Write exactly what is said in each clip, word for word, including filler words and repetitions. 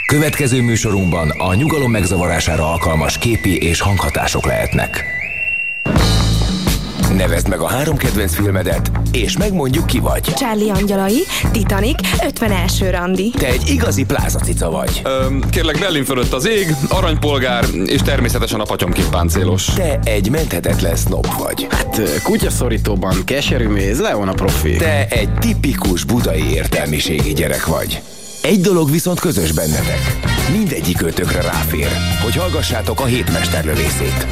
Következő műsorunkban a nyugalom megzavarására alkalmas képi és hanghatások lehetnek. Nevezd meg a három kedvenc filmedet, és megmondjuk, ki vagy. Charlie angyalai, Titanic, ötveneelső randi. Te egy igazi plázacica vagy. Öm, kérlek, Berlin fölött az ég, aranypolgár, és természetesen a patyomkin páncélos. Te egy menthetetlen sznob vagy. Hát kutyaszorítóban keserű méz, Leon a profi. Te egy tipikus budai értelmiségi gyerek vagy. Egy dolog viszont közös bennetek. Mindegyik ötökre ráfér, hogy hallgassátok a Hétmesterlövészét.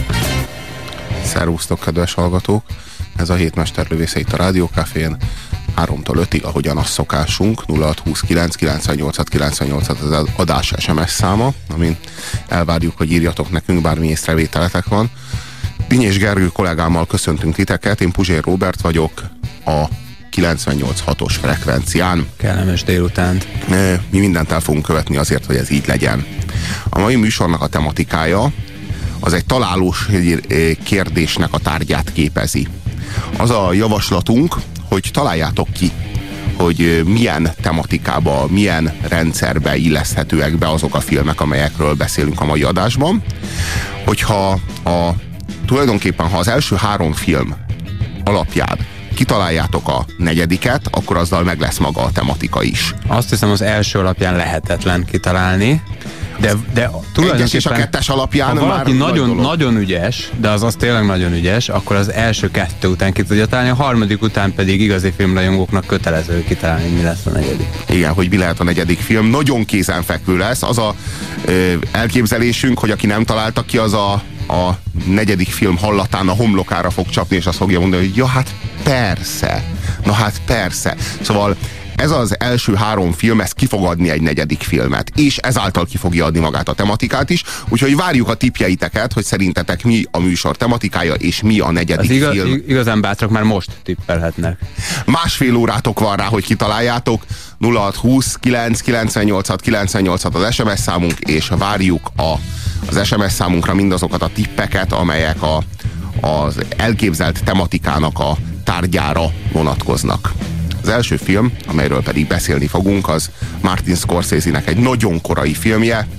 Szervusztok, kedves hallgatók! Ez a Hétmesterlövésze itt a Rádiókafén. háromtól ötig, ahogyan az szokásunk, nulla hat huszonkilenc kilencvennyolc kilencvennyolc az adás es em es száma, amin elvárjuk, hogy írjatok nekünk, bármi észrevételetek van. Dinyés Gergő kollégámmal köszöntünk titeket, én Puzsér Róbert vagyok, a kilencvennyolc hatos frekvencián. Kellemes délutánt. Mi mindent el fogunk követni azért, hogy ez így legyen. A mai műsornak a tematikája az egy találós kérdésnek a tárgyát képezi. Az a javaslatunk, hogy találjátok ki, hogy milyen tematikába, milyen rendszerbe illeszthetőek be azok a filmek, amelyekről beszélünk a mai adásban. Hogyha a, tulajdonképpen, ha az első három film alapján kitaláljátok a negyediket, akkor azzal meg lesz maga a tematika is. Azt hiszem, az első alapján lehetetlen kitalálni. De, de egyes és a kettes alapján ha valaki már nagyon, nagy nagyon ügyes, de az az tényleg nagyon ügyes, akkor az első kettő után ki tudja találni, a harmadik után pedig igazi filmrajongóknak kötelező kitalálni, mi lesz a negyedik. Igen, hogy mi lehet a negyedik film. Nagyon kézenfekvő lesz. Az a ö, elképzelésünk, hogy aki nem találta ki, az a, a negyedik film hallatán a homlokára fog csapni, és azt fogja mondani, hogy ja, hát persze. Na hát persze. Szóval ez az első három film, ez ki fog adni egy negyedik filmet, és ezáltal ki fogja adni magát a tematikát is, úgyhogy várjuk a tippjeiteket, hogy szerintetek mi a műsor tematikája, és mi a negyedik az igaz, film. Igazán bátrak már most tippelhetnek. Másfél órátok van rá, hogy kitaláljátok. nulla hat huszonkilenc kilencvennyolc kilencvennyolc az es em es számunk, és várjuk a, az es em es számunkra mindazokat a tippeket, amelyek a, az elképzelt tematikának a tárgyára vonatkoznak. Az első film, amelyről pedig beszélni fogunk, az Martin Scorsese-nek egy nagyon korai filmje.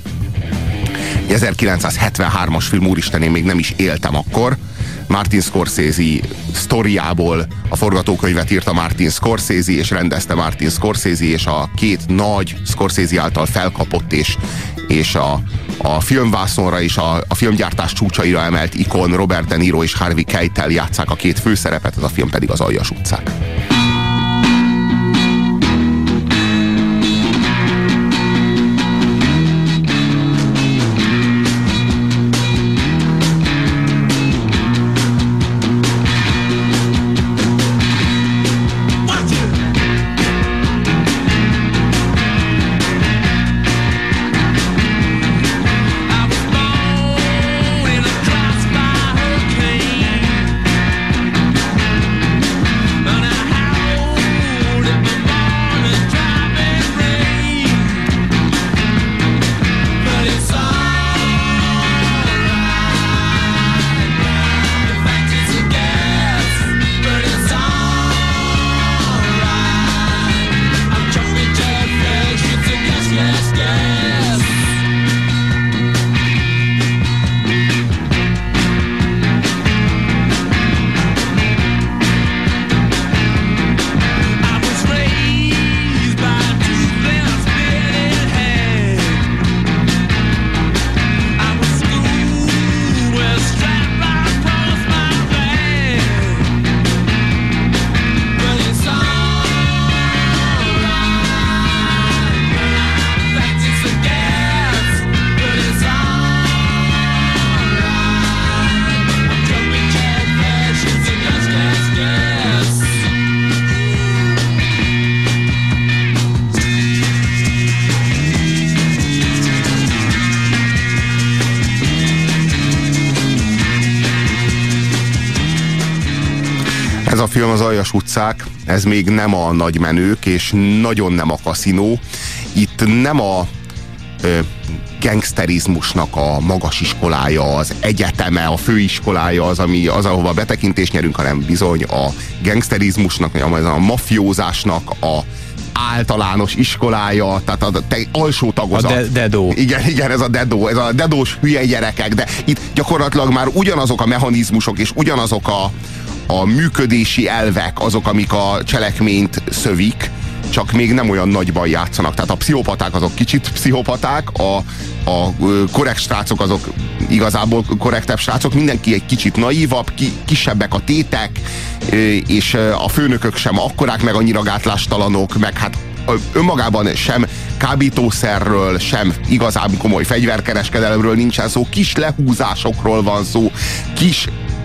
ezerkilencszázhetvenhármas film, úristen, én még nem is éltem akkor. Martin Scorsese sztoriából a forgatókönyvet írta Martin Scorsese, és rendezte Martin Scorsese, és a két nagy Scorsese által felkapott és, és a, a filmvászonra és a, a filmgyártás csúcsaira emelt ikon Robert De Niro és Harvey Keitel játsszák a két főszerepet, ez a film pedig az Aljas utcák. Ez a film az Aljas utcák, ez még nem a nagymenők, és nagyon nem a kaszinó. Itt nem a ö, gangsterizmusnak a magas iskolája, az egyeteme, a főiskolája az, ami az, ahova betekintést nyerünk, hanem bizony a gangsterizmusnak, vagy a mafiózásnak a általános iskolája, tehát a te, alsó tagozat. A de, dedó. Igen, igen, ez a dedó, ez a dedós hülye gyerekek, de itt gyakorlatilag már ugyanazok a mechanizmusok és ugyanazok a, a működési elvek azok, amik a cselekményt szövik, csak még nem olyan nagyban játszanak. Tehát a pszichopaták azok kicsit pszichopaták, a, a korrekt srácok azok igazából korrektebb srácok, mindenki egy kicsit naívabb, ki, kisebbek a tétek, és a főnökök sem akkorák, meg annyira gátlástalanok, meg hát önmagában sem kábítószerről, sem igazán komoly fegyverkereskedelemről nincsen szó, kis lehúzásokról van szó, kis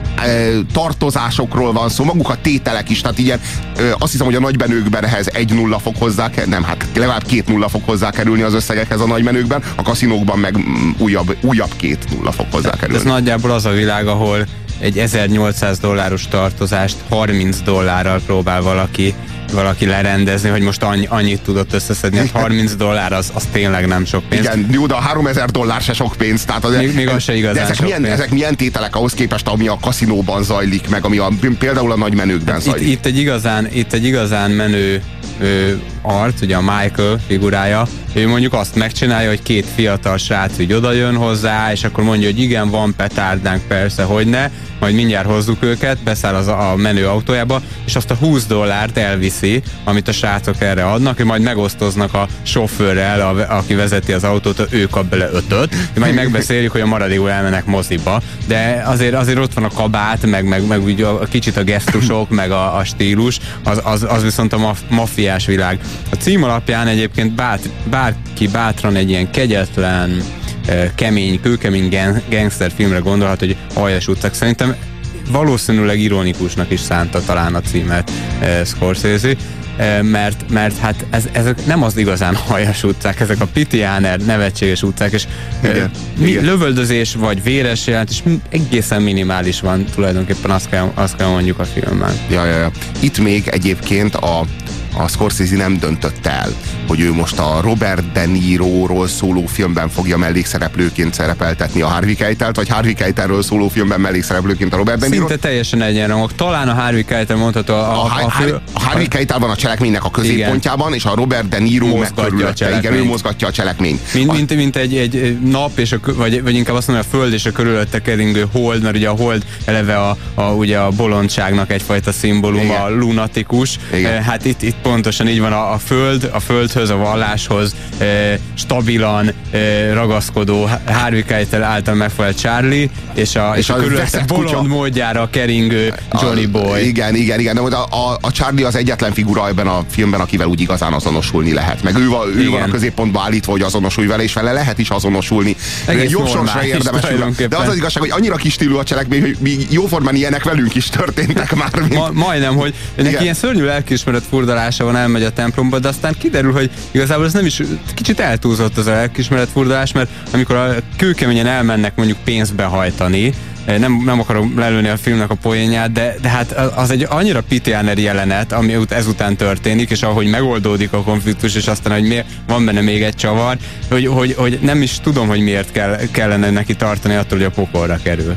tartozásokról van szó, maguk a tételek is, tehát ilyen azt hiszem, hogy a nagymenőkben ehhez egy nulla fog hozzá, nem, hát legalább két nulla fog hozzákerülni az összegekhez a nagymenőkben, a kaszinókban meg újabb, újabb két nulla fog hozzákerülni. Ez nagyjából az a világ, ahol egy ezernyolcszáz dolláros tartozást harminc dollárral próbál valaki valaki lerendezni, hogy most annyi, annyit tudott összeszedni, hát harminc dollár az, az tényleg nem sok pénz. Igen, jó, de a háromezer dollár se sok pénz. Tehát az, még, még az se igazán ezek sok milyen, pénz. Ezek milyen tételek ahhoz képest, ami a kaszinóban zajlik, meg ami a, például a nagymenőkben hát zajlik. Itt, itt, egy igazán, itt egy igazán menő ö, arc, ugye a Michael figurája, ő mondjuk azt megcsinálja, hogy két fiatal srác így oda jön hozzá, és akkor mondja, hogy igen, van petárdánk, persze, hogy ne, majd mindjárt hozzuk őket, beszáll az a menő autójába, és azt a húsz dollárt elviszi, amit a srácok erre adnak, és majd megosztoznak a sofőrrel, a, aki vezeti az autót, ő kap bele ötöt, majd megbeszéljük, hogy a maradékul elmennek moziba, de azért, azért ott van a kabát, meg, meg, meg úgy a, a kicsit a gesztusok, meg a, a stílus, az, az, az viszont a maf, maffiás világ. A cím alapján egyébként bát, bárki bátran egy ilyen kegyetlen, kemény, kőkemény gangster filmre gondolhat, hogy Aljas utcák. Szerintem valószínűleg ironikusnak is szánta talán a címet eh, Scorsese, eh, mert, mert hát ez, ezek nem az igazán Aljas utcák, ezek a pitiáner, nevetséges utcák, és igen, eh, mi, igen. lövöldözés vagy véres jelent, és egészen minimális van tulajdonképpen, azt kell, azt kell mondjuk a filmben. Ja, ja, ja. Itt még egyébként a a Scorsese nem döntött el, hogy ő most a Robert De Niroról szóló filmben fogja mellékszereplőként szerepeltetni a Harvey Keitelt, vagy Harvey Keitelről szóló filmben mellékszereplőként a Robert De Niro. Szinte teljesen egyenrangok. Talán a Harvey Keitel mondható a, a, a, a, fő, a Harvey Keitel van a cselekménynek a középpontjában, igen. És a Robert De Niro mozgatja, igen, ő mozgatja a cselekményt. Mint, a, mint, mint egy, egy nap, és a, vagy, vagy inkább azt mondom, a föld és a körülötte keringő hold, mert ugye a hold eleve a, a, ugye a bolondságnak egyfajta szimbóluma, a lunatikus. Igen. Hát itt, itt pontosan így van, a, a föld, a földhöz, a valláshoz e, stabilan e, ragaszkodó Harvey Keitel által megfelelt Charlie, és a, és és a körülötte bolond kutya módjára keringő Johnny Boy. A, igen, igen, igen, de a, a, a Charlie az egyetlen figura ebben a filmben, akivel úgy igazán azonosulni lehet. Meg ő, ő van a középpontba állítva, hogy azonosulj vele, és vele lehet is azonosulni. Egész jobb sorsra érdemes. De az az igazság, hogy annyira kis stílú a cselekmény, hogy mi jóformán ilyenek velünk is történtek már. Mint... Ma, majdnem, hogy neki ilyen szörnyű lelkiismeret furdalása van, elmegy a templomba, de aztán kiderül, hogy igazából ez nem is kicsit eltúlzott az a lelkiismeret furdalás, mert amikor a kőkeményen elmennek mondjuk pénzbe hajtani, nem, nem akarom lelőni a filmnek a poénját, de, de hát az egy annyira pitiáner jelenet, ami ezután történik, és ahogy megoldódik a konfliktus, és aztán, hogy miért, van benne még egy csavar, hogy, hogy, hogy nem is tudom, hogy miért kell, kellene neki tartani attól, hogy a pokolra kerül.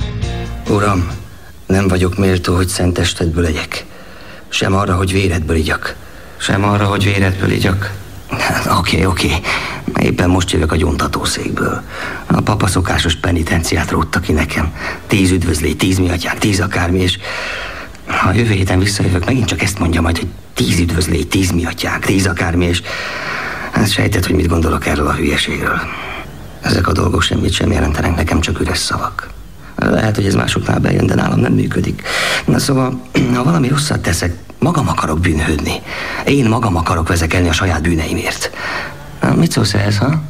Uram, nem vagyok méltó, hogy szent testedből legyek. Sem arra, hogy véredből igyak. Sem arra, hogy véredből igyak. Oké, oké. Éppen most jövök a gyóntatószékből. A papa szokásos penitenciát rótta ki nekem. Tíz üdvözlégy, tíz mi atyánk, tíz akármi, és ha jövő héten visszajövök, megint csak ezt mondja majd, hogy tíz üdvözlégy, tíz mi atyánk, tíz akármi, és hát sejtett, hogy mit gondolok erről a hülyeségről. Ezek a dolgok semmit sem jelentenek nekem, csak üres szavak. Lehet, hogy ez másoknál bejön, de nálam nem működik. Na szóval, ha valami rosszat teszek, magam akarok bűnhődni. Én magam akarok vezekelni a saját bűneimért. Na, mit szólsz ehhez, ha?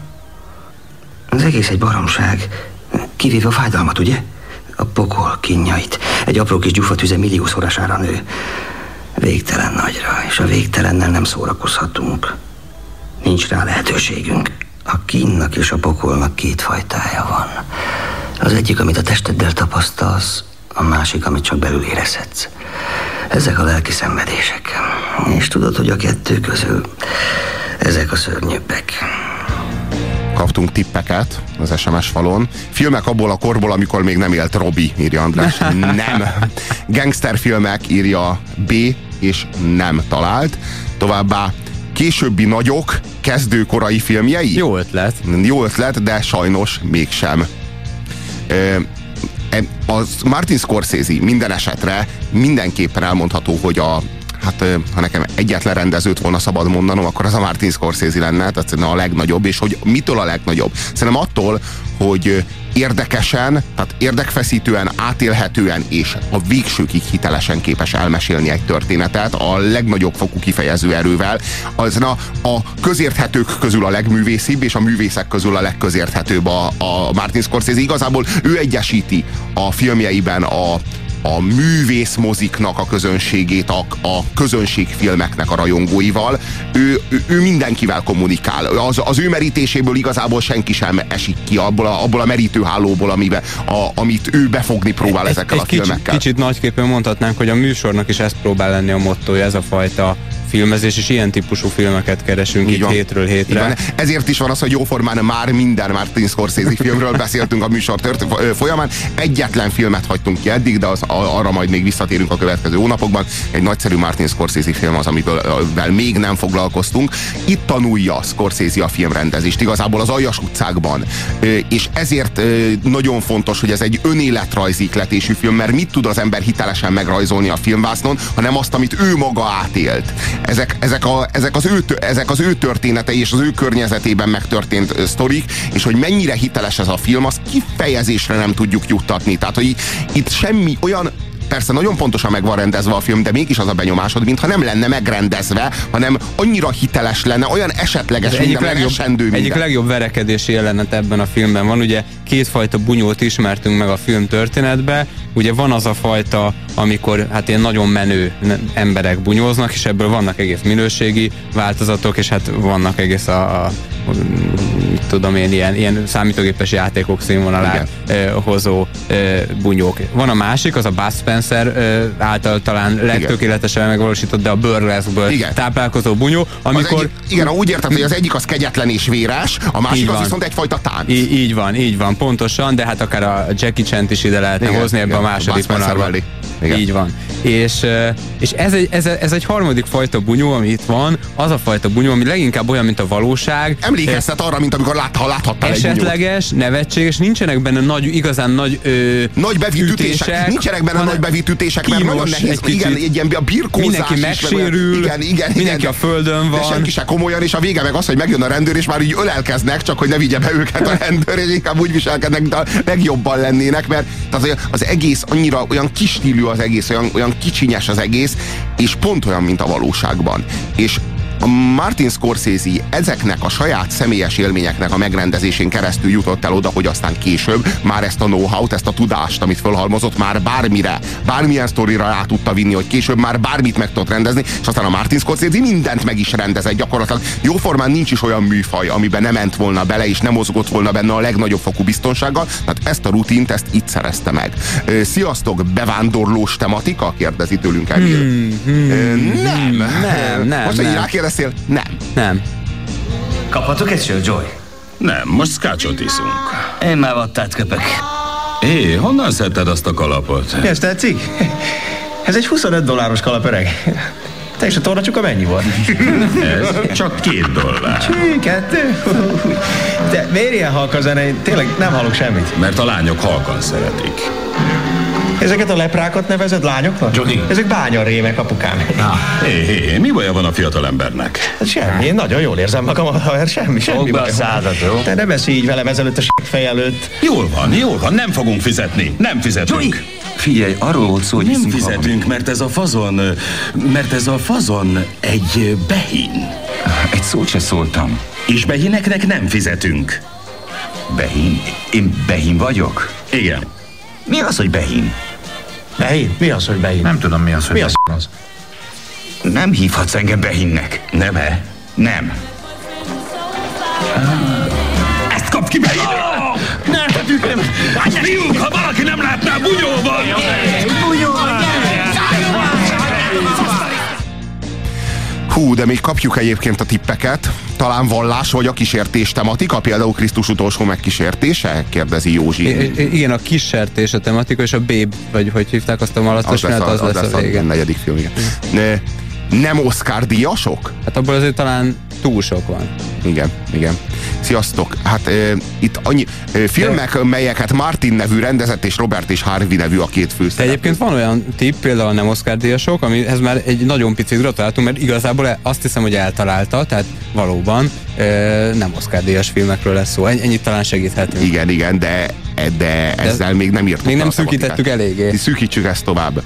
Az egész egy baromság. Kivéve a fájdalmat, ugye? A pokol kínjait. Egy apró kis gyufatüze milliószorására nő. Végtelen nagyra, és a végtelennel nem szórakozhatunk. Nincs rá lehetőségünk. A kínnak és a pokolnak két fajtája van. Az egyik, amit a testeddel tapasztalsz, a másik, amit csak belül érezhetsz. Ezek a lelki szenvedések. És tudod, hogy a kettő közül ezek a szörnyűbbek. Kaptunk tippeket az es em es falon. Filmek abból a korból, amikor még nem élt Robi, írja András. Nem. Gangsterfilmek, írja B, és nem talált. Továbbá későbbi nagyok kezdőkorai filmjei? Jó ötlet. Jó ötlet, de sajnos mégsem. Az Martin Scorsese minden esetre mindenképpen elmondható, hogy a hát ha nekem egyetlen rendezőt volna szabad mondanom, akkor az a Martin Scorsese lenne, tehát a legnagyobb, és hogy mitől a legnagyobb? Szerintem attól, hogy érdekesen, tehát érdekfeszítően, átélhetően és a végsőkig hitelesen képes elmesélni egy történetet a legnagyobb fokú kifejező erővel. Az a, a közérthetők közül a legművészibb, és a művészek közül a legközérthetőbb a, a Martin Scorsese. Igazából ő egyesíti a filmjeiben a a művészmoziknak a közönségét, a, a közönségfilmeknek a rajongóival. Ő, ő, ő mindenkivel kommunikál. Az, az ő merítéséből igazából senki sem esik ki abból a, abból a merítőhálóból, amibe, a, amit ő befogni próbál egy, ezekkel egy a filmekkel. Kicsit, kicsit nagyképpen mondhatnánk, hogy a műsornak is ez próbál lenni a mottója, ez a fajta filmezés, és ilyen típusú filmeket keresünk itt hétről hétre. Ezért is van az, hogy jóformán már minden Martin Scorsese filmről beszéltünk a műsor tört, folyamán. Egyetlen filmet hagytunk ki eddig, de az, arra majd még visszatérünk a következő hónapokban. Egy nagyszerű Martin Scorsese film az, amivel még nem foglalkoztunk. Itt tanulja Scorsese a filmrendezést, igazából az Aljas utcákban. És ezért nagyon fontos, hogy ez egy önéletrajzi ikletésű film, mert mit tud az ember hitelesen megrajzolni a filmvásznon, hanem azt, amit ő maga átélt. Ezek, ezek, a, ezek, az ő, ezek az ő történetei és az ő környezetében megtörtént sztorik, és hogy mennyire hiteles ez a film, azt kifejezésre nem tudjuk juttatni. Tehát, hogy itt semmi olyan, persze nagyon pontosan meg van rendezve a film, de mégis az a benyomásod, mintha nem lenne megrendezve, hanem annyira hiteles lenne, olyan esetleges, egyik minden, legjobb, esendő minden. Egyik legjobb verekedési jelenet ebben a filmben van, ugye kétfajta bunyót ismertünk meg a film történetbe, ugye van az a fajta, amikor hát ilyen nagyon menő emberek bunyóznak, és ebből vannak egész minőségi változatok, és hát vannak egész a, a tudom én, ilyen, ilyen számítógépes játékok színvonalát eh, hozó eh, bunyók. Van a másik, az a Bud Spencer eh, által talán legtökéletesen megvalósított, de a burlesque-ből táplálkozó bunyó, amikor... Egy, igen, úgy értem, hogy az egyik az kegyetlen és véres, a másik az viszont egyfajta tánc. Í- így van, így van, pontosan, de hát akár a Jackie Chan-t is ide lehetne igen, hozni ebbe igen, a második vonalba. Így van. És, és ez, egy, ez, ez egy harmadik fajta bunyó, ami itt van, az a fajta bunyó, ami leginkább olyan, mint a valóság. Emlékeztet arra, mint amikor lát, ha láthattál egy bunyót. Esetleges, nevetséges, nincsenek benne nagy, igazán nagy ö, nagy bevitütések, nincsenek benne nagy bevitütések, mert nagyon nehéz, egy igen, egy ilyen a birkózás mindenki is, megsérül, igen, igen, mindenki igen, a földön van. De senki se komolyan, és a vége meg az, hogy megjön a rendőr, és már így ölelkeznek, csak hogy ne vigye be őket a rendőr, és inkább úgy viselkednek, de legjobban lennének, mert az, az egész annyira olyan kis stílű az egész, olyan, olyan kicsinyes az egész, és pont olyan, mint a valóságban. És a Martin Scorsese ezeknek a saját személyes élményeknek a megrendezésén keresztül jutott el oda, hogy aztán később már ezt a know-how-t, ezt a tudást, amit fölhalmozott, már bármire, bármilyen sztorira rá tudta vinni, hogy később már bármit meg tudott rendezni, és aztán a Martin Scorsese mindent meg is rendezett gyakorlatilag. Jóformán nincs is olyan műfaj, amiben nem ment volna bele, és nem mozgott volna benne a legnagyobb fokú biztonsággal, tehát ezt a rutint, ezt itt szerezte meg. Sziasztok, bevándorlós tematika? Kérdezi tőlünk Emil. Hmm, hmm, nem. Nem, nem. Most, nem. Kérdeztél? Nem. Nem. Kaphatok egy sört, Joy? Nem, most scotchot iszunk. Én már vattát köpök. Hé, honnan szedted azt a kalapot? Ez tetszik? Ez egy huszonöt dolláros kalap, öreg. Te és a tornacsuka mennyi volt? Ez csak két dollár. Csí, kettő? De miért ilyen halk a zene? Én tényleg nem hallok semmit. Mert a lányok halkan szeretik. Ezeket a leprákat nevezed lányoknak? Johnny. Ezek bányarémek, apukám. Hé, hé, mi baja van a fiatal embernek? Hát semmi, én nagyon jól érzem magam, ha semmi, semmi baj. Százat, jó? Te ne beszélj így velem ezelőtt a s**fej előtt. Jól van, jól van, nem fogunk fizetni. Nem fizetünk. Johnny! Figyelj, arról volt szó, hogy nem fizetünk, valamit. mert ez a fazon, mert ez a fazon egy behin. Egy szót se szóltam. És behineknek nem fizetünk. Behin? Én behin vagyok? Igen. Mi az, hogy behin? Behin? Mi az, hogy behin? Nem tudom, mi az, hogy mi az, az? Nem hívhatsz engem behinnek. Nem-e? Nem. Ezt kapd ki, behin! Ne, tetőkem! Fiúk, ha valaki nem látná, bunyó van! Bunyó van! Hú, de még kapjuk egyébként a tippeket. Talán vallás vagy a kísértés tematika, például Krisztus utolsó megkísértése? Kérdezi Józsi. I- igen, a kísértés a tematika, és a Babe, vagy hogy hívták azt a malatos az lesz a, az, az lesz a, lesz a, vége. a negyedik film, igen. Ne, nem Oscar díjasok? Hát abból azért talán túl sok van. Igen, igen. Sziasztok! Hát e, itt annyi e, filmek, de... melyeket Martin nevű rendezett, és Robert és Harvey nevű a két főszereplő. Egyébként van olyan tipp, például nem Oscar-díjasok, amihez már egy nagyon picit gratuláltunk, mert igazából azt hiszem, hogy eltalálta, tehát valóban e, nem Oscar-díjas filmekről lesz szó. Ennyit talán segíthetünk. Igen, igen, de, de ezzel de még nem írtuk. Még nem szűkítettük eléggé. Szűkítsük ezt tovább.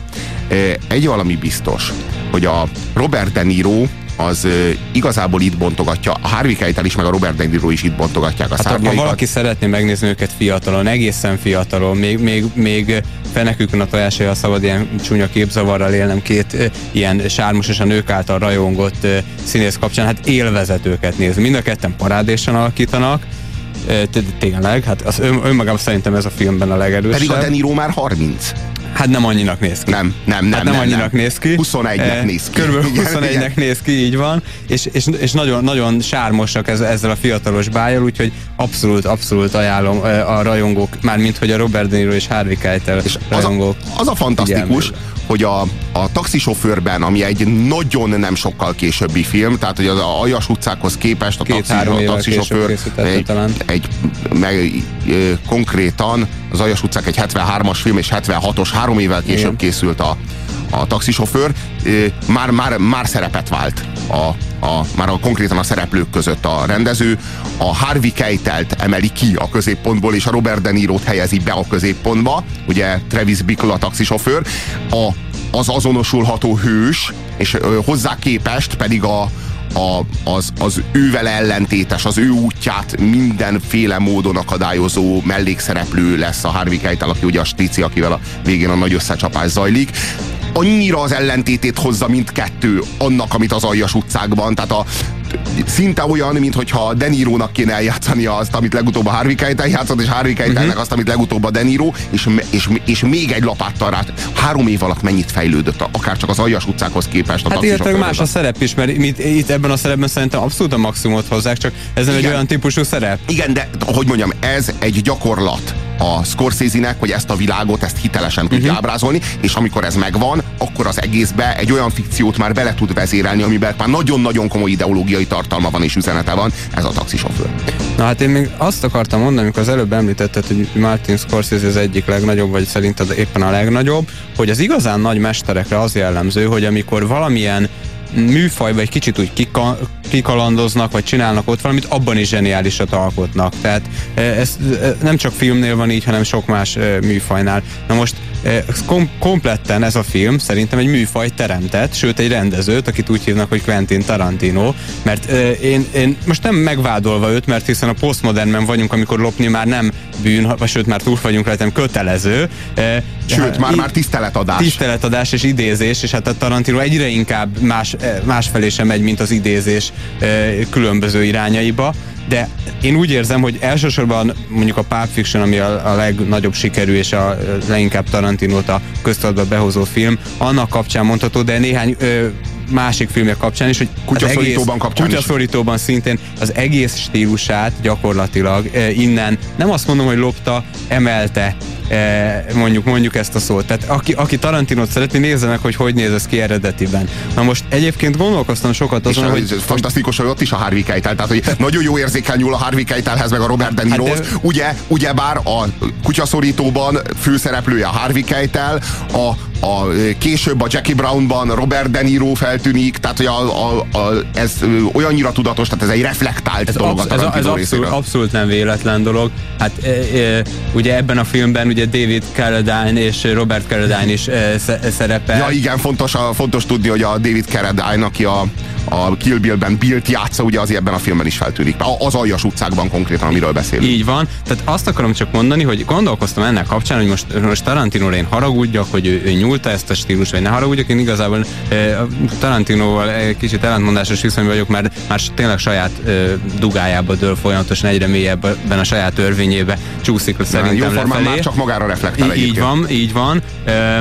Egy valami biztos, hogy a Robert De Niro az uh, igazából itt bontogatja, a Harvey Keitel is, meg a Robert De Niro is itt bontogatják a hát szárnyaikat. Ha valaki szeretné megnézni őket fiatalon, egészen fiatalon, még, még, még fenekükön a tojásai, ha szabad ilyen csúnya képzavarral élnem, két uh, ilyen sármos és a nők által rajongott uh, színész kapcsán, hát élvezet őket nézni. Mind a ketten parádésen alakítanak, uh, tényleg, hát az ön, önmagában szerintem ez a filmben a legerősebb. Pedig a De Niro már harminc. Hát nem annyinak néz ki. Nem, nem, nem. Hát nem, nem annyinak nem. néz ki. huszonegynek e, néz ki. Körülbelül huszonegynek néz ki, így van. És, és, és nagyon, nagyon sármosak ez, ezzel a fiatalos bájjal, úgyhogy abszolút, abszolút ajánlom a rajongók, mármint hogy a Robert De Niro és Harvey Keitel és rajongók. Az a, az a fantasztikus, hogy a, a taxisofőrben, ami egy nagyon nem sokkal későbbi film, tehát hogy az Aljas utcákhoz képest a, taxis, a taxisofőr egy, egy meg, e, konkrétan az Aljas utcák egy hetvenhármas film, és hetvenhatos, három évvel később igen. készült a, a taxisofőr, e, már, már, már szerepet vált a, a, már a, konkrétan a szereplők között a rendező. A Harvey Keitelt emeli ki a középpontból, és a Robert De Nirot helyezi be a középpontba, ugye Travis Bickle a taxisofőr, a, az azonosulható hős, és ö, hozzá képest pedig a A, az, az ővel ellentétes, az ő útját mindenféle módon akadályozó mellékszereplő lesz a Harvey Keitel, aki ugye a strici, akivel a végén a nagy összecsapás zajlik. Annyira az ellentétét hozza mindkettő annak, amit az Aljas utcákban, tehát a szinte olyan, mintha De Nirónak kéne eljátszania azt, amit legutóbb a Harvey Keitel játszott, és Harvey Keitelnek uh-huh. azt, amit legutóbb a De Niro, és, és, és még egy lapáttal rá. Három év alatt mennyit fejlődött, akár csak az Aljas utcákhoz képest. A hát illetve más a szerep is, mert mit, itt ebben a szerepben szerintem abszolút a maximumot hozzák, csak ez nem egy olyan típusú szerep. Igen, de hogy mondjam, ez egy gyakorlat a Scorsese-nek, hogy ezt a világot, ezt hitelesen tudja uh-huh. ábrázolni, és amikor ez megvan, akkor az egészbe egy olyan fikciót már bele tud vezérelni, amiben már nagyon-nagyon komoly ideológiai tartalma van és üzenete van, ez a taxisofőr. Na hát én még azt akartam mondani, amikor az előbb említetted, hogy Martin Scorsese az egyik legnagyobb, vagy szerinted éppen a legnagyobb, hogy az igazán nagy mesterekre az jellemző, hogy amikor valamilyen műfajba egy kicsit úgy kika, kikalandoznak, vagy csinálnak ott valamit, abban is zseniálisat alkotnak. Tehát ez nem csak filmnél van így, hanem sok más műfajnál. Na most kom- kompletten ez a film szerintem egy műfajt teremtett, sőt egy rendezőt, akit úgy hívnak, hogy Quentin Tarantino, mert én, én most nem megvádolva őt, mert hiszen a posztmodernben vagyunk, amikor lopni már nem bűn, vagy sőt már túl vagyunk rajta, nem kötelező. Sőt, már, már tiszteletadás. Tiszteletadás és idézés, és hát a Tarantino egyre inkább más, másfelé sem megy, mint az idézés különböző irányaiba, de én úgy érzem, hogy elsősorban mondjuk a Pulp Fiction, ami a, a legnagyobb sikerű és a leginkább Tarantinót a köztudatba behozó film, annak kapcsán mondható, de néhány ö, másik filmek kapcsán is, hogy Kutyaszorítóban kapcsán is. Kutyaszorítóban szintén az egész stílusát gyakorlatilag e, innen, nem azt mondom, hogy lopta, emelte, e, mondjuk mondjuk ezt a szót. Tehát aki, aki Tarantinót szeretné, nézze meg, hogy hogy néz ez ki eredetiben. Na most egyébként gondolkoztam sokat azon, hogy... Ez fantasztikus, hogy ott is a Harvey Keitel, tehát hogy nagyon jó érzékel nyúl a Harvey Keitelhez, meg a Robert De Nirohoz. Hát de... ugye, ugye bár a Kutyaszorítóban főszereplője a Harvey Keitel, a A, később a Jackie Brownban Robert De Niro feltűnik, tehát hogy a, a, a, ez olyannyira tudatos, tehát ez egy reflektált ez dolog. Absz- ez, ez abszolút, abszolút nem véletlen dolog. Hát e, e, ugye ebben a filmben ugye David Carradine és Robert Carradine is e, szerepel. Ja igen, fontos, a, fontos tudni, hogy a David Carradine, aki a, a Kill Bill-ben Billt játsza, ugye azért ebben a filmben is feltűnik. Az Aljas utcákban konkrétan, amiről beszélünk. Így van, tehát azt akarom csak mondani, hogy gondolkoztam ennek kapcsán, hogy most, most Tarantinóra én haragudjak, hogy ő, ő nyúlta ezt a stílus, vagy ne haragudjak, én igazából eh, Tarantinóval egy kicsit ellentmondásos viszonyban vagyok, mert már tényleg saját eh, dugájába dől folyamatosan, egyre mélyebben a saját törvényébe csúszik szerintem lefelé. Jóformán már csak magára reflektál. Így van, így van. Eh,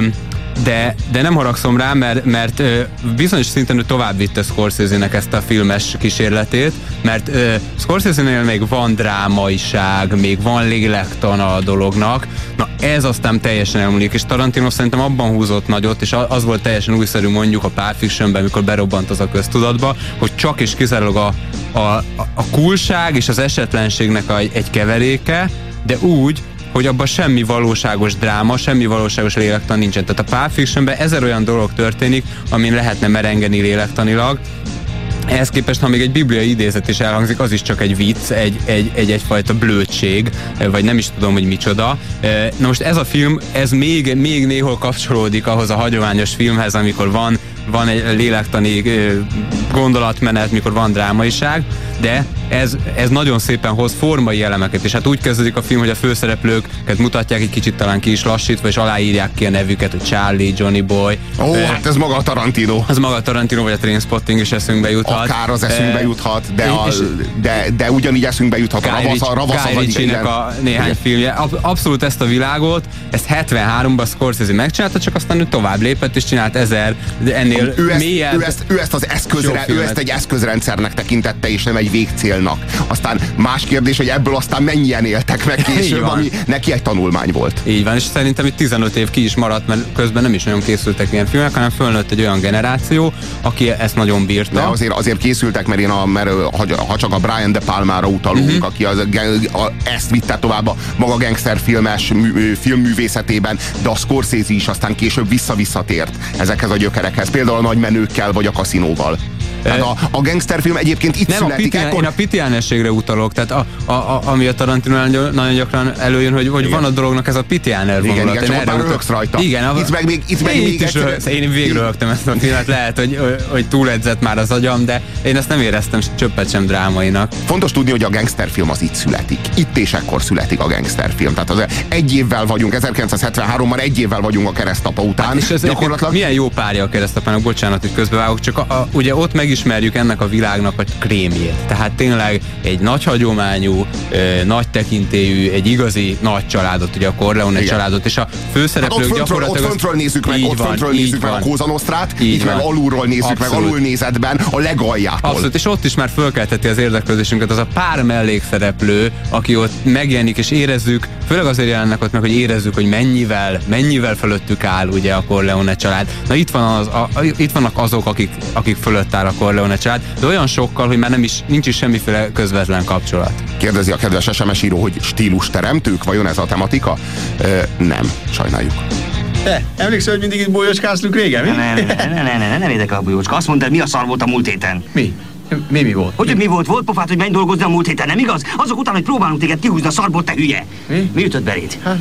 de, de nem haragszom rá, mert, mert bizonyos szinten ő tovább vitte Scorsese-nek ezt a filmes kísérletét, mert uh, Scorsese-nél még van drámaiság, még van lélektana a dolognak, na ez aztán teljesen elmúlik, és Tarantino szerintem abban húzott nagyot, és az volt teljesen újszerű mondjuk a Pulp Fictionben, amikor berobbant az a köztudatba, hogy csak és kizárólag a, a, a coolság és az esetlenségnek a, egy keveréke, de úgy, hogy abban semmi valóságos dráma, semmi valóságos lélektan nincsen. Tehát a Pulp Fictionben ezer olyan dolog történik, amin lehetne merengeni lélektanilag. Ehhez képest, ha még egy bibliai idézet is elhangzik, az is csak egy vicc, egy, egy, egy, egyfajta blödség, vagy nem is tudom, hogy micsoda. Na most ez a film, ez még, még néhol kapcsolódik ahhoz a hagyományos filmhez, amikor van, van egy lélektani gondolatmenet, mikor van drámaiság, de ez, ez nagyon szépen hoz formai elemeket, és hát úgy kezdődik a film, hogy a főszereplőket mutatják egy kicsit talán ki is lassítva, és aláírják ki a nevüket, hogy Charlie, Johnny Boy. Ó, uh, hát ez maga a Tarantino. Ez maga a Tarantino, vagy a Trainspotting is eszünkbe juthat. Akár az eszünkbe uh, juthat, de, a, de, de ugyanígy eszünkbe juthat Guy a ravasz, a ravasz Guy Ritchie-nek a néhány igen. filmje. Abszolút ezt a világot, ezt hetvenháromban Scorsese megcsinálta, csak aztán ő tovább lépett, és csinált ezer, de ennél ő ezt, mélyebb. Ő ezt, ő ezt az eszközre, ő ezt egy eszközrendszernek tekintette, és nem egy végcélnak. Aztán más kérdés, hogy ebből aztán mennyien éltek meg később, ami neki egy tanulmány volt. Így van, és szerintem itt tizenöt év ki is maradt, mert közben nem is nagyon készültek ilyen filmek, hanem fölnőtt egy olyan generáció, aki ezt nagyon bírta. De azért, azért készültek, mert én a, mert, ha, ha csak a Brian De Palmára utalunk, uh-huh. aki az, a, ezt vitte tovább a maga gangsterfilmes mű, filmművészetében, de a Scorsese is aztán később visszavisszatért ezekhez a gyökerekhez, például a Nagy menőkkel vagy a Kaszinóval. Tehát a, a gangsterfilm egyébként itt nem, születik. A pitián, ekkor... Én a pitiánességre utalok, tehát a, a, a, ami a Tarantino nagyon gyakran előjön, hogy, hogy van a dolognak ez a pitiáner vonulat. Igen, igen, csak ott már röhögsz rajta. Igen, a, itt meg még, itt meg én még itt is röhögsz, én végig röhögtem ezt a filmet, lehet, hogy, hogy túledzett már az agyam, de én ezt nem éreztem csöppet sem drámainak. Fontos tudni, hogy a gangsterfilm az itt születik. Itt és ekkor születik a gangsterfilm. Tehát az egy évvel vagyunk, ezerkilencszázhetvenháromban egy évvel vagyunk a Keresztapa után. Hát és ez gyakorlatilag... Milyen jó párja a Keresztapának, bocsánat, hogy közbevágok, csak a, a, ugye ott megismerjük ennek a világnak a krémjét. Tehát tényleg egy nagy hagyományú, ö, nagy tekintélyű, egy igazi nagy családot, ugye a Corleone igen. családot, és a főszereplők hát gyakorlatilag... Ott föntről nézzük meg, ott föntről nézzük meg a Cosa Nostrát, így meg alulról nézzük meg, alulnézetben a legaljától. Abszolút, és ott is már fölkelteti az érdeklődésünket az a pár mellékszereplő, aki ott megjelenik, és érezzük, főleg azért jelennek ott meg, hogy érezzük, hogy mennyivel, mennyivel fölöttük áll ugye a Corleone család. Na itt, van az, a, itt vannak azok, akik, akik fölött áll a Corleone család, de olyan sokkal, hogy már nem is, nincs is semmiféle közvetlen kapcsolat. Kérdezi a kedves es em es író, hogy stílus teremtők, vajon ez a tematika? Ö, nem, sajnáljuk. Te, emlékszel, hogy mindig itt bújócskáztunk régen, mi? Ne, ne, ne, ne, ne, ne, nem érdekel a bújócska. Azt mondtad, mi a szar volt a múlt héten? Mi? Mi mi volt? Hogy mi? mi volt? Volt pofát, hogy menj dolgozni a múlt héten, nem igaz? Azok után, hogy próbálunk téged kihúzni a szarból, te hülye. Mi? Mi ütött beléd? Hát...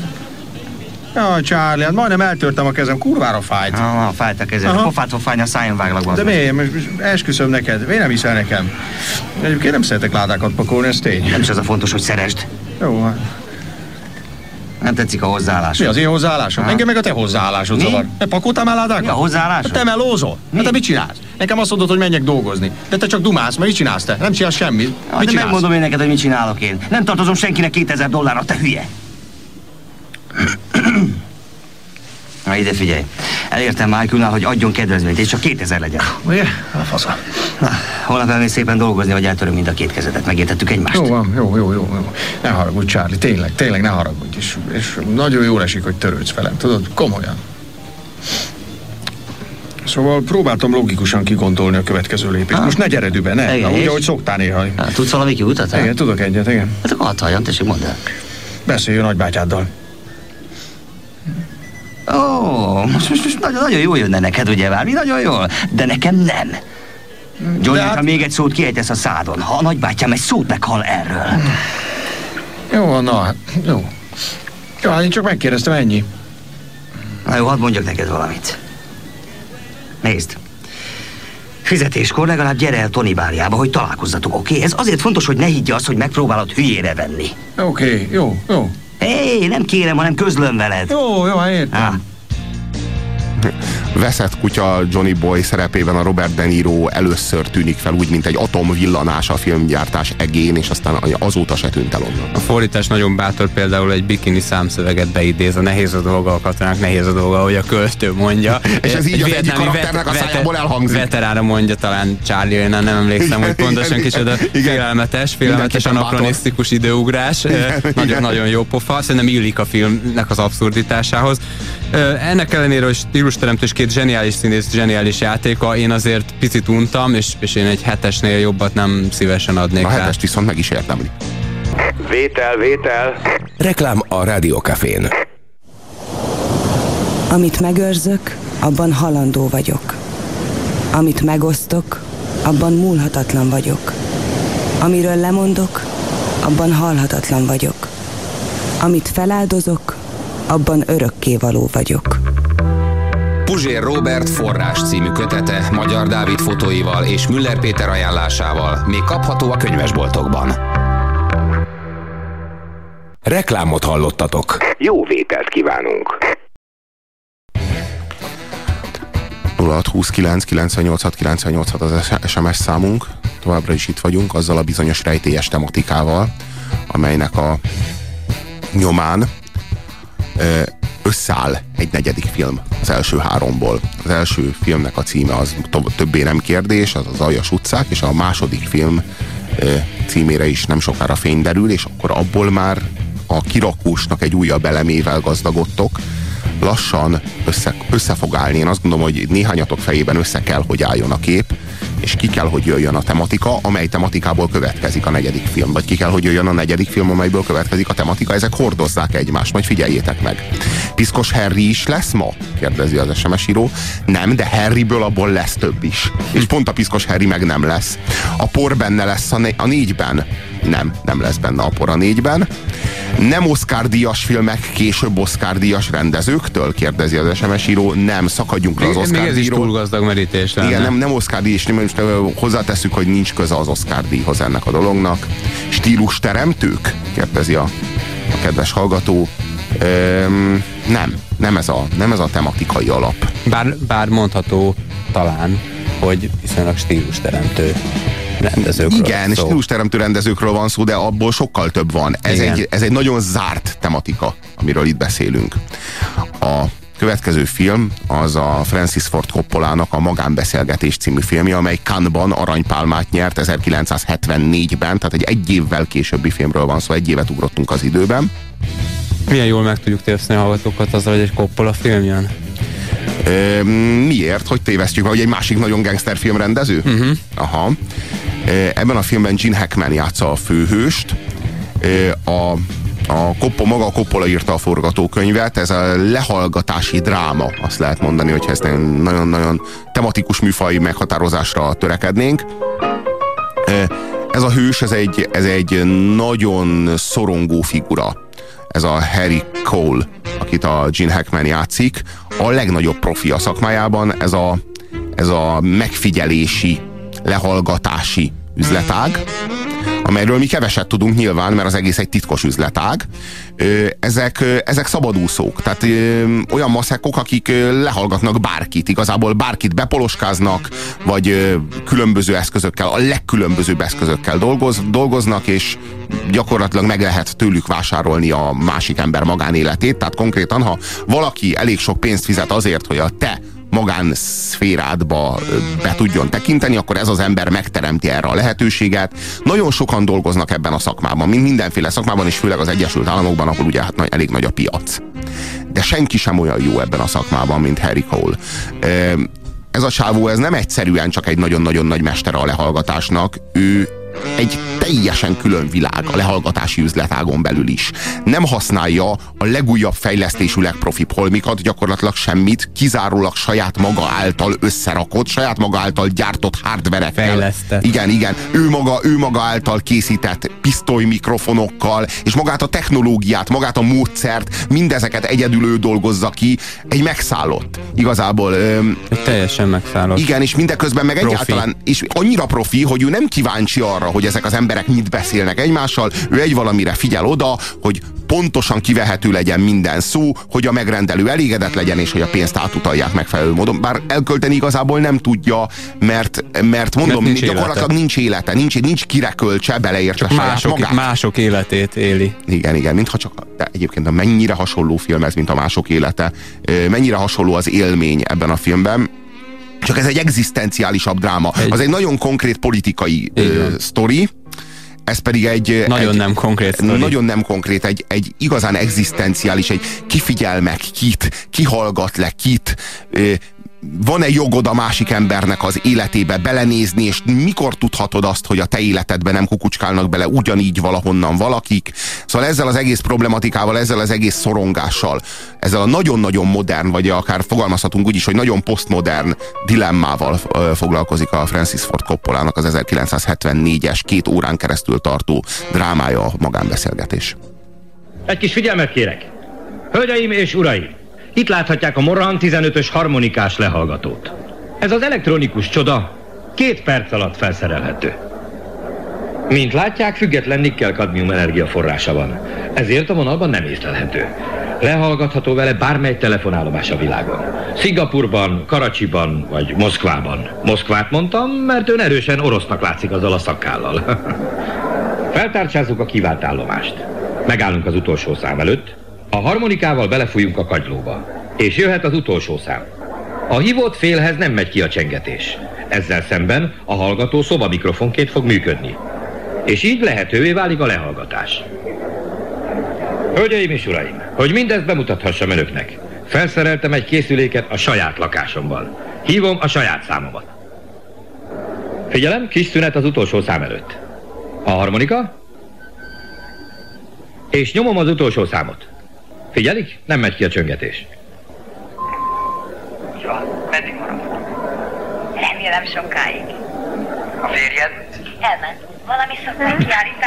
Ja, Charlie, hát majdnem eltörtem a kezem, kurvára fájt. Ah, fájt a kezem. A pofát fog fájni, a szájon váglak van. De miért? Most esküszöm neked. Miért nem hiszel nekem? Egyébként nem szeretek ládákat pakolni, ez tény. Nem is az a fontos, hogy szeresd. Jó, hát. Nem tetszik a hozzáállásod. Mi az én hozzáállásom? Engem meg a te hozzáállásod mi? zavar. Ne pakoltál már ládákat? Mi a hozzáállásod? Te melózol. Hát te mit csinálsz? Nekem azt mondod, hogy menjek dolgozni. De te csak dumálsz, mert mit csinálsz te? Nem csinálsz semmit. Ja, mit de csinálsz? Megmondom én neked, hogy mit csinálok én. Nem tartozom senkinek kétezer dollárra, te hülye. Na ide figyelj. Elértem Michaelnál, hogy adjon kedvezményt, és csak kétezer legyen. Ugye? A fasza. Na, holnap elmész szépen dolgozni, vagy eltöröm mind a két kezedet. Megértettük egymást? Jó van, jó, jó, jó, jó. Ne haragudj, Charlie, tényleg, tényleg ne haragudj. És, és nagyon jól esik, hogy törődsz velem, tudod? Komolyan. Szóval próbáltam logikusan kigondolni a következő lépést. Ha. Most ne gyeredübe, ne. Igen, úgy, ahogy szoktál néha. Ha, tudsz valami kiutat? Igen, tudok egyet, igen. Hát akkor hadd halljam, tessék, mondd el. Beszéljön nagybátyáddal. Ó, oh, most, most, most nagyon, nagyon jól jönne neked, ugye, Vármi? Nagyon jól. De nekem nem. Johnny, hát... ha még egy szót kiejtesz a szádon, ha a nagybátyám egy szót meghal erről. Jó, na, jó. Jó, hát én csak megkérdeztem, ennyi. Na jó, hadd mondjak neked valamit. Nézd. Fizetéskor legalább gyere el Tony bárjába, hogy találkozzatok, oké? Okay? Ez azért fontos, hogy ne higgye azt, hogy megpróbálod hülyére venni. Oké, okay, jó, jó. Hé, nem kérem, hanem közlöm veled. Jó, jó, hát értem. Ah. veszett kutya Johnny Boy szerepében a Robert De Niro először tűnik fel úgy, mint egy atomvillanás a filmgyártás egén, és aztán azóta se tűnt el onnan. A fordítás nagyon bátor, például egy bikini számszöveget beidéz, a nehéz a dolga a katonának, nehéz a dolga, ahogy a költő mondja. És ez így az egyik karakternek a szájából elhangzik. Veterára mondja talán Charlie, én nem emlékszem, igen, hogy pontosan igen, kicsoda igen, félelmetes, félelmetes anakronisztikus időugrás. Igen, nagyon, igen. Nagyon jó pofa, szerintem illik a filmnek az abszurditásához. Ennek ellenére, hogy stílusteremtő és két zseniális színész, zseniális játéka, én azért picit untam, és, és én egy hetesnél jobbat nem szívesen adnék. A hetest viszont meg is érdemli. Vétel, vétel. Reklám a Rádiókafén. Amit megőrzök, abban halandó vagyok. Amit megosztok, abban múlhatatlan vagyok. Amiről lemondok, abban halhatatlan vagyok. Amit feláldozok, abban örökkévaló vagyok. Puzsér Róbert Forrás című kötete Magyar Dávid fotóival és Müller Péter ajánlásával még kapható a könyvesboltokban. Reklámot hallottatok. Jó vételt kívánunk. nulla hat huszonkilenc kilencvennyolc kilencvennyolc az es em es számunk. Továbbra is itt vagyunk azzal a bizonyos rejtélyes tematikával, amelynek a nyomán összeáll egy negyedik film az első háromból. Az első filmnek a címe az többé nem kérdés, az az Aljas utcák, és a második film címére is nem sokára fény derül, és akkor abból már a kirakósnak egy újabb elemével gazdagodtok. Lassan össze, össze fog állni. Én azt gondolom, hogy néhányatok fejében össze kell, hogy álljon a kép, és ki kell, hogy jöjjön a tematika, amely tematikából következik a negyedik film. Vagy ki kell, hogy jöjjön a negyedik film, amelyből következik a tematika. Ezek hordozzák egymást, majd figyeljétek meg. Piszkos Harry is lesz ma? Kérdezi az es em es író. Nem, de Harryből abból lesz több is. És pont a Piszkos Harry meg nem lesz. A por benne lesz a, né- a négyben. Nem, nem lesz benne a por a négyben. Nem Oscar-díjas filmek később Oscar-díjas rendezőktől? Kérdezi az es em es író. Nem, szakadjunk le az Oscar-díjról. Még ez is túl gazdag merítés lenne. Igen, nem, nem Oscar-díj, és most hozzátesszük, hogy nincs köze az Oscar-díjhoz ennek a dolognak. Stílusteremtők? Kérdezi a, a kedves hallgató. Öm, nem, nem ez, a, nem ez a tematikai alap. Bár, bár mondható talán, hogy viszonylag stílusteremtő rendezőkről. Igen, stílusteremtő rendezőkről van szó, de abból sokkal több van. Ez egy, ez egy nagyon zárt tematika, amiről itt beszélünk. A következő film az a Francis Ford Coppolának a Magánbeszélgetés című filmje, amely Cannes-ban aranypálmát nyert ezerkilencszázhetvennégyben, tehát egy egy évvel későbbi filmről van szó, egy évet ugrottunk az időben. Milyen jól meg tudjuk téveszteni a hallgatókat azzal, hogy egy Coppola film jön? E, miért? Hogy tévesztjük meg, hogy egy másik nagyon gangster filmrendező? Uh-huh. Aha. E, ebben a filmben Gene Hackman játsza a főhőst. E, a, a Coppola, maga a Coppola írta a forgatókönyvet, ez a lehallgatási dráma, azt lehet mondani, hogyha ezt nagyon-nagyon tematikus műfaj meghatározásra törekednénk. E, ez a hős, ez egy, ez egy nagyon szorongó figura. Ez a Harry Cole, akit a Gene Hackman játszik, a legnagyobb profi a szakmájában, ez a, ez a megfigyelési, lehallgatási üzletág, amelyről mi keveset tudunk nyilván, mert az egész egy titkos üzletág. Ezek, ezek szabadúszók, tehát olyan maszekok, akik lehallgatnak bárkit, igazából bárkit bepoloskáznak, vagy különböző eszközökkel, a legkülönbözőbb eszközökkel dolgoz, dolgoznak, és gyakorlatilag meg lehet tőlük vásárolni a másik ember magánéletét. Tehát konkrétan, ha valaki elég sok pénzt fizet azért, hogy a te magánszférádba be tudjon tekinteni, akkor ez az ember megteremti erre a lehetőséget. Nagyon sokan dolgoznak ebben a szakmában, mint mindenféle szakmában, és főleg az Egyesült Államokban, ahol ugye hát elég nagy a piac. De senki sem olyan jó ebben a szakmában, mint Harry Cole. Ez a csávó, ez nem egyszerűen csak egy nagyon-nagyon nagy mestere a lehallgatásnak, ő egy teljesen külön világ a lehallgatási üzletágon belül is. Nem használja a legújabb fejlesztésű, legprofibb holmikat, gyakorlatilag semmit, kizárólag saját maga által összerakott, saját maga által gyártott hardverekkel. Fejlesztett. Igen, igen. Ő maga, ő maga által készített pisztolymikrofonokkal, és magát a technológiát, magát a módszert, mindezeket egyedül ő dolgozza ki. Egy megszállott. Igazából. Öm, egy teljesen megszállott. Igen, és mindeközben meg profi. Egyáltalán, és annyira profi, hogy ő nem kíváncsi arra, hogy ezek az emberek mit beszélnek egymással, ő egy valamire figyel oda, hogy pontosan kivehető legyen minden szó, hogy a megrendelő elégedett legyen, és hogy a pénzt átutalják megfelelő módon. Bár elkölteni igazából nem tudja, mert, mert mondom, mert nincs gyakorlatilag élete. nincs élete, nincs, nincs kireköltse, beleértve saját mások, magát. Mások életét éli. Igen, igen, mintha csak, de egyébként mennyire hasonló film ez, mint a Mások élete, mennyire hasonló az élmény ebben a filmben, csak ez egy egzisztenciálisabb dráma. Egy... Az egy nagyon konkrét politikai ö, sztori, ez pedig egy... Nagyon egy, nem konkrét sztori. Nagyon nem konkrét, egy, egy igazán egzisztenciális, egy kifigyel meg kit, kihallgat le kit, ö, van-e jogod a másik embernek az életébe belenézni, és mikor tudhatod azt, hogy a te életedbe nem kukucskálnak bele ugyanígy valahonnan valakik. Szóval ezzel az egész problematikával, ezzel az egész szorongással, ezzel a nagyon-nagyon modern, vagy akár fogalmazhatunk úgy is, hogy nagyon posztmodern dilemmával foglalkozik a Francis Ford Coppolának az ezerkilencszázhetvennégyes, két órán keresztül tartó drámája, a Magánbeszélgetés. Egy kis figyelmet kérek! Hölgyeim és uraim! Itt láthatják a Moran tizenötös harmonikás lehallgatót. Ez az elektronikus csoda két perc alatt felszerelhető. Mint látják, független nikkel-kadmium energiaforrása van. Ezért a vonalban nem észlelhető. Lehallgatható vele bármely telefonállomás a világon. Szingapurban, Karacsiban vagy Moszkvában. Moszkvát mondtam, mert ön erősen orosznak látszik azzal a szakállal. Feltárcsázzuk a kivált állomást. Megállunk az utolsó szám előtt. A harmonikával belefújunk a kagylóba, és jöhet az utolsó szám. A hívott félhez nem megy ki a csengetés. Ezzel szemben a hallgató szobamikrofonként fog működni. És így lehetővé válik a lehallgatás. Hölgyeim és uraim, hogy mindezt bemutathassam önöknek, felszereltem egy készüléket a saját lakásomban. Hívom a saját számomat. Figyelem, kis szünet az utolsó szám előtt. A harmonika? És nyomom az utolsó számot. Figyelik? Nem megy ki a csöngetés. Jó, meddig maradhatunk? Remélem sokáig. A férjed? Elment. Valami szakmai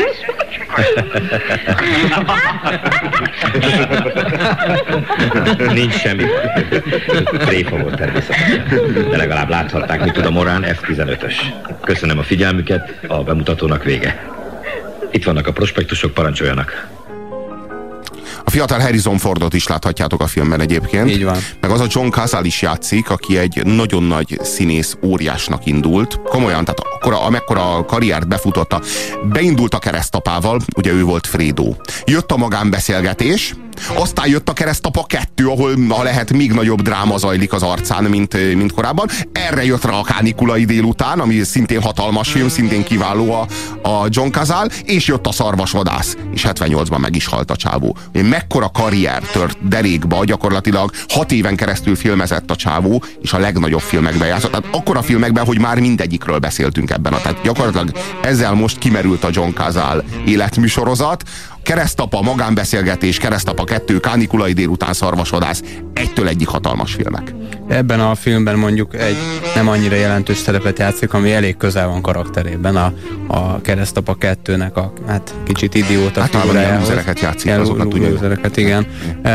kiállításra. Nincs semmi. Tréfa volt természetesen. De legalább láthatták, mit tud a Morán ef tizenötös. Köszönöm a figyelmüket, a bemutatónak vége. Itt vannak a prospektusok, parancsoljanak. A fiatal Harrison Fordot is láthatjátok a filmben egyébként. Így van. Meg az a John Cazale is játszik, aki egy nagyon nagy színész, óriásnak indult. Komolyan, tehát akkora, amekkora a karriert befutotta. Beindult a Keresztapával, ugye ő volt Fredo. Jött a Magánbeszélgetés, aztán jött a Keresztapa kettő, ahol ha lehet még nagyobb dráma zajlik az arcán, mint, mint korábban. Erre jött rá a Kánikulai délután, ami szintén hatalmas film, szintén kiváló a, a John Cazale, és jött a Szarvasvadász, és hetvennyolcban meg is halt a csávó. Mekkora karrier tört derékba, gyakorlatilag hat éven keresztül filmezett a csávó, és a legnagyobb filmekben játszott. Tehát akkora filmekben, hogy már mindegyikről beszéltünk ebben a. Tehát gyakorlatilag ezzel most kimerült a John Cazale életműsorozat. Keresztapa, Magánbeszélgetés, Keresztapa kettő, Kánikulai délután, Szarvasvadász, egytől egyik hatalmas filmek. Ebben a filmben mondjuk egy nem annyira jelentős szerepet játszik, ami elég közel van karakterében a, a Keresztapa kettőnek a hát kicsit idióta hát figurájához. Lúzereket játszik, azokat tudja. Lúzereket, igen.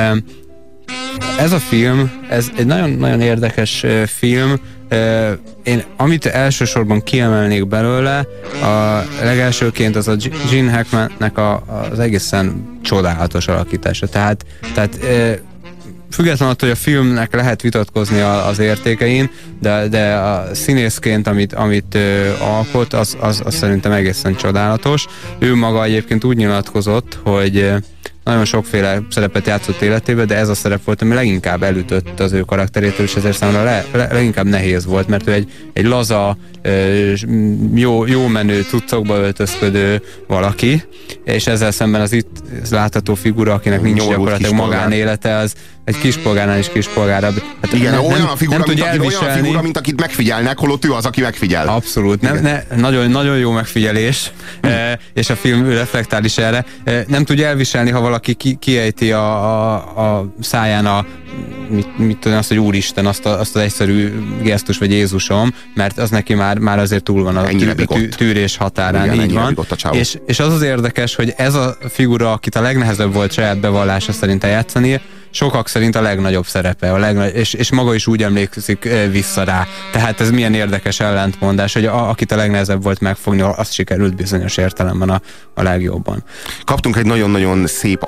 Ez a film, ez egy nagyon-nagyon érdekes film. Én amit elsősorban kiemelnék belőle, a legelsőként az a Gene Hackmannek a, az egészen csodálatos alakítása. Tehát, tehát függetlenül attól, hogy a filmnek lehet vitatkozni az értékein, de, de a színészként, amit, amit ö, alkot, az, az, az szerintem egészen csodálatos. Ő maga egyébként úgy nyilatkozott, hogy nagyon sokféle szerepet játszott életében, de ez a szerep volt, ami leginkább elütött az ő karakterétől, és ezért számomra le, le, leginkább nehéz volt, mert ő egy, egy laza, jó, jó menő, cuccokba öltözködő valaki, és ezzel szemben az itt látható figura, akinek nincs Nyolult gyakorlatilag magánélete, az egy kispolgárnál is kispolgárabb. Hát igen, nem, olyan, nem, a figura, nem mint, tudja aki, elviselni. olyan figura, mint akit megfigyelnek, holott ő az, aki megfigyel. Abszolút. Nem, ne, nagyon, nagyon jó megfigyelés, hm. e, és a film reflektál is erre. E, nem tudja elviselni, ha valaki ki, kiejti a, a, a száján a mit, mit tudom, azt, hogy Úristen, azt, a, azt az egyszerű gesztus, vagy Jézusom, mert az neki már, már azért túl van a tű, tű, tűrés határán. Igen, így van. És, és az az érdekes, hogy ez a figura, akit a legnehezebb volt saját bevallása szerint eljátszani, sokak szerint a legnagyobb szerepe, a legnagy- és, és maga is úgy emlékszik vissza rá. Tehát ez milyen érdekes ellentmondás, hogy a, akit a legnehezebb volt megfogni, azt sikerült bizonyos értelemben a, a legjobban. Kaptunk egy nagyon-nagyon szép a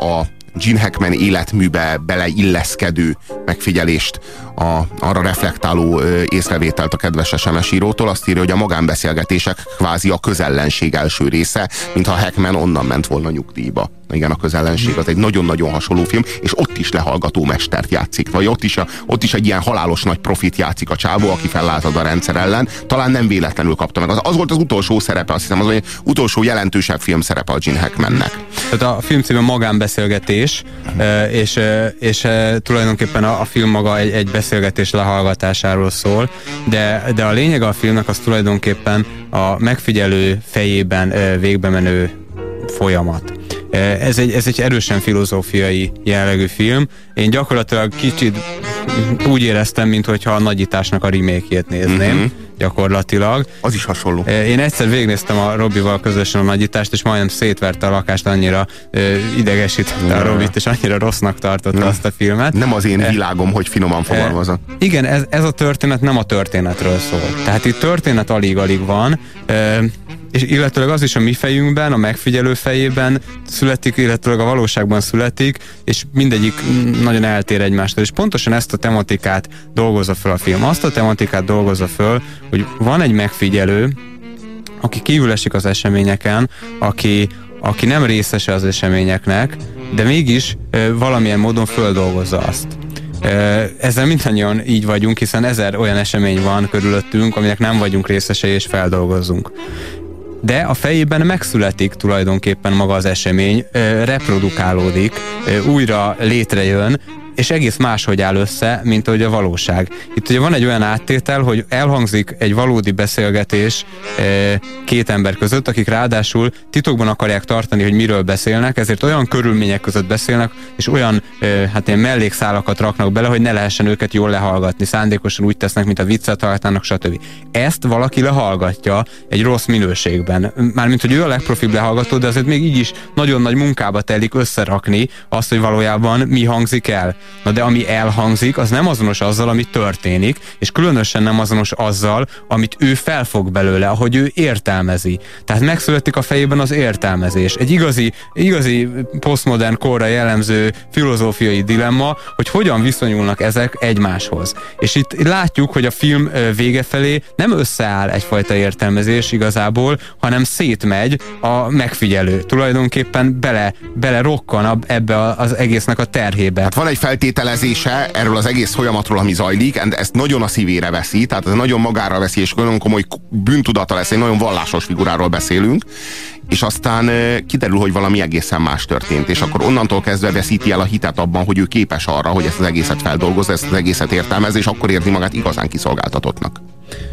Gene Hackman életműbe beleilleszkedő megfigyelést, a, arra reflektáló ö, észrevételt a kedves es em es írótól. Azt írja, hogy a magánbeszélgetések kvázi a közellenség első része, mintha Hackman onnan ment volna nyugdíjba. Igen, a közellenség az egy nagyon-nagyon hasonló film, és ott is lehallgató mestert játszik, vagy ott is, a, ott is egy ilyen halálos nagy profit játszik a csávó, aki fellázad a rendszer ellen. Talán nem véletlenül kapta meg. Az, az volt az utolsó szerepe, azt hiszem, az az utolsó jelentősebb film szerepe a Gene Hackmannek. Tehát a film címe magánbeszélgetés, uh-huh. és, és tulajdonképpen a, a film maga egy, egy beszélgetés lehallgatásáról szól, de, de a lényeg a filmnek az tulajdonképpen a megfigyelő fejében végbe menő folyamat. Ez egy, ez egy erősen filozófiai jellegű film. Én gyakorlatilag kicsit úgy éreztem, mintha a Nagyításnak a remake-jét nézném. Uh-huh. Gyakorlatilag. Az is hasonló. Én egyszer végignéztem a Robival közösen a Nagyítást, és majdnem szétverte a lakást, annyira idegesítette a Robit, és annyira rossznak tartotta ne. azt a filmet. Nem az én világom, hogy finoman fogalmazza. Igen, ez, ez a történet nem a történetről szól. Tehát itt történet alig-alig van, és illetőleg az is a mi fejünkben, a megfigyelő fejében születik, illetőleg a valóságban születik, és mindegyik nagyon eltér egymástól, és pontosan ezt a tematikát dolgozza föl a film. Azt a tematikát dolgozza föl, hogy van egy megfigyelő, aki kívül esik az eseményeken, aki, aki nem részese az eseményeknek, de mégis e, valamilyen módon földolgozza azt. Ezzel mindannyian így vagyunk, hiszen ezer olyan esemény van körülöttünk, aminek nem vagyunk részesei és feldolgozzunk. De a fejében megszületik tulajdonképpen maga az esemény, reprodukálódik, újra létrejön, és egész máshogy áll össze, mint ahogy a valóság. Itt ugye van egy olyan áttétel, hogy elhangzik egy valódi beszélgetés két ember között, akik ráadásul titokban akarják tartani, hogy miről beszélnek, ezért olyan körülmények között beszélnek, és olyan hát ilyen mellékszálakat raknak bele, hogy ne lehessen őket jól lehallgatni. Szándékosan úgy tesznek, mint a viccet hallgatnának, stb. Ezt valaki lehallgatja egy rossz minőségben. Mármint, hogy ő a legprofibb lehallgató, de azért még így is nagyon nagy munkába telik összerakni azt, hogy valójában mi hangzik el. Na de ami elhangzik, az nem azonos azzal, ami történik, és különösen nem azonos azzal, amit ő felfog belőle, ahogy ő értelmezi. Tehát megszületik a fejében az értelmezés. Egy igazi, igazi posztmodern korra jellemző filozófiai dilemma, hogy hogyan viszonyulnak ezek egymáshoz. És itt látjuk, hogy a film vége felé nem összeáll egyfajta értelmezés igazából, hanem szétmegy a megfigyelő. Tulajdonképpen bele, bele rokkan ebbe az egésznek a terhébe. Hát van egy feltételezése erről az egész folyamatról, ami zajlik, ezt nagyon a szívére veszi, tehát ez nagyon magára veszi, és nagyon komoly bűntudata lesz, egy nagyon vallásos figuráról beszélünk, és aztán kiderül, hogy valami egészen más történt, és akkor onnantól kezdve veszíti el a hitet abban, hogy ő képes arra, hogy ezt az egészet feldolgozza, ezt az egészet értelmez, és akkor érzi magát igazán kiszolgáltatottnak.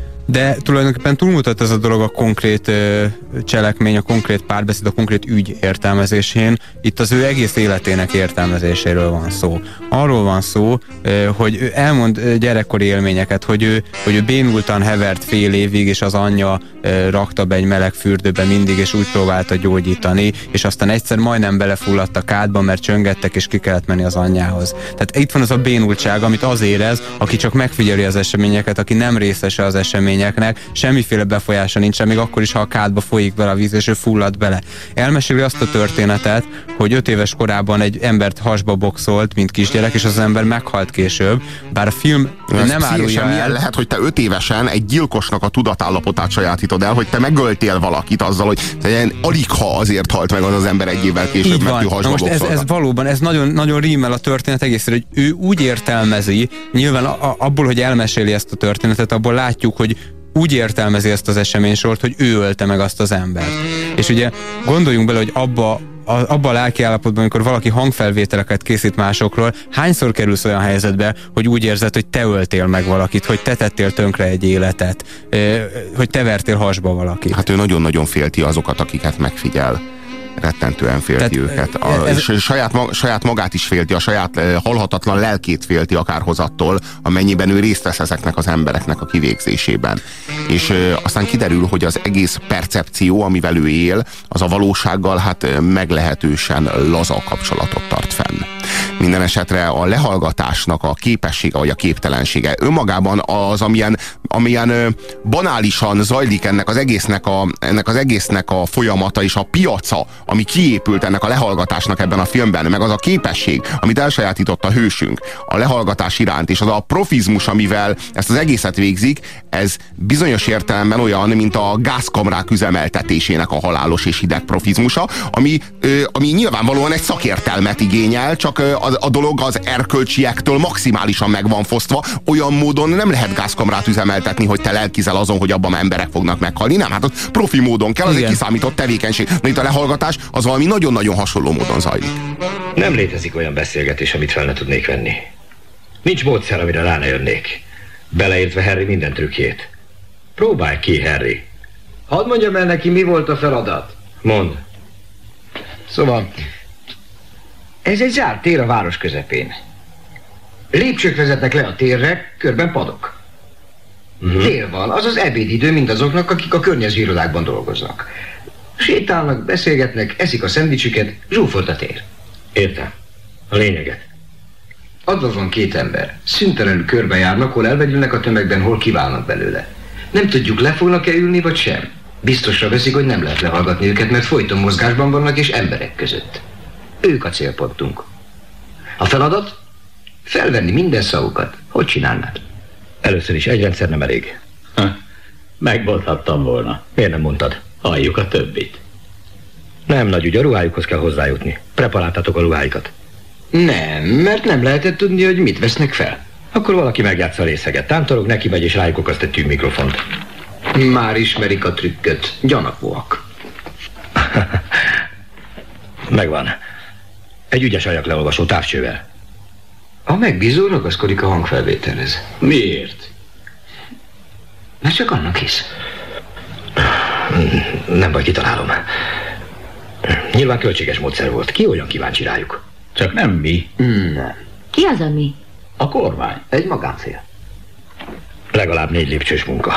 De tulajdonképpen túlmutat ez a dolog a konkrét ö, cselekmény, a konkrét párbeszéd, a konkrét ügy értelmezésén. Itt az ő egész életének értelmezéséről van szó. Arról van szó, ö, hogy ő elmond gyerekkori élményeket, hogy ő, hogy ő bénultan hevert fél évig, és az anyja ö, rakta be egy meleg fürdőbe mindig, és úgy próbálta gyógyítani, és aztán egyszer majdnem belefulladt a kádba, mert csöngettek, és ki kellett menni az anyjához. Tehát itt van az a bénultság, amit az érez, aki csak megfigyeli az eseményeket, aki nem részese az eseményeknek, semmiféle befolyása nincsen, még akkor is, ha a kádba folyik bele a víz, és ő fullad bele. Elmeséli azt a történetet, hogy öt éves korában egy embert hasba boxolt, mint kisgyerek, és az ember meghalt később, bár a film ez nem árulja el. Milyen lehet, hogy te öt évesen egy gyilkosnak a tudatállapotát sajátítod el, hogy te megöltél valakit azzal, hogy te alig ha azért halt meg az az ember egy évvel később, mert ő hasba most ez, ez valóban, ez nagyon, nagyon rímel a történet egészre, hogy ő úgy értelmezi, nyilván a, a, abból, hogy elmeséli ezt a történetet, abból látjuk, hogy úgy értelmezi ezt az eseménysort, hogy ő ölte meg azt az embert. És ugye gondoljunk bele, hogy abba a, abba a lelki állapotban, amikor valaki hangfelvételeket készít másokról, hányszor kerülsz olyan helyzetbe, hogy úgy érzed, hogy te öltél meg valakit, hogy te tettél tönkre egy életet, hogy te vertél hasba valakit. Hát ő nagyon-nagyon félti azokat, akiket megfigyel. Rettentően félti Tehát, őket. A, ez... És saját, saját magát is félti, a saját e, halhatatlan lelkét félti akár hozattól, amennyiben ő részt vesz ezeknek az embereknek a kivégzésében. És e, aztán kiderül, hogy az egész percepció, amivel ő él, az a valósággal hát meglehetősen laza kapcsolatot tart fenn. minden esetre a lehallgatásnak a képessége vagy a képtelensége önmagában az, amilyen, amilyen banálisan zajlik ennek az, egésznek a, ennek az egésznek a folyamata és a piaca, ami kiépült ennek a lehallgatásnak ebben a filmben, meg az a képesség, amit elsajátított a hősünk a lehallgatás iránt, és az a profizmus, amivel ezt az egészet végzik, ez bizonyos értelemben olyan, mint a gázkamrák üzemeltetésének a halálos és hideg profizmusa, ami, ami nyilvánvalóan egy szakértelmet igényel, csak a, a dolog az erkölcsiektől maximálisan meg van fosztva, olyan módon nem lehet gázkamrát üzemeltetni, hogy te lelkizel azon, hogy abban emberek fognak meghalni. Nem, hát ott profi módon kell, az egy kiszámított tevékenység. Na itt a lehallgatás az valami nagyon-nagyon hasonló módon zajlik. Nem létezik olyan beszélgetés, amit fel ne tudnék venni. Nincs módszer, amire rá ne jönnék. Beleértve Harry minden trükkjét. Próbálj ki, Harry. Hadd mondjam el neki, mi volt a feladat. Mondd. Szóval, ez egy zárt tér a város közepén. Lépcsők vezetnek le a térre, körben padok. Uh-huh. Tél van, az az ebédidő mindazoknak, akik a környező irodákban dolgoznak. Sétálnak, beszélgetnek, eszik a szendvicsüket, zsúfolt a tér. Értem. A lényeget. Adva van két ember. Szüntelenül körbejárnak, hol elvegyülnek a tömegben, hol kiválnak belőle. Nem tudjuk, le fognak-e ülni, vagy sem. Biztosra veszik, hogy nem lehet lehallgatni őket, mert folyton mozgásban vannak és emberek között. Ők a célpontunk. A feladat? Felvenni minden szavukat. Hogy csinálnád? Először is egy rendszer nem elég. Ha, megbonthattam volna. Miért nem mondtad? Halljuk a többit. Nem nagy ügy, a ruhájukhoz kell hozzájutni. Preparáltatok a ruháikat. Nem, mert nem lehetett tudni, hogy mit vesznek fel. Akkor valaki megjátsza a részeget. Tántorog, neki megy és rájuk okaszt egy tűzmikrofont. Már ismerik a trükköt. Gyanakvóak. Megvan. Egy ügyes ajakleolvasó távcsővel. A megbízó ragaszkodik a hangfelvételhez. Miért? Mert csak annak hisz. Nem baj, kitalálom. Nyilván költséges módszer volt. Ki olyan kíváncsi rájuk? Csak nem mi. Nem. Ki az a mi? A kormány. Egy magánfél. Legalább négy lépcsős munka.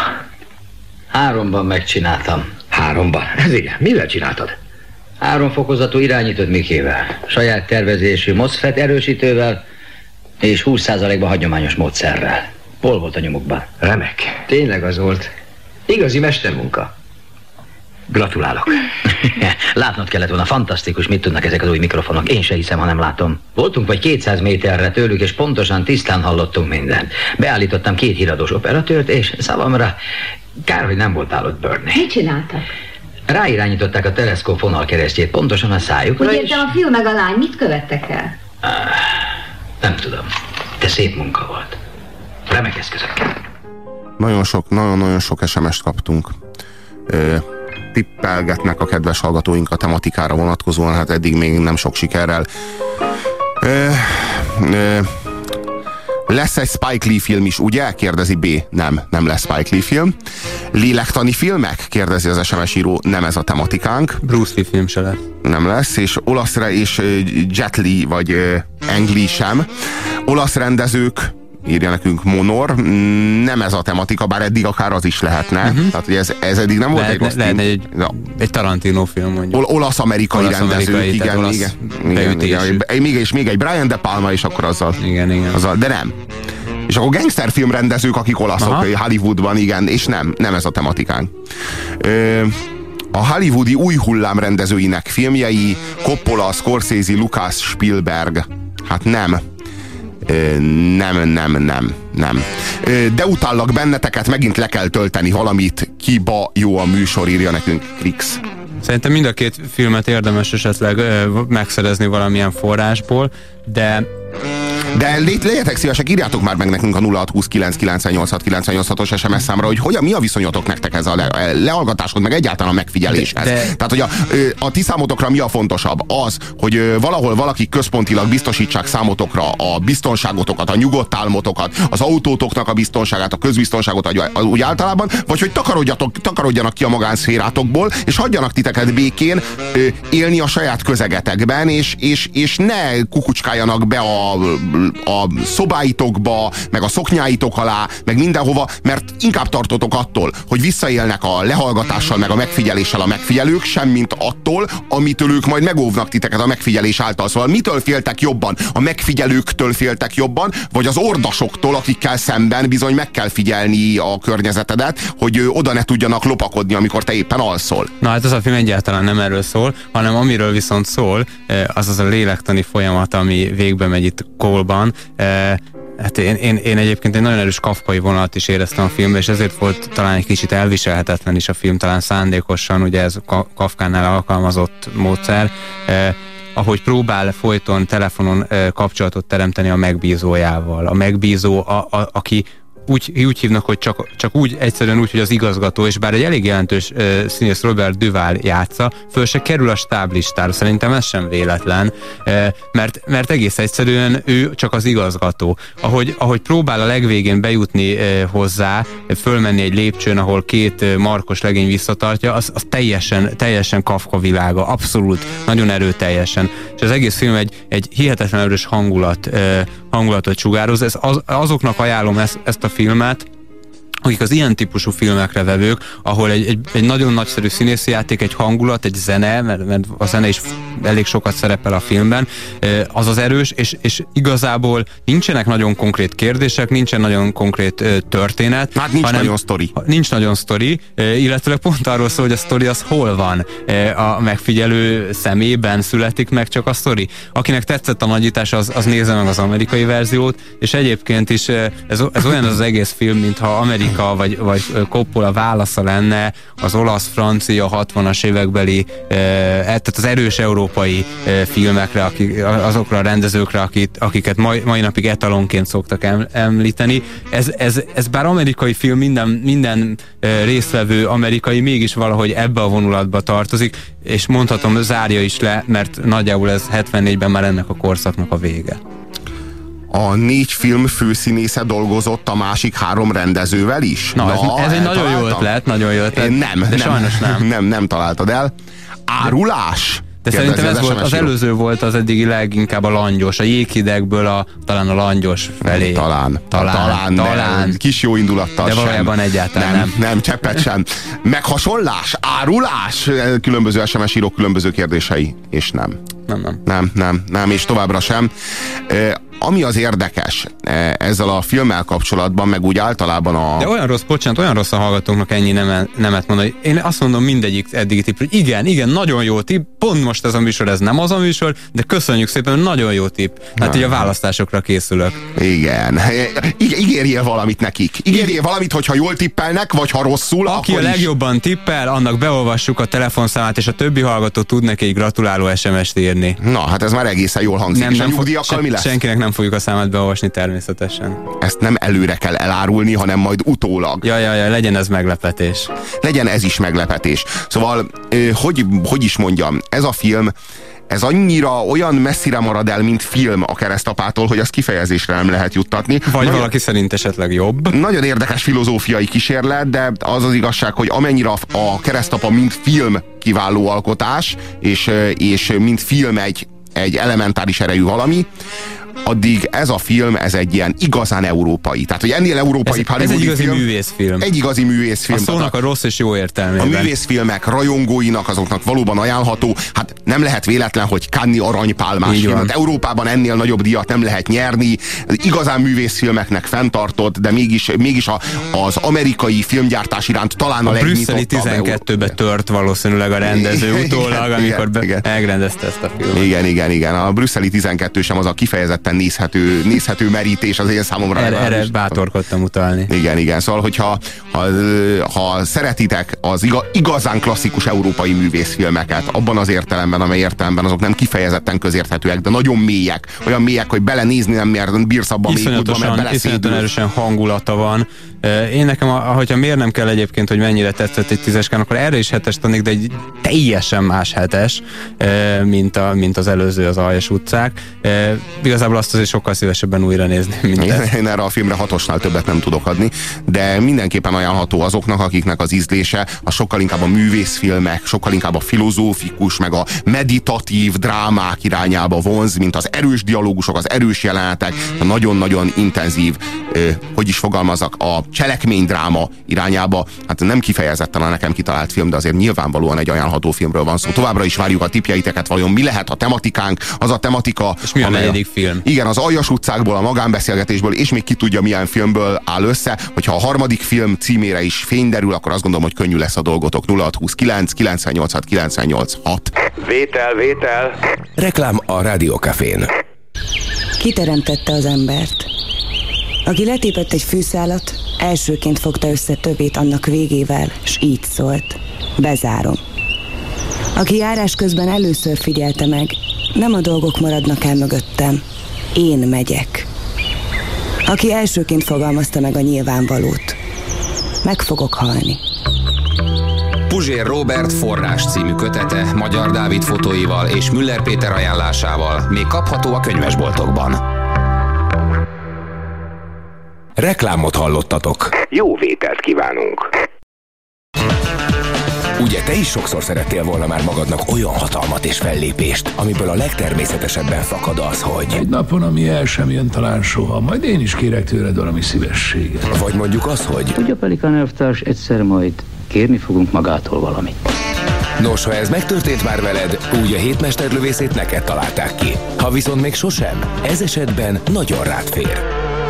Háromban megcsináltam. Háromban? Ez igen. Mivel csináltad? Három fokozatú irányított mikével. Saját tervezésű MOSFET erősítővel és húsz százalékban hagyományos módszerrel. Hol volt a nyomukban? Remek. Tényleg az volt. Igazi mestermunka. Gratulálok. Látnod kellett volna, fantasztikus, mit tudnak ezek az új mikrofonok. Én se hiszem, ha nem látom. Voltunk vagy kétszáz méterre tőlük, és pontosan tisztán hallottunk mindent. Beállítottam két híradós operatőrt, és szavamra kár, hogy nem voltál ott, Bernie. Mit csináltak? Ráirányították a teleszkóp fonalkeresztjét pontosan a szájukra. Úgy és... értem, a fiú meg a lány mit követtek el? Ah, nem tudom. De szép munka volt. Remek eszközökkel. Nagyon sok, nagyon-nagyon sok es em est kaptunk. Ö, tippelgetnek a kedves hallgatóink a tematikára vonatkozóan, hát eddig még nem sok sikerrel. Ö, ö, lesz egy Spike Lee film is, ugye? Kérdezi B. Nem, nem lesz Spike Lee film. Lélektani filmek? Kérdezi az es em es író. Nem ez a tematikánk. Bruce Lee film se lesz. Nem lesz, és olaszra és Jet Li vagy Ang Lee sem. Olasz rendezők, írja nekünk Monor, nem ez a tematika, bár eddig akár az is lehetne. Uh-huh. Tehát, hogy ez, ez eddig nem volt lehet, egy rossz lehetne film. egy, egy Tarantino film, mondjuk. Ol, olasz-amerikai olasz rendezők, igen, olasz igen, igen, igen, igen. Még, és még egy Brian De Palma is akkor azzal. Igen, igen. Azzal, de nem. És akkor gangsterfilm rendezők, akik olaszok, aha, Hollywoodban, igen, és nem, nem ez a tematikánk. Ö, a hollywoodi új hullám rendezőinek filmjei, Coppola, Scorsese, Lucas, Spielberg. Hát nem. Ö, nem, nem, nem, nem. Ö, de utállak benneteket, megint le kell tölteni valamit, kiba jó a műsor, írja nekünk Krix. Szerintem mind a két filmet érdemes esetleg ö, megszerezni valamilyen forrásból, de De legyetek szívesek, írjátok már meg nekünk a nulla hat húsz kilenc kilencnyolc hat kilencnyolc hatos es em es számra, hogy hogyan, mi a viszonyotok nektek ez a le, lehallgatáshoz, meg egyáltalán a megfigyeléshez. De, de... Tehát, hogy a, a ti számotokra mi a fontosabb? Az, hogy valahol valaki központilag biztosítsák számotokra a biztonságotokat, a nyugodt álmotokat, az autótoknak a biztonságát, a közbiztonságot, úgy általában, vagy hogy takarodjatok, takarodjanak ki a magánszférátokból, és hagyjanak titeket békén élni a saját közegetekben, és, és, és ne kukucskáljanak be a a szobáitokba, meg a szoknyáitok alá, meg mindenhova, mert inkább tartotok attól, hogy visszaélnek a lehallgatással, meg a megfigyeléssel a megfigyelők, semmint attól, amitől ők majd megóvnak titeket a megfigyelés által. Szóval mitől féltek jobban? A megfigyelőktől féltek jobban, vagy az ordasoktól, akikkel szemben bizony meg kell figyelni a környezetedet, hogy oda ne tudjanak lopakodni, amikor te éppen alszol. Na hát ez a film egyáltalán nem erről szól, hanem amiről viszont szól, az az a lélektani folyamat, ami végbe megy itt Cole-ban. Hát én, én, én egyébként egy nagyon erős kafkai vonalat is éreztem a filmben, és ezért volt talán egy kicsit elviselhetetlen is a film, talán szándékosan, ugye ez Kafkánál alkalmazott módszer, eh, ahogy próbál folyton telefonon eh, kapcsolatot teremteni a megbízójával. A megbízó, a, a, aki Úgy, úgy hívnak, hogy csak, csak úgy, egyszerűen úgy, hogy az igazgató, és bár egy elég jelentős uh, színész Robert Duvall játsza, föl se kerül a stáblistára. Szerintem ez sem véletlen, uh, mert, mert egész egyszerűen ő csak az igazgató. Ahogy, ahogy próbál a legvégén bejutni uh, hozzá, fölmenni egy lépcsőn, ahol két uh, markos legény visszatartja, az, az teljesen, teljesen Kafka világa, abszolút, nagyon erőteljesen. És az egész film egy, egy hihetetlen erős hangulat, uh, hangulatot sugároz. Ez az, azoknak ajánlom ezt, ezt a filmet, akik az ilyen típusú filmekre vevők, ahol egy, egy, egy nagyon nagyszerű színészi játék, egy hangulat, egy zene, mert, mert a zene is elég sokat szerepel a filmben, az az erős, és, és igazából nincsenek nagyon konkrét kérdések, nincsen nagyon konkrét történet. Hát nincs hanem, nagyon sztori. Nincs nagyon sztori, illetve pont arról szól, hogy a sztori az hol van. A megfigyelő szemében születik meg csak a sztori. Akinek tetszett a nagyítás, az, az nézze meg az amerikai verziót, és egyébként is ez, ez olyan az egész film, mintha Amerika vagy, vagy Coppola válasza lenne az olasz-francia hatvanas évekbeli, eh, tehát az erős európai eh, filmekre, akik, azokra a rendezőkre, akit, akiket mai, mai napig etalonként szoktak em, említeni. Ez, ez, ez bár amerikai film, minden, minden eh, résztvevő amerikai, mégis valahogy ebbe a vonulatba tartozik, és mondhatom, zárja is le, mert nagyjából ez hetvennégyben már ennek a korszaknak a vége. A négy film főszínésze dolgozott a másik három rendezővel is? Na, Na ez, ez egy nagyon jó ötlet, nagyon jó ötlet. Nem, de nem, sajnos nem. Nem, nem találtad el. Árulás? De szerintem ez volt, az előző volt az eddigi leginkább a langyos, a jéghidegből a, talán a langyos felé. Talán. Talán. Talán. talán. Kis jó indulattal de sem. De valójában egyáltalán nem. Nem, nem cseppet sem. Meghasonlás? Árulás? Különböző es em es írók különböző kérdései. És nem. Nem, nem. Nem, nem, nem, és továbbra sem. Ami az érdekes ezzel a filmmel kapcsolatban, meg úgy általában a... De olyan rossz, bocsánat, olyan rossz a hallgatóknak ennyi nemet, nemet mondani. Én azt mondom mindegyik eddigi tipp, hogy igen, igen, nagyon jó tipp, pont most ez a műsor, ez nem az a műsor, de köszönjük szépen, nagyon jó tipp. Hát így a választásokra készülök. Igen. Ígérjél valamit nekik. Ígérjél valamit, hogyha jól tippelnek, vagy ha rosszul, Aki akkor a legjobban is tippel, annak beolvassuk a telefonszámát, és a többi hallgató tud neki egy gratuláló es em es-t írni. Na, hát ez már egészen jól hangzik. Nem, és nem a nyugdíjakkal sen, mi lesz? Senkinek nem fogjuk a számát beolvasni természetesen. Ezt nem előre kell elárulni, hanem majd utólag. Ja, ja, ja, legyen ez meglepetés. Legyen ez is meglepetés. Szóval, hogy, hogy is mondjam, ez a film, ez annyira olyan messzire marad el, mint film a Keresztapától, hogy azt kifejezésre nem lehet juttatni. Vagy nagyon, valaki szerint esetleg jobb. Nagyon érdekes filozófiai kísérlet, de az az igazság, hogy amennyire a Keresztapa mint film kiváló alkotás, és, és mint film egy, egy elementáris erejű valami, addig ez a film, ez egy ilyen igazán európai. Tehát, hogy ennél európai ez, ez egy igazi film, művészfilm. Egy igazi művészfilm. A szónak a rossz és jó értelmében. A művészfilmek rajongóinak, azoknak valóban ajánlható. Hát nem lehet véletlen, hogy Cannes-i aranypálmás film. Hát Európában ennél nagyobb díjat nem lehet nyerni. Igazán művészfilmeknek fenntartott, de mégis, mégis a, az amerikai filmgyártás iránt talán a, a legnyitottabb. A brüsszeli tizenkettőbe tört valószínűleg a rendező utólag, amikor igen, igen. megrendezte ezt a filmet. Igen, igen, igen. A brüsszeli tizenkettő sem az a kifejezetten nézhető, nézhető merítés az én számomra. Erre, erre bátorkodtam utalni. Igen, igen. Szóval, hogyha ha, ha szeretitek az igazán klasszikus európai művészfilmeket, abban az értelemben, amely értelemben azok nem kifejezetten közérthetőek, de nagyon mélyek. Olyan mélyek, hogy belenézni nem mér, bírsz abban még útba, mert beleszédül. Iszonyatosan erősen hangulata van. Én nekem, hogyha mérnem kell egyébként, hogy mennyire tetszett egy tízeskán, akkor erre is hetes tannék, de egy teljesen más hetes, mint, a, mint az előző, az Aljas utcák. Igazából igazából azt azért sokkal szívesebben újra nézni, mint én, ezt. én erre a filmre hatosnál többet nem tudok adni, de mindenképpen ajánlható azoknak, akiknek az ízlése a sokkal inkább a művészfilmek, sokkal inkább a filozófikus, meg a meditatív drámák irányába vonz, mint az erős dialógusok, az erős jelenetek, a nagyon-nagyon intenzív, eh, hogy is fogalmazok, a cselekménydráma irányába. Hát nem kifejezetten a nekem kitalált film, de azért nyilvánvalóan egy ajánlható filmről van szó. Továbbra is várjuk a tippjeiteket, vajon mi lehet a tematikánk, az a tematika. És mi a negyedik film? Igen, az Aljas utcákból, a magánbeszélgetésből, és még ki tudja milyen filmből áll össze. Hogyha a harmadik film címére is fény derül, akkor azt gondolom, hogy könnyű lesz a dolgotok. nulla hat huszonkilenc kilencvennyolc hat kilencvennyolc hat. Vétel, vétel. Reklám a Rádiókafén. Kiteremtette az embert. Aki letépett egy fűszálat, elsőként fogta össze többét annak végével, s így szólt: bezárom. Aki járás közben először figyelte meg, nem a dolgok maradnak el mögöttem, én megyek. Aki elsőként fogalmazta meg a nyilvánvalót, meg fogok halni. Puzsér Róbert forrás című kötete Magyar Dávid fotóival és Müller Péter ajánlásával még kapható a könyvesboltokban. Reklámot hallottatok. Jó vételt kívánunk! Ugye te is sokszor szerettél volna már magadnak olyan hatalmat és fellépést, amiből a legtermészetesebben fakad az, hogy... Egy napon, ami el sem jön talán soha, majd én is kérek tőled valami szívességet. Vagy mondjuk az, hogy... Ugye, Pelikán elvtárs, egyszer majd kérni fogunk magától valamit. Nos, ha ez megtörtént már veled, úgy a hétmesterlövészét neked találták ki. Ha viszont még sosem, ez esetben nagyon rád fér.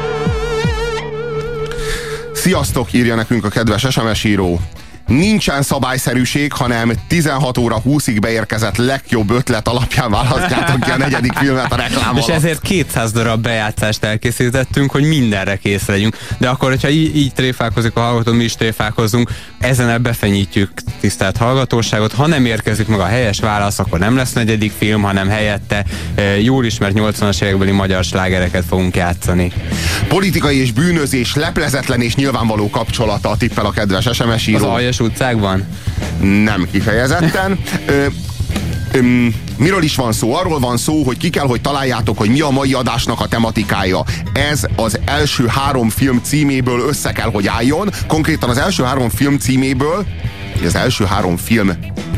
Sziasztok, írja nekünk a kedves es em es író. Nincsen szabályszerűség, hanem tizenhat óra húszig beérkezett legjobb ötlet alapján választjátok ki a negyedik filmet a reklám És alatt. ezért kétszáz darab bejátszást elkészítettünk, hogy mindenre kész legyünk. De akkor, hogyha így, így tréfálkozik a hallgató, mi is tréfálkozunk, ezen befenyítjük tisztelt hallgatóságot. Ha nem érkezik meg a helyes válasz, akkor nem lesz negyedik film, hanem helyette e, jól ismert nyolcvanas évekbeli magyar slágereket fogunk játszani. Politikai és bűnözés leplezetlen és nyilvánvaló kapcsolata, tippel a kedves es em es író. Az Aljas utcákban? Nem kifejezetten. Ö, Öm, miről is van szó? Arról van szó, hogy ki kell, hogy találjátok, hogy mi a mai adásnak a tematikája. Ez az első három film címéből össze kell, hogy álljon. Konkrétan az első három film címéből, az első három film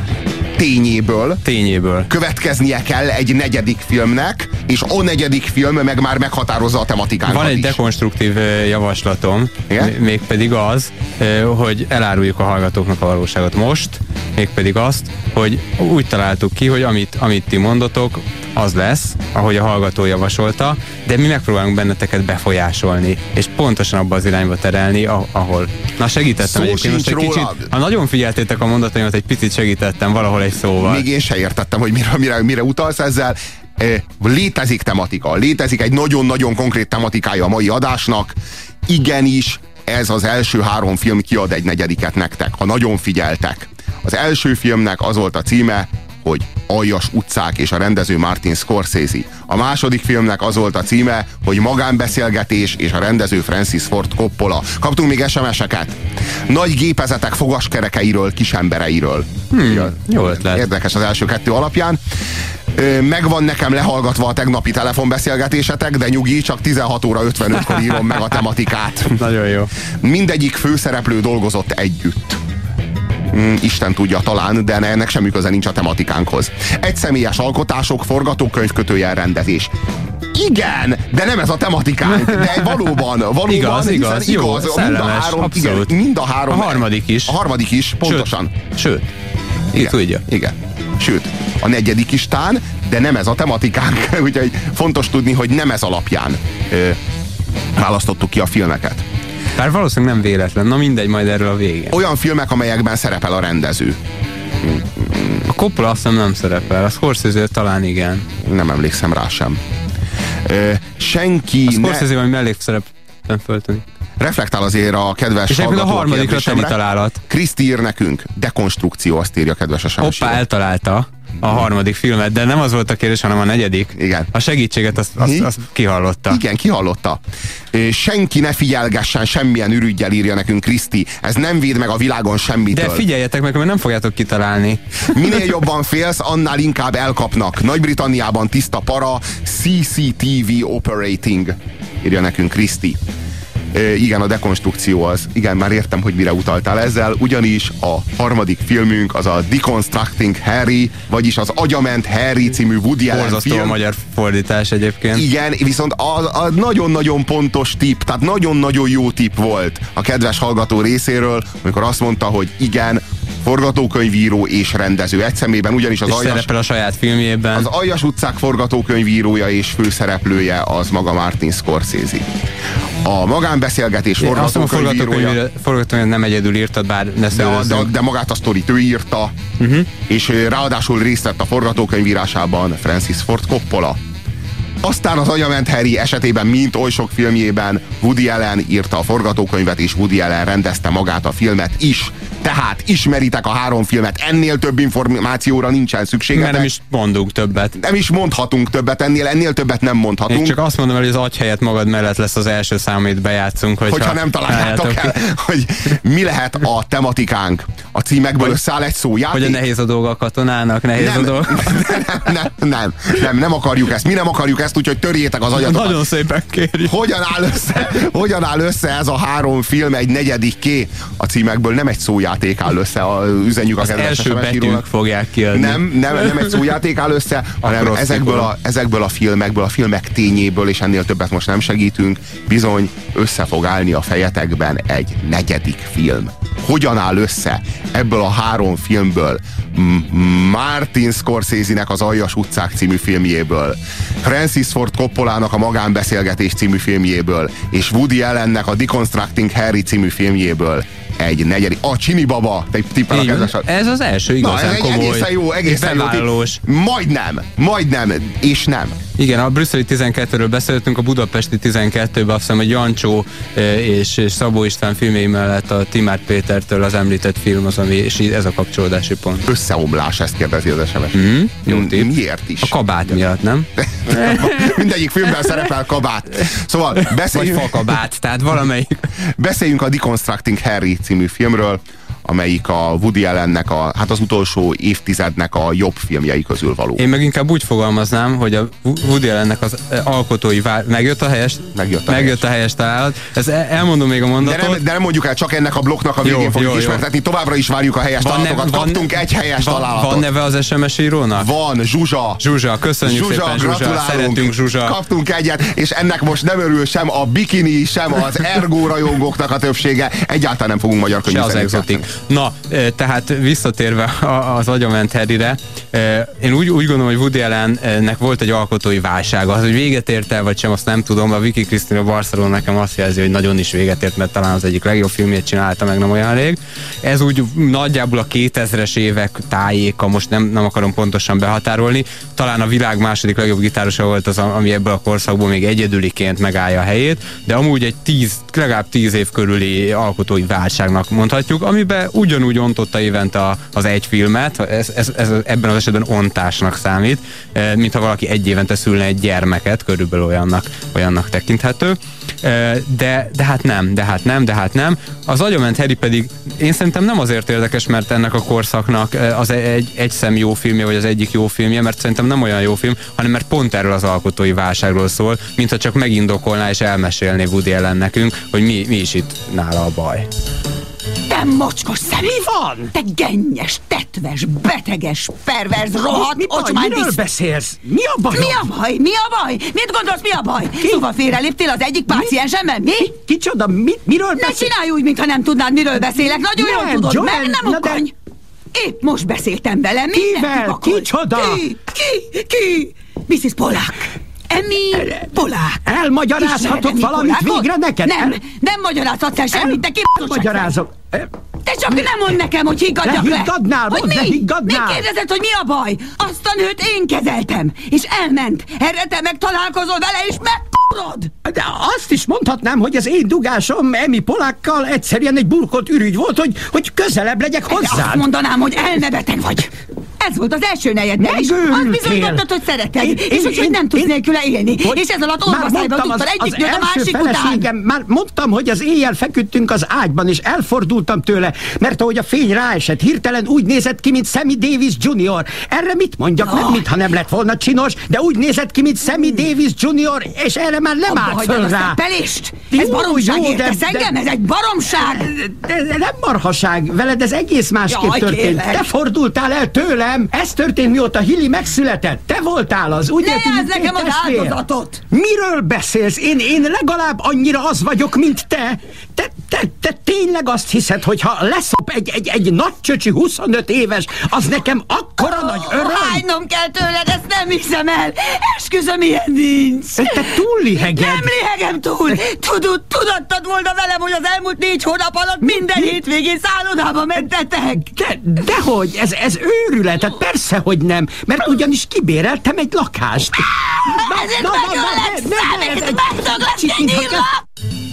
tényéből, tényéből következnie kell egy negyedik filmnek, és a negyedik film meg már meghatározza a tematikánkat. Van egy is. dekonstruktív javaslatom, mégpedig az, hogy eláruljuk a hallgatóknak a valóságot most, mégpedig azt, hogy úgy találtuk ki, hogy amit, amit ti mondotok, az lesz, ahogy a hallgató javasolta, de mi megpróbálunk benneteket befolyásolni, és pontosan abba az irányba terelni, ahol... Na, segítettem Szó egyébként most egy kicsit. Ha nagyon figyeltétek a mondataimat, egy picit segítettem valahol egy szóval. Még én se értettem, hogy mire, mire, mire utalsz ezzel. Létezik tematika, létezik egy nagyon-nagyon konkrét tematikája a mai adásnak. Igenis, ez az első három film kiad egy negyediket nektek, ha nagyon figyeltek. Az első filmnek az volt a címe, hogy Aljas utcák, és a rendező Martin Scorsese. A második filmnek az volt a címe, hogy Magánbeszélgetés, és a rendező Francis Ford Coppola. Kaptunk még es em es-eket. Nagy gépezetek fogaskerekeiről, kisembereiről. Hmm, jó ötlet. Érdekes az első kettő alapján. Megvan nekem lehallgatva a tegnapi telefonbeszélgetésetek, de nyugi, csak tizenhat óra ötvenötkor írom meg a tematikát. Nagyon jó. Mindegyik főszereplő dolgozott együtt. Isten tudja talán, de ennek semmi köze nincs a tematikánkhoz. Egyszemélyes alkotások, forgatókönyv, kötőjel, rendezés. Igen, de nem ez a tematikánk, de valóban, valóban, igaz, igaz, igaz, jó, mind szellemes, a három, abszolút. Igen, mind a három. A harmadik is. A harmadik is, pontosan. Sőt, sőt igen, tudja. Igen, sőt, a negyedik is tán, de nem ez a tematikánk. Úgyhogy fontos tudni, hogy nem ez alapján ö, választottuk ki a filmeket. Bár valószínűleg nem véletlen, na mindegy, majd erről a végén. Olyan filmek, amelyekben szerepel a rendező. A Coppola azt hiszem nem szerepel, a Scorsese talán igen. Nem emlékszem rá sem. Ö, senki... A Scorsese majd mellékszerep nem föltűnik. Reflektál azért a kedves és hallgató a harmadikra teli találat. Kriszti ír nekünk. Dekonstrukció, azt írja a kedves es em es. Hoppá, eltalálta. a harmadik filmet, de nem az volt a kérdés, hanem a negyedik. Igen. A segítséget azt, azt, azt kihallotta. Igen, kihallotta. Senki ne figyelgessen, semmilyen ürüggyel, írja nekünk Kriszti. Ez nem véd meg a világon semmitől. De figyeljetek meg, mert nem fogjátok kitalálni. Minél jobban félsz, annál inkább elkapnak. Nagy-Britanniában tiszta para, cé cé té vé operating, írja nekünk Kriszti. E, igen, a dekonstrukció az. Igen, már értem, hogy mire utaltál ezzel, ugyanis a harmadik filmünk az a Deconstructing Harry, vagyis az Agyament Harry című Woody Allen Borzasztó film. A magyar fordítás egyébként. Igen, viszont a, a nagyon-nagyon pontos tipp, tehát nagyon-nagyon jó tipp volt a kedves hallgató részéről, amikor azt mondta, hogy igen, forgatókönyvíró és rendező egy szemében, ugyanis az és aljas, szerepel a saját filmjében. Az Aljas utcák forgatókönyvírója és főszereplője az maga Martin Scorsese. A magánbeszélgetés forgatókönyvírója... Forgatókönyv nem egyedül írtad, bár ne de, de, de magát a sztorit ő írta, uh-huh. és ráadásul részt vett a forgatókönyvírásában Francis Ford Coppola. Aztán az Agyament Harry esetében, mint oly sok filmjében, Woody Allen írta a forgatókönyvet, és Woody Allen rendezte magát a filmet is. Tehát ismeritek a három filmet, ennél több információra nincsen szükségetek. Mert nem is mondunk többet. Nem is mondhatunk többet, ennél, ennél többet nem mondhatunk. Én csak azt mondom, hogy az agy helyett magad mellett lesz az első szám, amit bejátszunk. Hogyha, hogyha nem találjátok el, hogy mi lehet a tematikánk. A címekből hogy, összeáll egy szójáték. Hogy a nehéz a dolga a katonának, nehéz nem, a dolga. Nem, nem, nem, nem, nem akarjuk ezt. Mi nem akarjuk ezt, úgyhogy törjétek az agyatokat. Nagyon szépen kérjük. Hogyan áll össze, hogyan áll össze ez a három film egy negyedikké? A címekből nem egy szójáték áll össze, a, üzenjük az a kedves első betűk fogják kiadni. Nem, nem, nem egy szójáték áll össze, hanem ezekből a, ezekből a filmekből, a filmek tényéből, és ennél többet most nem segítünk, bizony össze fog állni a fejetekben egy negyedik film. Hogyan áll össze ebből a három filmből, Martin Scorsese-nek az Aljas utcák című filmjéből, Francis Ford Coppolának a Magánbeszélgetés című filmjéből, és Woody Allennek a Deconstructing Harry című filmjéből egy negyedik. A Csini Baba. Ez az első igazán Na, ez komoly. Egészen jó, egészen jó. Majdnem, majdnem, és nem. Igen, a brüsszeli tizenkettőről beszéltünk, a budapesti tizenkettőben azt hiszem, hogy Jancsó és, és Szabó István filmjei mellett a Timár Pétertől az említett film az, ami, és ez a kapcsolódási pont. Összeomlás, ezt kérdezi az es em es. Mm, jó tip. Miért is? A kabát miatt, nem? Mindegyik filmben szerepel kabát. Szóval beszéljünk... Vagy fakabát, tehát valamelyik. Beszéljünk a Deconstructing Harry című filmről, amelyik a Woody Allennek a, hát az utolsó évtizednek a jobb filmjei közül való. Én meg inkább úgy fogalmaznám, hogy a Woody Allennek az alkotói vár... Megjött a helyes, megjött a, megjött helyes. a helyes találat. Ez elmondom még a mondatot. De nem, de nem mondjuk el, csak ennek a blokknak a végén jó, fogjuk jó, ismertetni. Jó. Továbbra is várjuk a helyes van találatokat. Nev, Kaptunk van, egy helyes van, találatot. Van neve az es em es írónak? Van, Zsuzsa. Zsuzsa, köszönjük Zsuzsa, szépen Zsuzsa. Szeretünk Zsuzsa. Kaptunk egyet, és ennek most nem örül sem a bikini, sem az ergo rajongóknak a többsége. Egyáltalán nem fogunk magyar könyvű. Se az exotik. Na, tehát visszatérve az Agyament Harryre, én úgy, úgy gondolom, hogy Woody Allennek volt egy alkotói válsága. Az, hogy véget ért el, vagy sem, azt nem tudom. A Vicky Cristina Barcelona nekem azt jelzi, hogy nagyon is véget ért, mert talán az egyik legjobb filmjét csinálta meg nem olyan rég. Ez úgy nagyjából a kétezres évek tájéka, most nem, nem akarom pontosan behatárolni. Talán a világ második legjobb gitárosa volt az, ami ebből a korszakból még egyedüliként megállja a helyét, de amúgy egy tíz, legalább tíz év körüli alkotói válságnak mondhatjuk, amiben ugyanúgy ontotta évente az egy filmet, ez, ez, ez ebben az esetben ontásnak számít, mintha valaki egy évente szülne egy gyermeket, körülbelül olyannak, olyannak tekinthető. De, de hát nem, de hát nem, de hát nem. Az Agyament Harry pedig én szerintem nem azért érdekes, mert ennek a korszaknak az egy, egy szem jó filmje, vagy az egyik jó filmje, mert szerintem nem olyan jó film, hanem mert pont erről az alkotói válságról szól, mintha csak megindokolná és elmesélné Woody Allen nekünk, hogy mi, mi is itt nála a baj. Te mocskos szem! Mi van? Te gennyes, tetves, beteges, perverz, rohadt, mi, mi ocsmány miről diszt... beszélsz? Mi a baj? Mi a baj? Mi a baj? Mit gondolsz, mi a baj? Ki? Szóval félreléptél az egyik páciensemmel, mi? Ki? Kicsoda? Mi, miről beszélsz? Ne csinálj úgy, mintha nem tudnád, miről beszélek. Nagyon nem, jól tudod, Joel, meg nem ukonj! De... Épp most beszéltem vele, kivel? Kicsoda? Ki? Ki? Ki? miszisz Polák. Emmy Polák. Elmagyarázhatok valamit végre neked? Nem, El... nem magyarázhatsz el semmit, de ki magyarázok. Te csak nem mondd nekem, hogy higgadjak le. Higgadnál, hogy mi? higgadnál. Még kérdezed, hogy mi a baj? Azt a nőt én kezeltem, és elment. Erre te meg találkozol vele, és megpurod. De azt is mondhatnám, hogy az én dugásom Emmy Polákkal egyszerűen egy burkolt ürügy volt, hogy, hogy közelebb legyek hozzád. De azt mondanám, hogy elmebeteg vagy. Ez volt az első negyedben is. Azt bizonyítottad, hogy szereted, én, és úgyhogy nem tudsz nélküle élni. És ez alatt orvaszájban tudtad egyik nőt a másik után. Már mondtam, hogy az éjjel feküdtünk az ágyban, és elfordultam tőle, mert ahogy a fény ráesett, hirtelen úgy nézett ki, mint Sammy Davis junior Erre mit mondjak, oh. mintha nem lett volna csinos, de úgy nézett ki, mint Sammy Davis junior és erre már nem állt föl rá. Pelést! Ez baromság, jó, értesz de, engem? Ez egy baromság! De, de nem marhaság, veled ez egész másképp Jaj, történt. Kérlek. Te fordultál el tőlem, ez történt mióta Hilly megszületett. Te voltál az, ugye? Ne jelzd nekem az áldozatot! Miről beszélsz? Én, én legalább annyira az vagyok, mint te. Te, te, te tényleg azt hiszed, hogy ha leszop egy, egy, egy nagy csöcsi huszonöt éves, az nekem akkora oh, nagy öröm? Hánynom kell tőled, ezt nem hiszem el! Esküszöm, ilyen nincs! Te túl liheged! Nem lihegem túl! Tudod, tudattad volna velem, hogy az elmúlt négy hónap alatt minden hétvégén szállodába mentetek! De, dehogy, ez, ez őrület, hát persze, hogy nem, mert ugyanis kibéreltem egy lakást. Ezért megöllek, megdöglek, nyílak!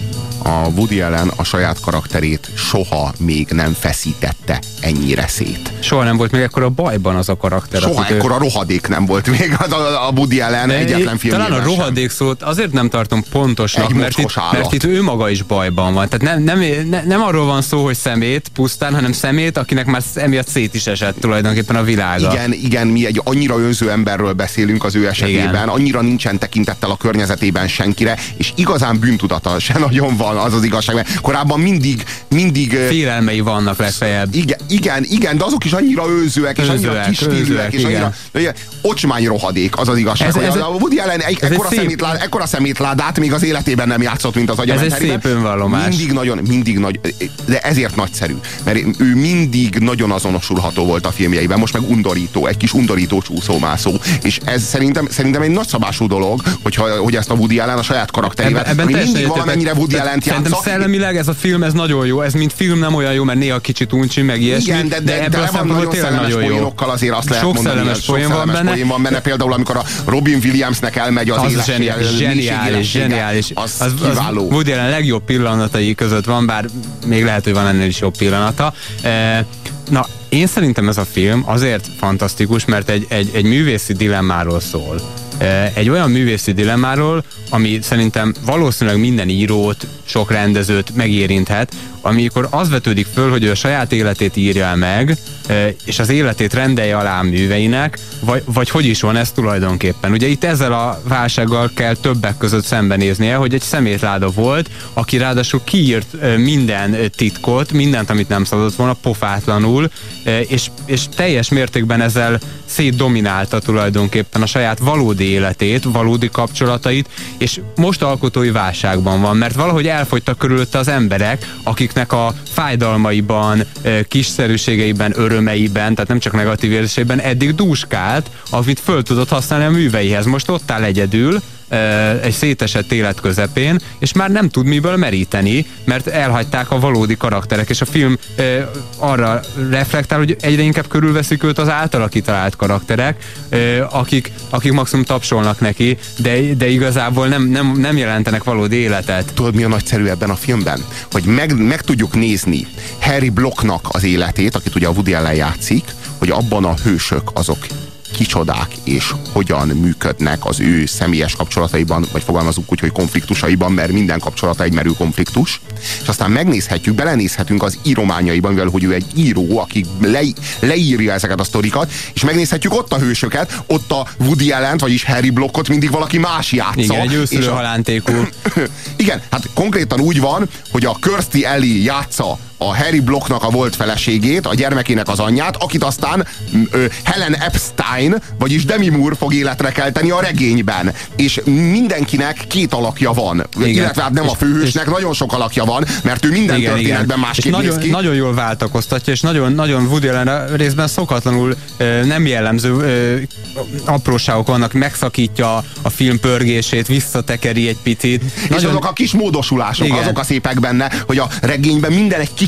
A Woody Allen a saját karakterét soha még nem feszítette ennyire szét. Soha nem volt még ekkora bajban az a karakter. Soha ekkora ő... rohadék nem volt még az a, a Woody Allen de egyetlen filmjében. Talán a rohadék szót azért nem tartom pontosnak, mert itt, mert itt ő maga is bajban van. Tehát nem, nem, nem, nem arról van szó, hogy szemét pusztán, hanem szemét, akinek már emiatt szét is esett tulajdonképpen a világa. Igen, igen, mi egy annyira önző emberről beszélünk az ő esetében, igen. Annyira nincsen tekintettel a környezetében senkire, és igazán bűntudata se nagyon van, az az igazság, mert korábban mindig, mindig... Félelmei vannak legfeljebb. Igen, igen, igen, de azok is annyira őzőek, és őzőek, annyira kistílűek, és annyira ocsmány rohadék, az az igazság. Ez, ez, a Woody Allen egy, ekkora, szép... szemétlád, ekkora szemétládát még az életében nem játszott, mint az agyamenteriben. Ez egy szép önvallomás. Mindig nagyon, mindig nagy, de ezért nagyszerű, mert ő mindig nagyon azonosulható volt a filmjeiben, most meg undorító, egy kis undorító csúszómászó, és ez szerintem, szerintem egy nagyszabású dolog, hogyha, hogy ezt a Woody Allen a saját karakterével, ebben, ebben mindig valamennyire Woody Allent játsza. Szerintem szellemileg ez a film, ez nagyon jó, ez mint film nem olyan jó, mert néha kicsit uncsi, meg ilyesmi. Igen, de, de, de ebből de van nagyon szellemes poénokkal azért azt lehet sok mondani, szellemes poén van benne. Poén van benne. Például amikor a Robin Williamsnek elmegy az, az éles, zseniális, zseniális, zseniális. Az, az kiváló. Az Woody Allen legjobb pillanatai között van, bár még lehet, hogy van ennél is jobb pillanata. E, na, én szerintem ez a film azért fantasztikus, mert egy, egy, egy művészi dilemmáról szól. Egy olyan művészi dilemmáról, ami szerintem valószínűleg minden írót, sok rendezőt megérinthet, amikor az vetődik föl, hogy ő a saját életét írja el meg, és az életét rendelje alá a műveinek, vagy, vagy hogy is van ez tulajdonképpen. Ugye itt ezzel a válsággal kell többek között szembenéznie, hogy egy szemétláda volt, aki ráadásul kiírt minden titkot, mindent, amit nem szabadott volna, pofátlanul, és, és teljes mértékben ezzel szétdominálta tulajdonképpen a saját valódi életét, valódi kapcsolatait, és most alkotói válságban van, mert valahogy elfogytak körülötte az emberek, akiknek a fájdalmaiban, kiszerűségeiben, örömeiben, tehát nem csak negatív érzéseiben eddig dúskált, amit föl tudott használni a műveihez. Most ott áll egyedül, egy szétesett élet közepén, és már nem tud miből meríteni, mert elhagyták a valódi karakterek, és a film e, arra reflektál, hogy egyre inkább körülveszik őt az általa kitalált karakterek, e, akik, akik maximum tapsolnak neki, de, de igazából nem, nem, nem jelentenek valódi életet. Tudod, mi a nagyszerű ebben a filmben? Hogy meg, meg tudjuk nézni Harry Blocknak az életét, akit ugye a Woody Allen játszik, hogy abban a hősök azok kicsodák, és hogyan működnek az ő személyes kapcsolataiban, vagy fogalmazunk úgy, hogy konfliktusaiban, mert minden kapcsolata egy merő konfliktus. És aztán megnézhetjük, belenézhetünk az írományaiban, mivel hogy ő egy író, aki le, leírja ezeket a sztorikat, és megnézhetjük ott a hősöket, ott a Woody Allent, vagyis Harry Blockot mindig valaki más játsza. Igen, egy őszülő a... halántékú. Igen, hát konkrétan úgy van, hogy a Kirstie Alley játsza a Harry Blocknak a volt feleségét, a gyermekének az anyját, akit aztán ö, Helen Epstein, vagyis Demi Moore fog életre kelteni a regényben. És mindenkinek két alakja van. Igen. Illetve hát nem és, a főhősnek, és, nagyon sok alakja van, mert ő minden igen, történetben igen. másképp néz nagyon, ki. Nagyon jól váltakoztatja, és nagyon, nagyon Woody Allen részben szokatlanul ö, nem jellemző ö, apróságok vannak, megszakítja a film pörgését, visszatekeri egy picit. És nagyon... azok a kis módosulások, igen. azok a szépek benne, hogy a regényben minden egy kicsit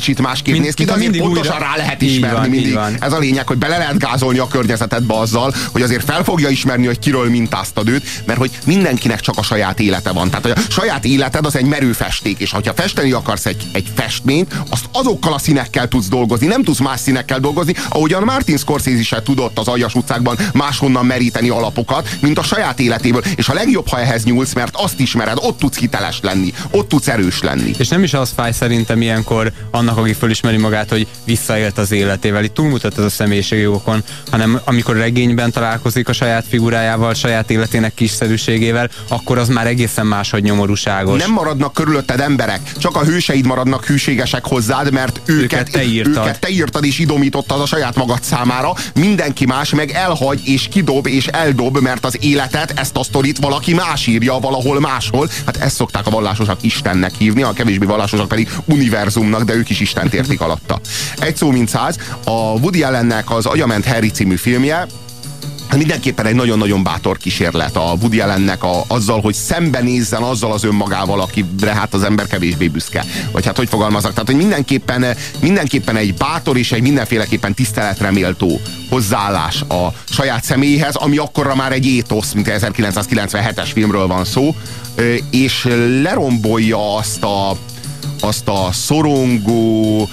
kicsit másképp néz ki, de azért pontosan újra... rá lehet ismerni van, mindig. Ez a lényeg, hogy bele lehet gázolni a környezetedbe azzal, hogy azért fel fogja ismerni, hogy kiről mintáztad őt, mert hogy mindenkinek csak a saját élete van. Tehát, hogy a saját életed az egy merő festék, és ha festeni akarsz egy, egy festményt, azt azokkal a színekkel tudsz dolgozni, nem tudsz más színekkel dolgozni, ahogyan Martin Scorsese is tudott az Aljas utcákban máshonnan meríteni alapokat, mint a saját életéből. És a legjobb, ha ehhez nyúlsz, mert azt ismered, ott tudsz hiteles lenni, ott tudsz erős lenni. És nem is az fáj szerintem ilyenkor annak, aki fölismeri magát, hogy visszaélt az életével. Itt túlmutat ez a személyiségi okon, hanem amikor regényben találkozik a saját figurájával, saját életének kiszerűségével, akkor az már egészen máshogy nyomorúságos. Nem maradnak körülötted emberek, csak a hőseid maradnak hűségesek hozzád, mert őket, őket, te, írtad. őket te írtad és idomítottad a saját magad számára, mindenki más meg elhagy és kidob és eldob, mert az életet, ezt a sztorit valaki más írja valahol máshol. Hát ezt szokták a vallásosak Istennek hívni, a kevésbé vallásosak pedig univerzumnak, de ők is Istent értik alatta. Egy szó mint száz, a Woody Allennek az Agyament Harry című filmje mindenképpen egy nagyon-nagyon bátor kísérlet a Woody Allennek a, azzal, hogy szembenézzen azzal az önmagával, akire hát az ember kevésbé büszke. Vagy hát hogy fogalmazok? Tehát, hogy mindenképpen, mindenképpen egy bátor és egy mindenféleképpen tiszteletre méltó hozzáállás a saját személyéhez, ami akkorra már egy étosz, mint ezerkilencszázkilencvenhetes filmről van szó, és lerombolja azt a azt a szorongó,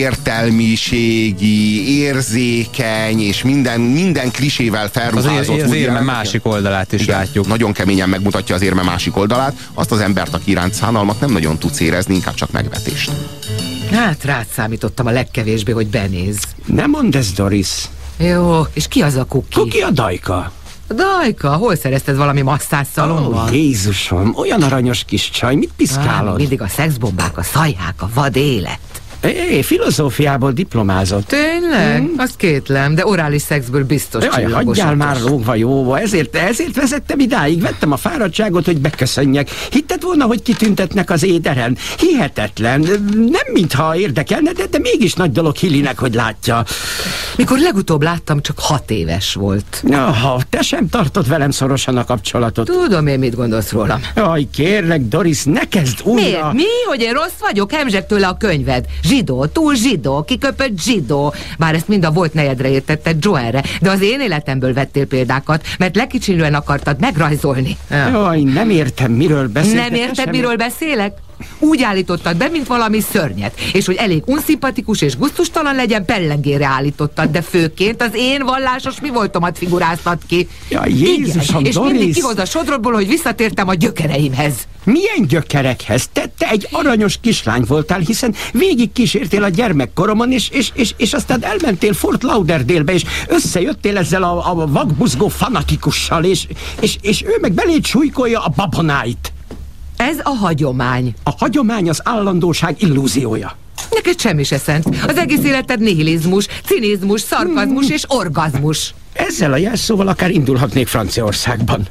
értelmiségi, érzékeny és minden, minden klisével felruházott. Az, az érme másik oldalát is igen, látjuk. Nagyon keményen megmutatja az érme másik oldalát. Azt az embert, aki iránt szánalmat nem nagyon tudsz érezni, inkább csak megvetést. Hát rád számítottam a legkevésbé, hogy benéz. Nem mondd ezt, Doris. Jó, és ki az a Kuki? Kuki a Dajka. A Dajka? Hol szerezted valami masszásszalomban? Ó, Jézusom, olyan aranyos kis csaj, mit piszkálod? Ah, mindig a szexbombák, a szajhák, a vad élet. É, filozófiából diplomázott. Tényleg? Hmm. Azt kétlem, de orális szexből biztos csillagos. Hagyjál már lóva jóva, ezért, ezért vezettem idáig, vettem a fáradtságot, hogy beköszönjek. Hitted volna, hogy kitüntetnek az éderen? Hihetetlen, nem mintha érdekelne, de, de mégis nagy dolog Hillinek, hogy látja. Mikor legutóbb láttam, csak hat éves volt. Aha, te sem tartod velem szorosan a kapcsolatot. Tudom én, mit gondolsz rólam. Aj, kérlek, Doris, ne kezd újra. Miért? Mi? Hogy én rossz vagyok? Hemzseg tőle a könyved. Zsidó, túl zsidó, kiköpött zsidó. Bár ezt mind a volt nejedre értetted, Joelre, de az én életemből vettél példákat, mert lekicsinlően akartad megrajzolni. Jaj, nem értem, miről beszélek. Nem érted, miről beszélek? Úgy állítottad be, mint valami szörnyet, és hogy elég unszimpatikus és gusztustalan legyen, pellengére állítottad, de főként az én vallásos mi voltomat figuráztad ki. Ja, Jézusom, és Doris. mindig kihoz a sodrodból, hogy visszatértem a gyökereimhez. Milyen gyökerekhez? Te, te egy aranyos kislány voltál, hiszen végig kísértél a gyermekkoromon, és, és, és, és aztán elmentél Fort Lauderdale-be, és összejöttél ezzel a, a vakbuzgó fanatikussal, és, és, és ő meg beléd súlykolja a babonáit. Ez a hagyomány. A hagyomány az állandóság illúziója. Neked semmi se szent. Az egész életed nihilizmus, cinizmus, szarkazmus hmm. és orgazmus. Ezzel a jelszóval akár indulhatnék Franciaországban.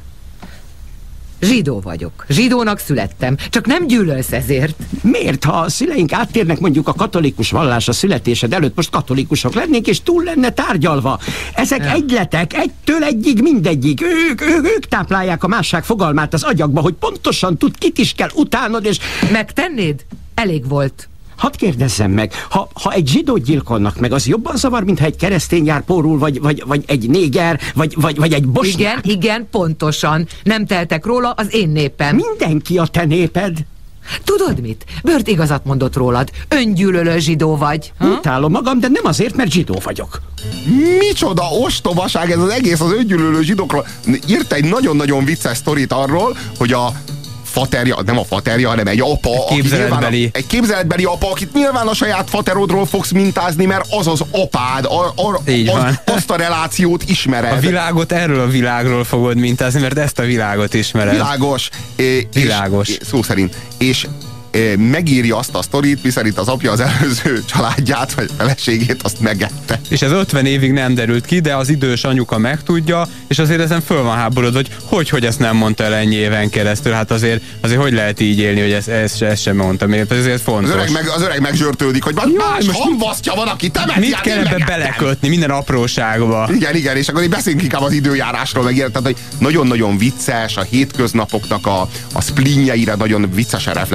Zsidó vagyok. Zsidónak születtem. Csak nem gyűlölsz ezért. Miért? Ha a szüleink áttérnek mondjuk a katolikus vallás a születésed előtt, most katolikusok lennénk, és túl lenne tárgyalva. Ezek ja. egyletek, egytől egyig mindegyig. Ők, ők, ők táplálják a másság fogalmát az agyakba, hogy pontosan tud, kit is kell utánod, és... Megtennéd? Elég volt. Hadd kérdezzem meg, ha, ha egy zsidót gyilkolnak meg, az jobban zavar, mintha egy keresztény jár pórul, vagy, vagy, vagy egy néger, vagy, vagy, vagy egy bosnyák? Igen, igen, pontosan. Nem teltek róla az én népem. Mindenki a te néped. Tudod mit? Bört igazat mondott rólad. Öngyűlölő zsidó vagy. Ha? Utálom magam, de nem azért, mert zsidó vagyok. Micsoda ostobaság ez az egész az öngyűlölő zsidókról. Írt egy nagyon-nagyon vicces sztorit arról, hogy a faterja, nem a faterja, hanem egy apa, egy képzeletbeli. A, egy képzeletbeli apa, akit nyilván a saját faterodról fogsz mintázni, mert az az apád, a, a, az, azt a relációt ismered. A világot erről a világról fogod mintázni, mert ezt a világot ismered. Világos. És, Világos. És, szó szerint. És megírja azt a sztorit, miszerint az apja az előző családját, vagy feleségét, azt megette. És ez ötven évig nem derült ki, de az idős anyuka megtudja, és azért ezen föl van háborod, hogy hogy, hogy ezt nem mondta el ennyi éven keresztül. Hát azért, azért hogy lehet így élni, hogy ezt, ezt, ezt sem mondta még. Ezért fontos. Az öreg, meg, az öreg megzsörtődik, hogy Jaj, más hamvasztja van, aki temeti. Mit kell ebbe belekötni, minden apróságba. Igen, igen, és akkor így beszélünk inkább az időjárásról, meg ilyen, tehát, hogy nagyon-nagyon vicces, a hétköznapoknak a, a splínjeire nagyon viccesen reflektáló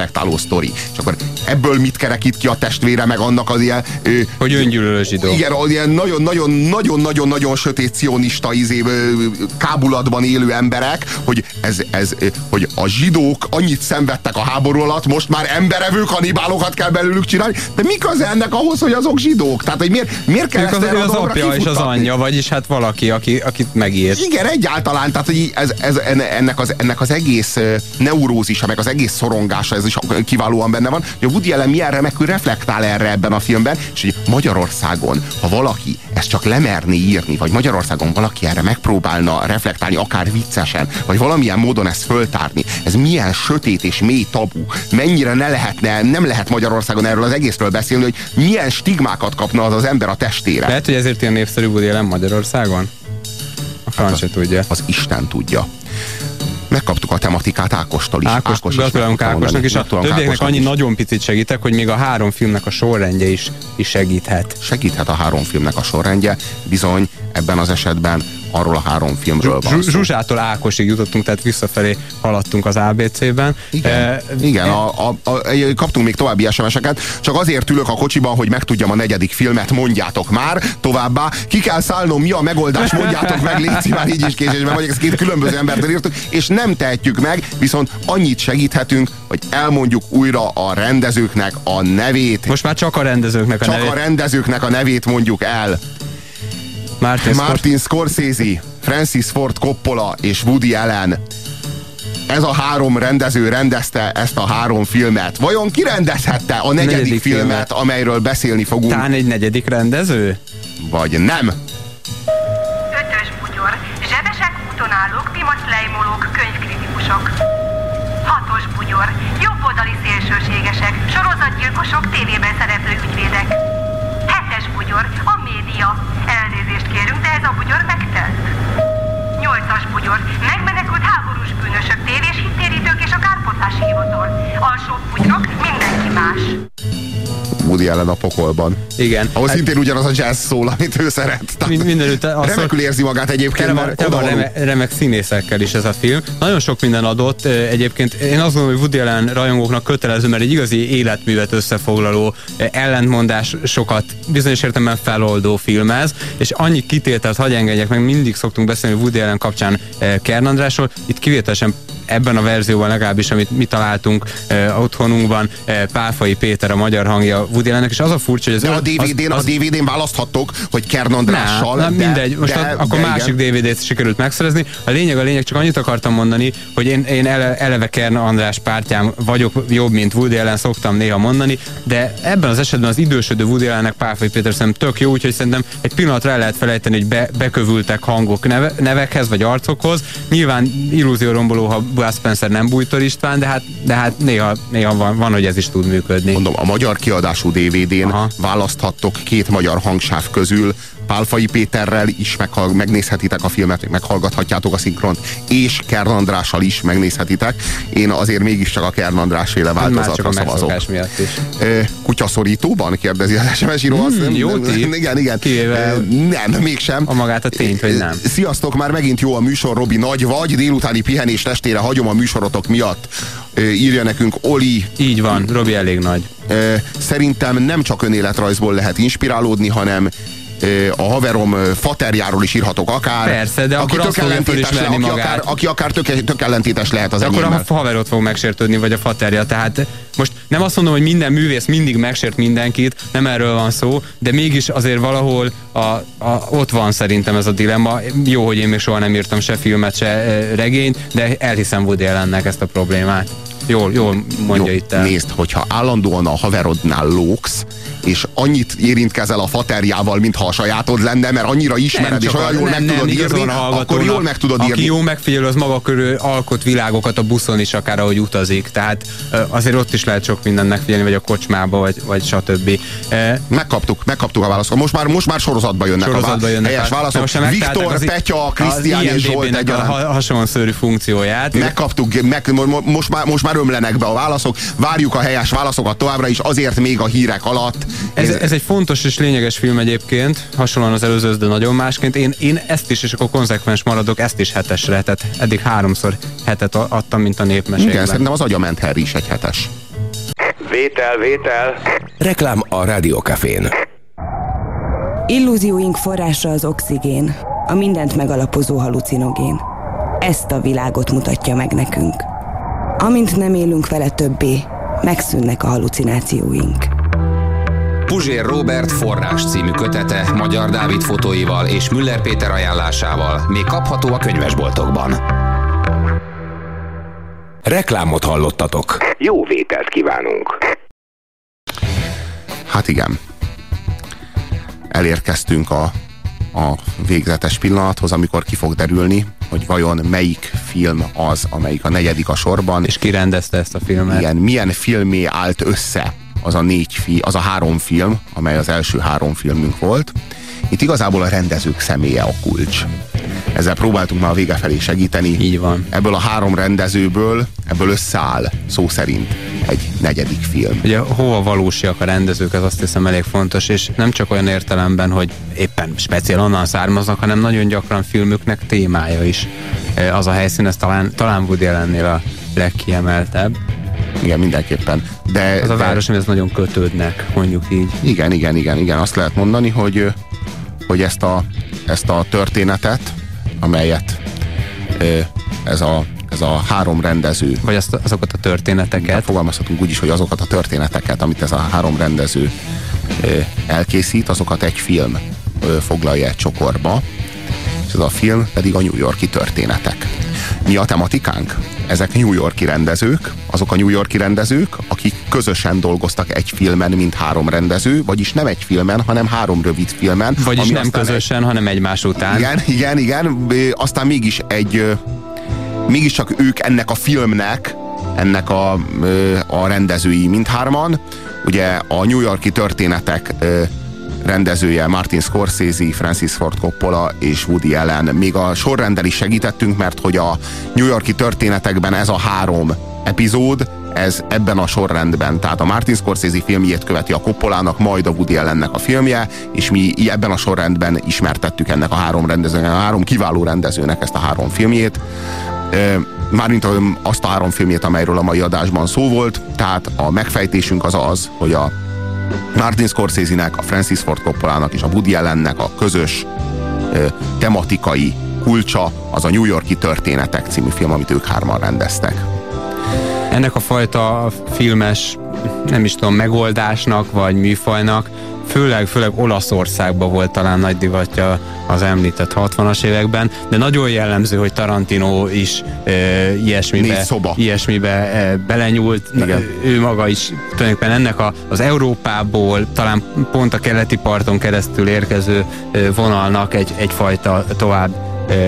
sztori. És akkor ebből mit kerekít ki a testvére, meg annak az ilyen... Ö, hogy öngyűlölő zsidó. Igen, ilyen nagyon-nagyon-nagyon-nagyon sötét cionista izé, kábulatban élő emberek, hogy, ez, ez, hogy a zsidók annyit szenvedtek a háború alatt, most már emberevő kanibálokat kell belőlük csinálni. De mik az ennek ahhoz, hogy azok zsidók? Tehát, hogy miért, miért kell ezt az, erre az apja kifuttatni? És az anyja, vagyis hát valaki, aki, akit megírt. Igen, egyáltalán, tehát hogy ez, ez, ennek, az, ennek az egész neurózisa, meg az egész szorongása, ez is kiválóan benne van, hogy a Woody Allen milyen remekül reflektál erre ebben a filmben, és hogy Magyarországon, ha valaki ezt csak lemerné írni, vagy Magyarországon valaki erre megpróbálna reflektálni, akár viccesen, vagy valamilyen módon ezt föltárni, ez milyen sötét és mély tabu, mennyire ne lehetne, nem lehet Magyarországon erről az egészről beszélni, hogy milyen stigmákat kapna az az ember a testére. Lehet, hogy ezért ilyen népszerű Woody Allen Magyarországon? A franc se tudja. Az Isten tudja. Megkaptuk a tematikát Ákostól is. Ákos, Ákos gratulálunk Ákosnak is. A többieknek annyi nagyon picit segítek, hogy még a három filmnek a sorrendje is, is segíthet. Segíthet a három filmnek a sorrendje. Bizony, ebben az esetben arról a három filmről van szó. Zsuzsától Ákosig jutottunk, tehát visszafelé haladtunk az á bé cé-ben. Igen, e, igen a, a, a, kaptunk még további es em es-eket, csak azért ülök a kocsiban, hogy megtudjam a negyedik filmet, mondjátok már, továbbá, ki kell szállnom, mi a megoldás, mondjátok meg, légy már így is késésben vagyok, ezt két különböző embertől írtuk, és nem tehetjük meg, viszont annyit segíthetünk, hogy elmondjuk újra a rendezőknek a nevét. Most már csak a rendezőknek a csak nevét. Csak a rendezőknek a nevét mondjuk el. Martin, Martin Scorsese, Francis Ford Coppola és Woody Allen. Ez a három rendező rendezte ezt a három filmet. Vajon ki rendezhette a negyedik, negyedik filmet, filmet, amelyről beszélni fogunk? Tán egy negyedik rendező? Vagy nem? Ötös bugyor. Zsebesek úton állók, pimaclejmolók, könyvkritikusok. Hatos bugyor. Jobboldali szélsőségesek, sorozatgyilkosok, tévében szereplő ügyvédek. Hetes bugyor. A média. Elnézést kérünk, de ez a bugyor megtelt. Nyolcas bugyor. Megmenekült háborús bűnösök, tévés hittérítők és a kárpótlási hivatal. Alsó bugyrok, mindenki más. Woody Allen a pokolban. Igen. Ahhoz hát, szintén ugyanaz a jazz szól, amit ő szeret. Mindenütt remekül érzi magát egyébként, mert oda reme, remek színészekkel is ez a film. Nagyon sok minden adott. Egyébként én azt gondolom, hogy Woody Allen rajongóknak kötelező, mert egy igazi életművet összefoglaló, ellentmondás sokat bizonyos értelemben feloldó filmez, és annyi kitételt hagy engedjek meg, mindig szoktunk beszélni Woody Allen kapcsán Kern Andrásról. Itt kivételesen ebben a verzióban legalábbis, amit mi találtunk uh, otthonunkban, uh, Pálfai Péter a magyar hangja Woody Allennek, és az a furcsa, hogy az... De a dé vé dén, az, az... a dé vé dén választhattok, hogy Kern Andrással. Nem, nem, mindegy, most de, de, akkor de másik dé vé dét sikerült megszerezni. A lényeg a lényeg, csak annyit akartam mondani, hogy én, én ele, eleve Kern András pártján vagyok jobb, mint Woody Allen, szoktam néha mondani, de ebben az esetben az idősödő Woody Allennek Pálfai Péter szerintem tök jó, úgyhogy szerintem egy pillanatra el lehet felejteni, hogy be, bekövültek hangok neve, nevekhez vagy arcokhoz. Nyilván illúzióromboló, ha Bud Spencer nem Bújtor István, de hát, de hát néha, néha van, van, hogy ez is tud működni. Mondom, a magyar kiadású dé vé dén Aha. választhattok két magyar hangsáv közül, Pálfai Péterrel is meghall, megnézhetitek a filmet, meghallgathatjátok a szinkront, és Kern Andrással is megnézhetitek. Én azért mégiscsak a Kern András féle változatra szavazok. Miatt is. Kutyaszorítóban kérdezi az es em es író. Hmm, jó ti. Igen, igen. Kivéve nem, mégsem. A magát a tényt, hogy nem. Sziasztok, már megint jó a műsor, Robi, nagy vagy, délutáni pihenés estére hagyom a műsorotok miatt. Írja nekünk Oli. Így van, Robi elég nagy. Szerintem nem csak önéletrajzból lehet inspirálódni, hanem a haverom faterjáról is írhatok akár. Persze, de aki akkor azt fogja fölismerni magát. Akár, aki akár tök, tök ellentétes lehet az enyémmel. Akkor a haverot fog megsértődni, vagy a faterja. Tehát most nem azt mondom, hogy minden művész mindig megsért mindenkit, nem erről van szó, de mégis azért valahol a, a, ott van szerintem ez a dilemma. Jó, hogy én még soha nem írtam se filmet, se regényt, de elhiszem Woody Allennek ezt a problémát. Jól, jól mondja Jó, itt el. Nézd, hogyha állandóan a haverodnál lóksz, és annyit érintkezel a faterjával, mintha a sajátod lenne, mert annyira ismered, nem, és olyan jól nem, meg nem, tudod írni, akkor jól meg tudod írni. Aki jó megfigyelő, az maga körül alkot világokat a buszon is, akár ahogy utazik. Tehát azért ott is lehet sok mindennek figyelni, vagy a kocsmába, vagy, vagy stb. Megkaptuk, megkaptuk a válaszokat. Most már, most már sorozatba jönnek sorozatba a jönnek helyes válaszok. Viktor, Petya, Krisztián és Zsolt egyaránt. A hasonszörű funkcióját. Megkaptuk, meg, most, már, most már ömlenek be a válaszok. Várjuk a helyes válaszokat továbbra is, azért még a hírek alatt. Ez, ez egy fontos és lényeges film egyébként, hasonlóan az előzőhöz, de nagyon másként. Én, én ezt is, és akkor konzekvens maradok, ezt is hetesre, tehát eddig háromszor hetet adtam, mint a népmesékben. Igen, szerintem az Agyament Harry is egy hetes. Vétel, vétel. Reklám a Rádiókafén. Illúzióink forrása az oxigén, a mindent megalapozó halucinogén. Ezt a világot mutatja meg nekünk. Amint nem élünk vele többé, megszűnnek a halucinációink. Puzsér Róbert Forrás című kötete Magyar Dávid fotóival és Müller Péter ajánlásával még kapható a könyvesboltokban. Reklámot hallottatok. Jó vételt kívánunk. Hát igen. Elérkeztünk a, a végzetes pillanathoz, amikor ki fog derülni, hogy vajon melyik film az, amelyik a negyedik a sorban. És ki rendezte ezt a filmet. Igen, milyen filmé állt össze az a négy fi, az a három film, amely az első három filmünk volt. Itt igazából a rendezők személye a kulcs. Ezzel próbáltunk már a vége felé segíteni. Így van. Ebből a három rendezőből, ebből összeáll szó szerint egy negyedik film. Ugye hova valósiak a rendezők, ez azt hiszem elég fontos, és nem csak olyan értelemben, hogy éppen speciál onnan származnak, hanem nagyon gyakran filmüknek témája is. Az a helyszín, ez talán, talán Woody Allennél a legkiemeltebb. Igen, mindenképpen. De, az a de... város, ez nagyon kötődnek, mondjuk így. Igen, igen, igen, igen. Azt lehet mondani, hogy, hogy ezt, a, ezt a történetet, amelyet ez a, ez a három rendező... Vagy azt, azokat a történeteket. Fogalmazhatunk úgy is, hogy azokat a történeteket, amit ez a három rendező elkészít, azokat egy film foglalja egy csokorba, és ez a film pedig a New York-i történetek. Mi a tematikánk? Ezek New York-i rendezők, azok a New York-i rendezők, akik közösen dolgoztak egy filmen, mint három rendező, vagyis nem egy filmen, hanem három rövid filmen. Vagyis nem közösen, egy... hanem egymás után. Igen, igen, igen. Aztán mégis egy, mégiscsak ők ennek a filmnek, ennek a, a rendezői mindhárman. Ugye a New York-i történetek rendezője Martin Scorsese, Francis Ford Coppola és Woody Allen. Még a sorrenddel is segítettünk, mert hogy a New York-i történetekben ez a három epizód, ez ebben a sorrendben, tehát a Martin Scorsese filmjét követi a Coppolának, majd a Woody Allennek a filmje, és mi ebben a sorrendben ismertettük ennek a három rendezőnek, a három kiváló rendezőnek ezt a három filmjét. Mármint azt a három filmjét, amelyről a mai adásban szó volt, tehát a megfejtésünk az az, hogy a Martin Scorsese-nek, a Francis Ford Coppolának és a Woody Allennek a közös ö, tematikai kulcsa az a New York-i történetek című film, amit ők hárman rendeztek. Ennek a fajta filmes, nem is tudom, megoldásnak vagy műfajnak főleg, főleg Olaszországban volt talán nagy divatja az említett hatvanas években, de nagyon jellemző, hogy Tarantino is e, ilyesmibe, ilyesmibe e, belenyúlt. Igen. Ő maga is tulajdonképpen ennek a, az Európából, talán pont a keleti parton keresztül érkező e, vonalnak egy, egyfajta tovább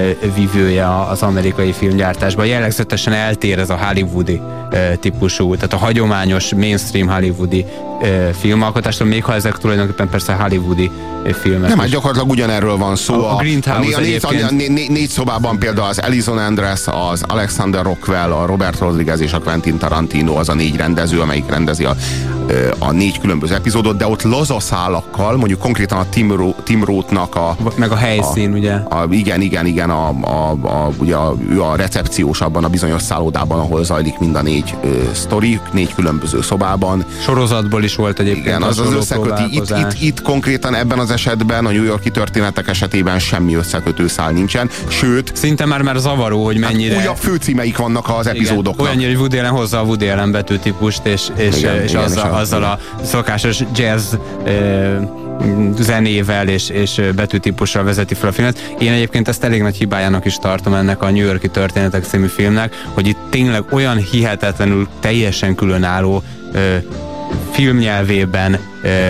vívője az amerikai filmgyártásban. Jellegzetesen eltér ez a hollywoodi típusú, tehát a hagyományos mainstream hollywoodi filmalkotástól, még ha ezek tulajdonképpen persze hollywoodi filmek. Nem, hát gyakorlatilag ugyanerről van szó. A, a Grindhouse a, a, négy, a, né, né, négy szobában például az Alison Andres, az Alexander Rockwell, a Robert Rodriguez és a Quentin Tarantino az a négy rendező, amelyik rendezi a, a négy különböző epizódot, de ott lazaszálakkal, mondjuk konkrétan a Tim, Ro, Tim Roth-nak a... Meg a helyszín, a, ugye? A, igen, igen, igen, a, a, a, ugye a, ő a recepciós abban a bizonyos szállodában, ahol zajlik mind a négy ö, sztori, négy különböző szobában. Sorozatból is volt egyébként. Igen, az az összeköti. Itt, itt, itt konkrétan ebben az esetben, a New York-i történetek esetében semmi összekötő szál nincsen, sőt... Szinte már már zavaró, hogy mennyire... Hát újabb főcímeik vannak az epizódoknak. Olyannyira, hogy Woody Allen hozza a Woody Allen betűtípust, és, és, igen, és igen, azzal, azzal a szokásos jazz ö, zenével és, és betűtípussal vezeti fel a filmet. Én egyébként ezt elég nagy hibájának is tartom ennek a New York-i történetek című filmnek, hogy itt tényleg olyan hihetetlenül teljesen különálló ö, filmnyelvében,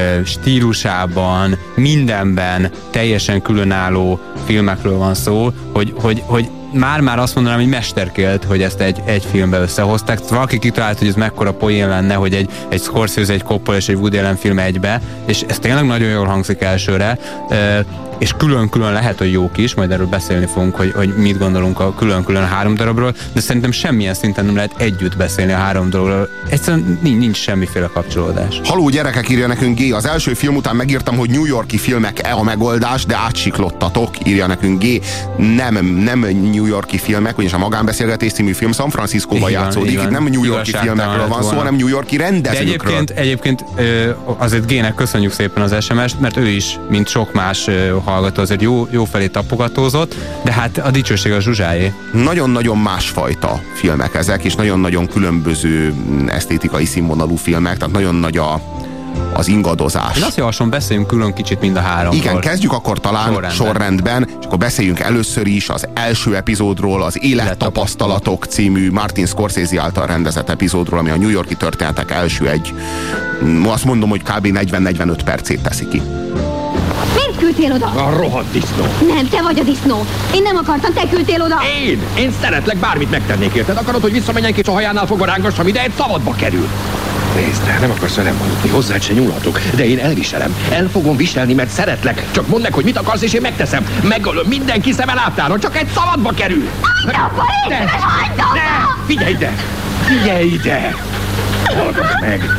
stílusában, mindenben teljesen különálló filmekről van szó, hogy, hogy, hogy már-már azt mondanám, hogy mesterkélt, hogy ezt egy, egy filmbe összehozták. Valaki kitalált, hogy ez mekkora poén lenne, hogy egy, egy Scorsese, egy Coppola és egy Woody Allen film egybe, és ez tényleg nagyon jól hangzik elsőre. és külön-külön lehet, hogy jók is, majd erről beszélni fogunk, hogy, hogy mit gondolunk a külön-külön a három darabról, de szerintem semmilyen szinten nem lehet együtt beszélni a három darabról. Egyszerűen nincs, nincs semmiféle kapcsolódás. Haló gyerekek, írja nekünk G. Az első film után megírtam, hogy New York-i filmek-e a megoldás, de átsiklottatok, írja nekünk G. Nem, nem New York-i filmek, ugyanis a Magánbeszélgetés című film San Franciscóban játszódik. Itt nem New York-i filmekről van szó, hanem New York-i rendezőkről. De egyébként, egyébként azért G-nek köszönjük szépen az es em est, mert ő is, mint sok más hallgató, azért jó, jó felé tapogatózott, de hát a dicsőség a Zsuzsáé. Nagyon-nagyon másfajta filmek ezek, és nagyon-nagyon különböző esztétikai színvonalú filmek, tehát nagyon nagy a, az ingadozás. Én azt javaslom, beszéljünk külön kicsit mind a háromról. Igen, kezdjük akkor talán sorrendben. sorrendben, és akkor beszéljünk először is az első epizódról, az Élettapasztalatok című Martin Scorsese által rendezett epizódról, ami a New York-i történetek első egy, azt mondom, hogy kb. negyven-negyvenöt percét teszi ki. Miért küldtél oda? A rohadt disznó. Nem, te vagy a disznó. Én nem akartam, te küldtél oda. Én? Én szeretlek, bármit megtennék érted. Akarod, hogy visszamenjek és a hajánál fogva rángassam ide, egy szabadba kerül. Nézd, nem akarsz velem aludni, hozzád se nyúlhatok, de én elviselem. El fogom viselni, mert szeretlek. Csak mondd meg, hogy mit akarsz, és én megteszem. Megölöm mindenki szeme látára, csak egy szabadba kerül. Ne, ne, ne, figyelj ide! Figyelj ide! Hallgass meg!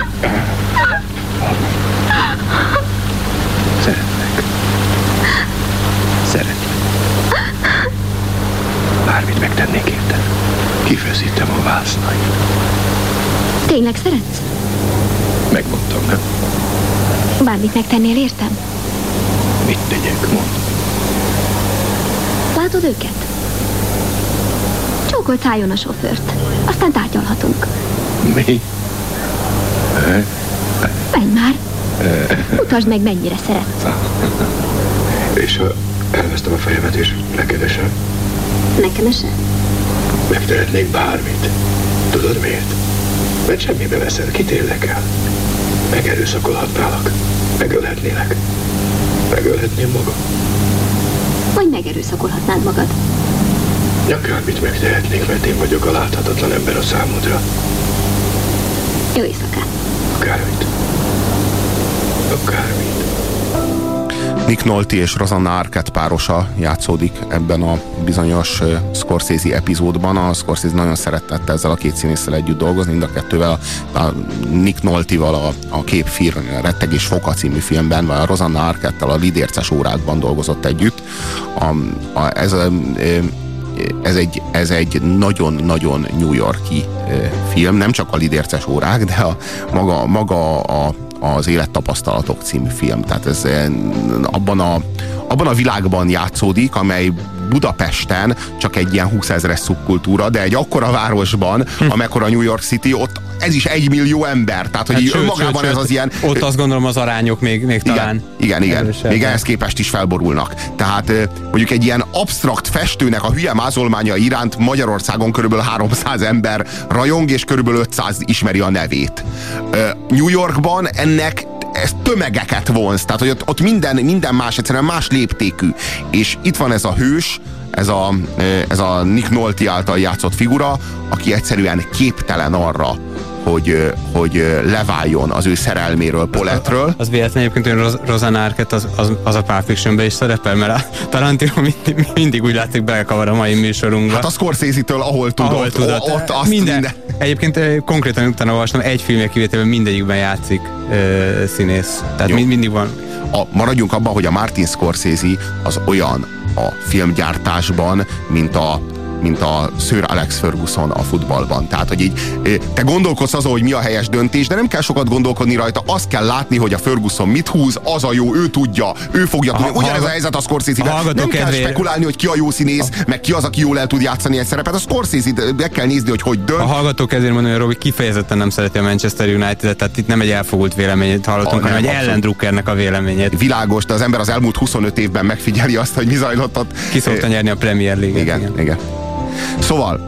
Szeretlek. Szeretlek. Bármit megtennék érted. Kifeszítem a vásznait. Tényleg szeretsz? Megmondtam, nem? Bármit megtennél, értem? Mit tegyek, mondd. Látod őket? Csókolt szálljon a sofőrt. Aztán tárgyalhatunk. Mi? Menj már. Mutasd meg, mennyire szeretsz. És ha elvesztem a fejemet és lekeresem? Nekem esem? Megtehetnék bármit. Tudod miért? Mert semmibe veszel, kit érdekel. Megerőszakolhatnálak. Megölhetnélek. Megölhetném magam. Vagy megerőszakolhatnád magad. Akármit megtehetnék, mert én vagyok a láthatatlan ember a számodra. Jó éjszakát. Akármit. Akármit. Nick Nolte és Rosanna Arquette párosa játszódik ebben a bizonyos Scorsese epizódban. A Scorsese nagyon szeretett ezzel a két színésszel együtt dolgozni, mind a kettővel, a Nick Nolte-val a, a Képfilm, a Rettegés foka című filmben, vagy a Rosanna Arquette-tel a Lidérces órákban dolgozott együtt. A, a, ez, a, ez egy, ez egy nagyon-nagyon New York-i film, nem csak a Lidérces órák, de a, maga, maga a az Élettapasztalatok című film. Tehát ez abban a, abban a világban játszódik, amely Budapesten csak egy ilyen húszezres szubkultúra, de egy akkora városban, hm. amekkora New York City, ott ez is egy millió ember. Tehát, hogy hát így sőt, önmagában sőt, ez az ilyen... Ott azt gondolom az arányok még, még igen, talán... Igen, igen. Még ehhez képest is felborulnak. Tehát mondjuk egy ilyen absztrakt festőnek a hülye mázolmánya iránt Magyarországon körülbelül háromszáz ember rajong, és körülbelül ötszáz ismeri a nevét. New Yorkban ennek ez tömegeket vonz, tehát hogy ott, ott minden, minden más, egyszerűen más léptékű. És itt van ez a hős, ez a, ez a Nick Nolte által játszott figura, aki egyszerűen képtelen arra, hogy, hogy leváljon az ő szerelméről, Pauletteről. Az, az véletlenül egyébként, hogy Rosanna Arquette az, az, az a Pulp Fictionben is szerepel, mert a Tarantino mindig, mindig úgy látszik belekavar a mai műsorunkba. Hát a Scorsese-től ahol tudott, ahol tudott. Ott, ott azt minden, minden. Egyébként konkrétan utána olvastam, egy filmje kivételben mindegyikben játszik ö, színész. Tehát mind, mindig van. A, maradjunk abban, hogy a Martin Scorsese az olyan a filmgyártásban, mint a mint a Sir Alex Ferguson a futballban. Tehát, hogy így te gondolkodsz azon, hogy mi a helyes döntés, de nem kell sokat gondolkodni rajta, azt kell látni, hogy a Ferguson mit húz, az a jó, ő tudja, ő fogja tudni. Ugyanez a helyzet a Scorsese-vel. Nem kell kedvér. spekulálni, hogy ki a jó színész, a... meg ki az, aki jól el tud játszani egy szerepet. A Scorsese-t meg kell nézni, hogy hogy dönt. A hallgatók ezért mondani, hogy Robi kifejezetten nem szereti a Manchester United-et, tehát itt nem egy elfogult véleményét hallottunk, hanem egy ellendrukkernek a véleményét. Világos, de az ember az elmúlt huszonöt évben megfigyeli azt, hogy mi zajlott ott. Ki szokta nyerni a Premier League-et. Igen, igen. igen. Szóval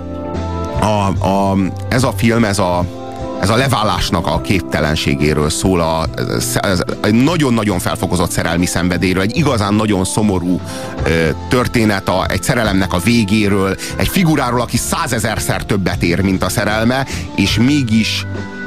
a, a, ez a film, ez a, ez a leválásnak a képtelenségéről szól, a, ez, egy nagyon-nagyon felfokozott szerelmi szenvedélyről, egy igazán nagyon szomorú ö, történet, a, egy szerelemnek a végéről, egy figuráról, aki százezerszer többet ér, mint a szerelme, és mégis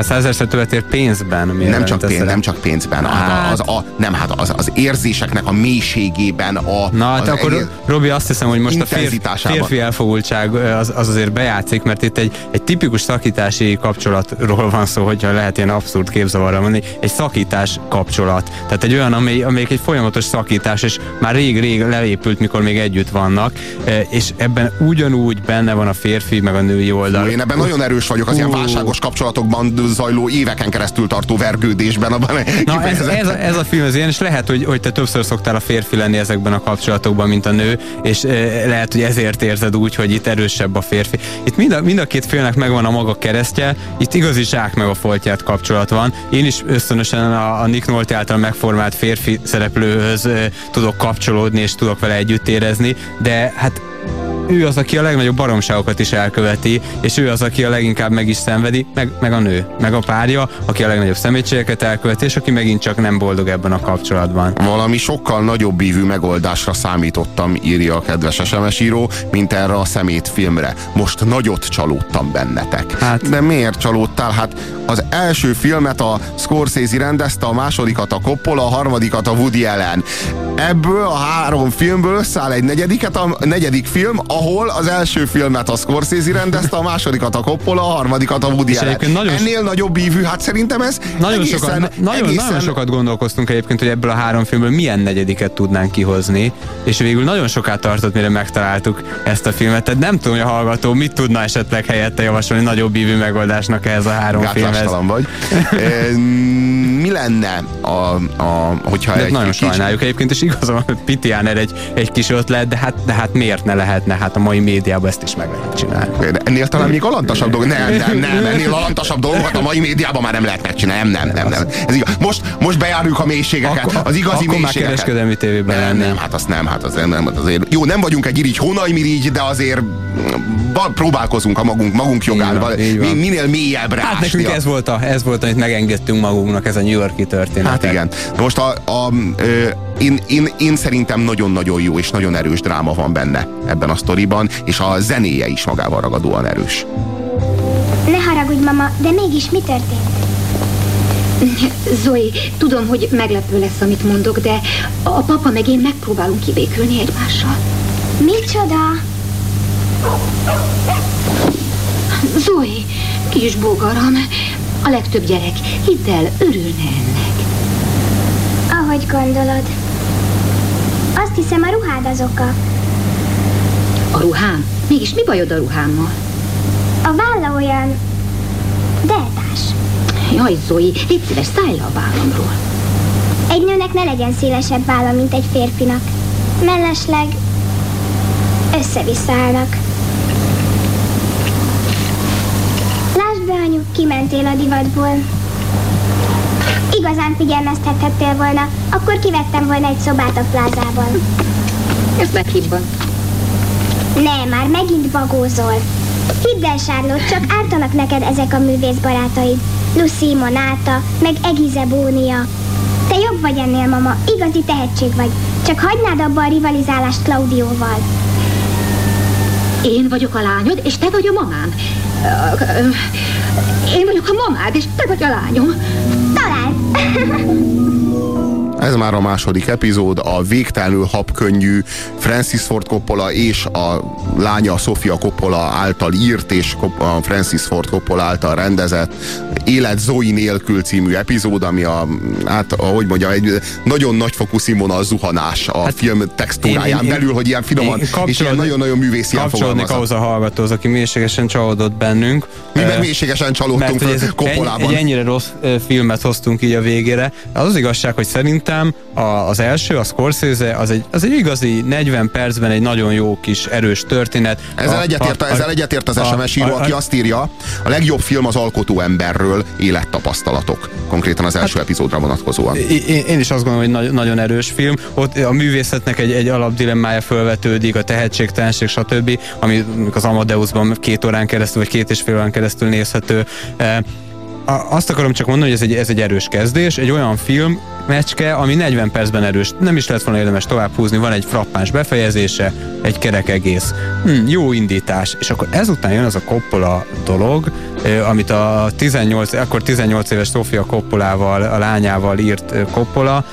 Hát százezer többet ér pénzben. Nem csak, pénz, nem csak pénzben. Hát. Az, az, a, nem, hát az, az érzéseknek a mélységében. A, Na, hát az akkor egész Robi, azt hiszem, hogy most a férfi, férfi elfogultság az, az azért bejátszik, mert itt egy, egy tipikus szakítási kapcsolatról van szó, hogyha lehet ilyen abszurd képzavarra mondani, egy szakítás kapcsolat. Tehát egy olyan, amely, amelyik egy folyamatos szakítás, és már rég-rég leépült, mikor még együtt vannak, és ebben ugyanúgy benne van a férfi, meg a női oldal. Én ebben nagyon erős vagyok, az uh. ilyen válságos kapcsolatokban zajló, éveken keresztül tartó vergődésben. Abban Na ez, ez, a, ez a film az ilyen, és lehet, hogy, hogy te többször szoktál a férfi lenni ezekben a kapcsolatokban, mint a nő, és e, lehet, hogy ezért érzed úgy, hogy itt erősebb a férfi. Itt mind a, mind a két félnek megvan a maga keresztje, itt igazi zsák meg a foltját kapcsolat van. Én is ösztönösen a, a Nick Nolte által megformált férfi szereplőhöz e, tudok kapcsolódni, és tudok vele együtt érezni, de hát ő az, aki a legnagyobb baromságokat is elköveti, és ő az, aki a leginkább meg is szenvedi, meg, meg a nő, meg a párja, aki a legnagyobb szemétségeket elköveti, és aki megint csak nem boldog ebben a kapcsolatban. Valami sokkal nagyobb ívű megoldásra számítottam, írja a kedves es em es író, mint erre a szemétfilmre. Most nagyot csalódtam bennetek. Hát. De miért csalódtál? Hát az első filmet a Scorsese rendezte, a másodikat a Coppola, a harmadikat a Woody Allen. Ebből a három filmből összeáll egy negyediket, a negyedik film, ahol az első filmet a Scorsese rendezte, a másodikat a Coppola, a harmadikat a Woody Allen. Nagyon Ennél nagyobb ívű, hát szerintem ez nagyon egészen, sokat, na, nagyon, egészen... nagyon sokat gondolkoztunk egyébként, hogy ebből a három filmből milyen negyediket tudnánk kihozni, és végül nagyon soká tartott, mire megtaláltuk ezt a filmet. Tehát nem tudom, hogy a hallgató mit tudna esetleg helyette javasolni nagyobb ívű megoldásnak ehhez a három filmhez. Gátlástalan vagy. e, mi lenne, a, a, hogyha de egy nagyon kis... sajnáljuk egyébként, és igazán Pitiáner egy, egy kis ötlet, de hát, de hát miért ne lehetne? Hát a mai médiában ezt is meg lehet csinálni. Ennél talán még alantasabb dolog. Nem, nem, nem, ennél alantasabb dolgokat a mai médiában már nem lehet megcsinálni. Nem, nem, nem, nem. Ez igaz. Most, most bejárjuk a mélységeket, akkor, az igazi akkor mélységeket. Akkor már kereskedelmi tévében nem, nem, hát azt nem, hát az nem, azért. Jó, nem vagyunk egy irigy hónajmirigy, de azért próbálkozunk a magunk, magunk jogával. Minél mélyebbre hát nekünk ez volt, a, ez volt, amit megengedtünk magunknak, ez a New York-i történet. Hát igen. Most a, a, ö, én, én, én szerintem nagyon-nagyon jó és nagyon erős dráma van benne ebben a sztoriban, és a zenéje is magával ragadóan erős. Ne haragudj, mama, de mégis mi történt? Zoe, tudom, hogy meglepő lesz, amit mondok, de a papa meg én megpróbálunk kibékülni egymással. Micsoda? Zoe, kis bogaram, a legtöbb gyerek, hidd el, örülne ennek. Ahogy gondolod. Azt hiszem, a ruhád az oka. A ruhám? Mégis mi bajod a ruhámmal? A válla olyan... deltás. Jaj, Zoe, légy szíves, szállj le a vállamról. Egy nőnek ne legyen szélesebb válla, mint egy férfinak. Mellesleg össze-vissza állnak. Lásd be, anyu, kimentél a divatból. Igazán figyelmeztethettél volna, akkor kivettem volna egy szobát a plázában. Ez meghibban. Ne, már megint bagózol. Hidd el, Charlotte, csak ártanak neked ezek a művészbarátaid. Lucy, Monáta, meg Egize Bónia. Te jobb vagy ennél, mama, igazi tehetség vagy. Csak hagynád abba a rivalizálást Claudióval. Én vagyok a lányod, és te vagy a mamám. Én vagyok a mamád, és te vagy a lányom. Talán. Ez már a második epizód, a végtelenül habkönnyű Francis Ford Coppola és a lánya Sofia Coppola által írt és a Francis Ford Coppola által rendezett Élet Zoe nélkül című epizód, ami a, hát ahogy mondja, egy nagyon nagyfokú színvonal zuhanás a hát film textúráján én, én, belül, hogy ilyen finoman és ilyen nagyon-nagyon művészián fogalmazza. Kapcsolódnék ahhoz a hallgatóhoz, aki mélységesen csalódott bennünk. Mi meg mélységesen csalódtunk Coppolában. Egy ennyire rossz filmet hoztunk így a végére. Az az igazság, hogy szerintem a, az első, a Scorsese, az egy, az egy igazi negyven percben egy nagyon jó kis erős történet. Ezzel egyetért, ezzel egyetért az es em es író, aki azt írja, a legjobb film az alkotó emberről, élettapasztalatok. Konkrétan az első hát, epizódra vonatkozóan. Én, én is azt gondolom, hogy nagy, nagyon erős film. Ott a művészetnek egy, egy alapdilemmája fölvetődik, a tehetségtelenség, stb., ami az Amadeusban két órán keresztül, vagy két és fél órán keresztül nézhető. Azt akarom csak mondani, hogy ez egy, ez egy erős kezdés, egy olyan film, mecske, ami negyven percben erős. Nem is lett volna érdemes tovább húzni, van egy frappáns befejezése, egy kerek egész. Hm, jó indítás. És akkor ezután jön az a Coppola dolog, amit a tizennyolc, akkor tizennyolc éves Sofia Coppolával, a lányával írt Coppola,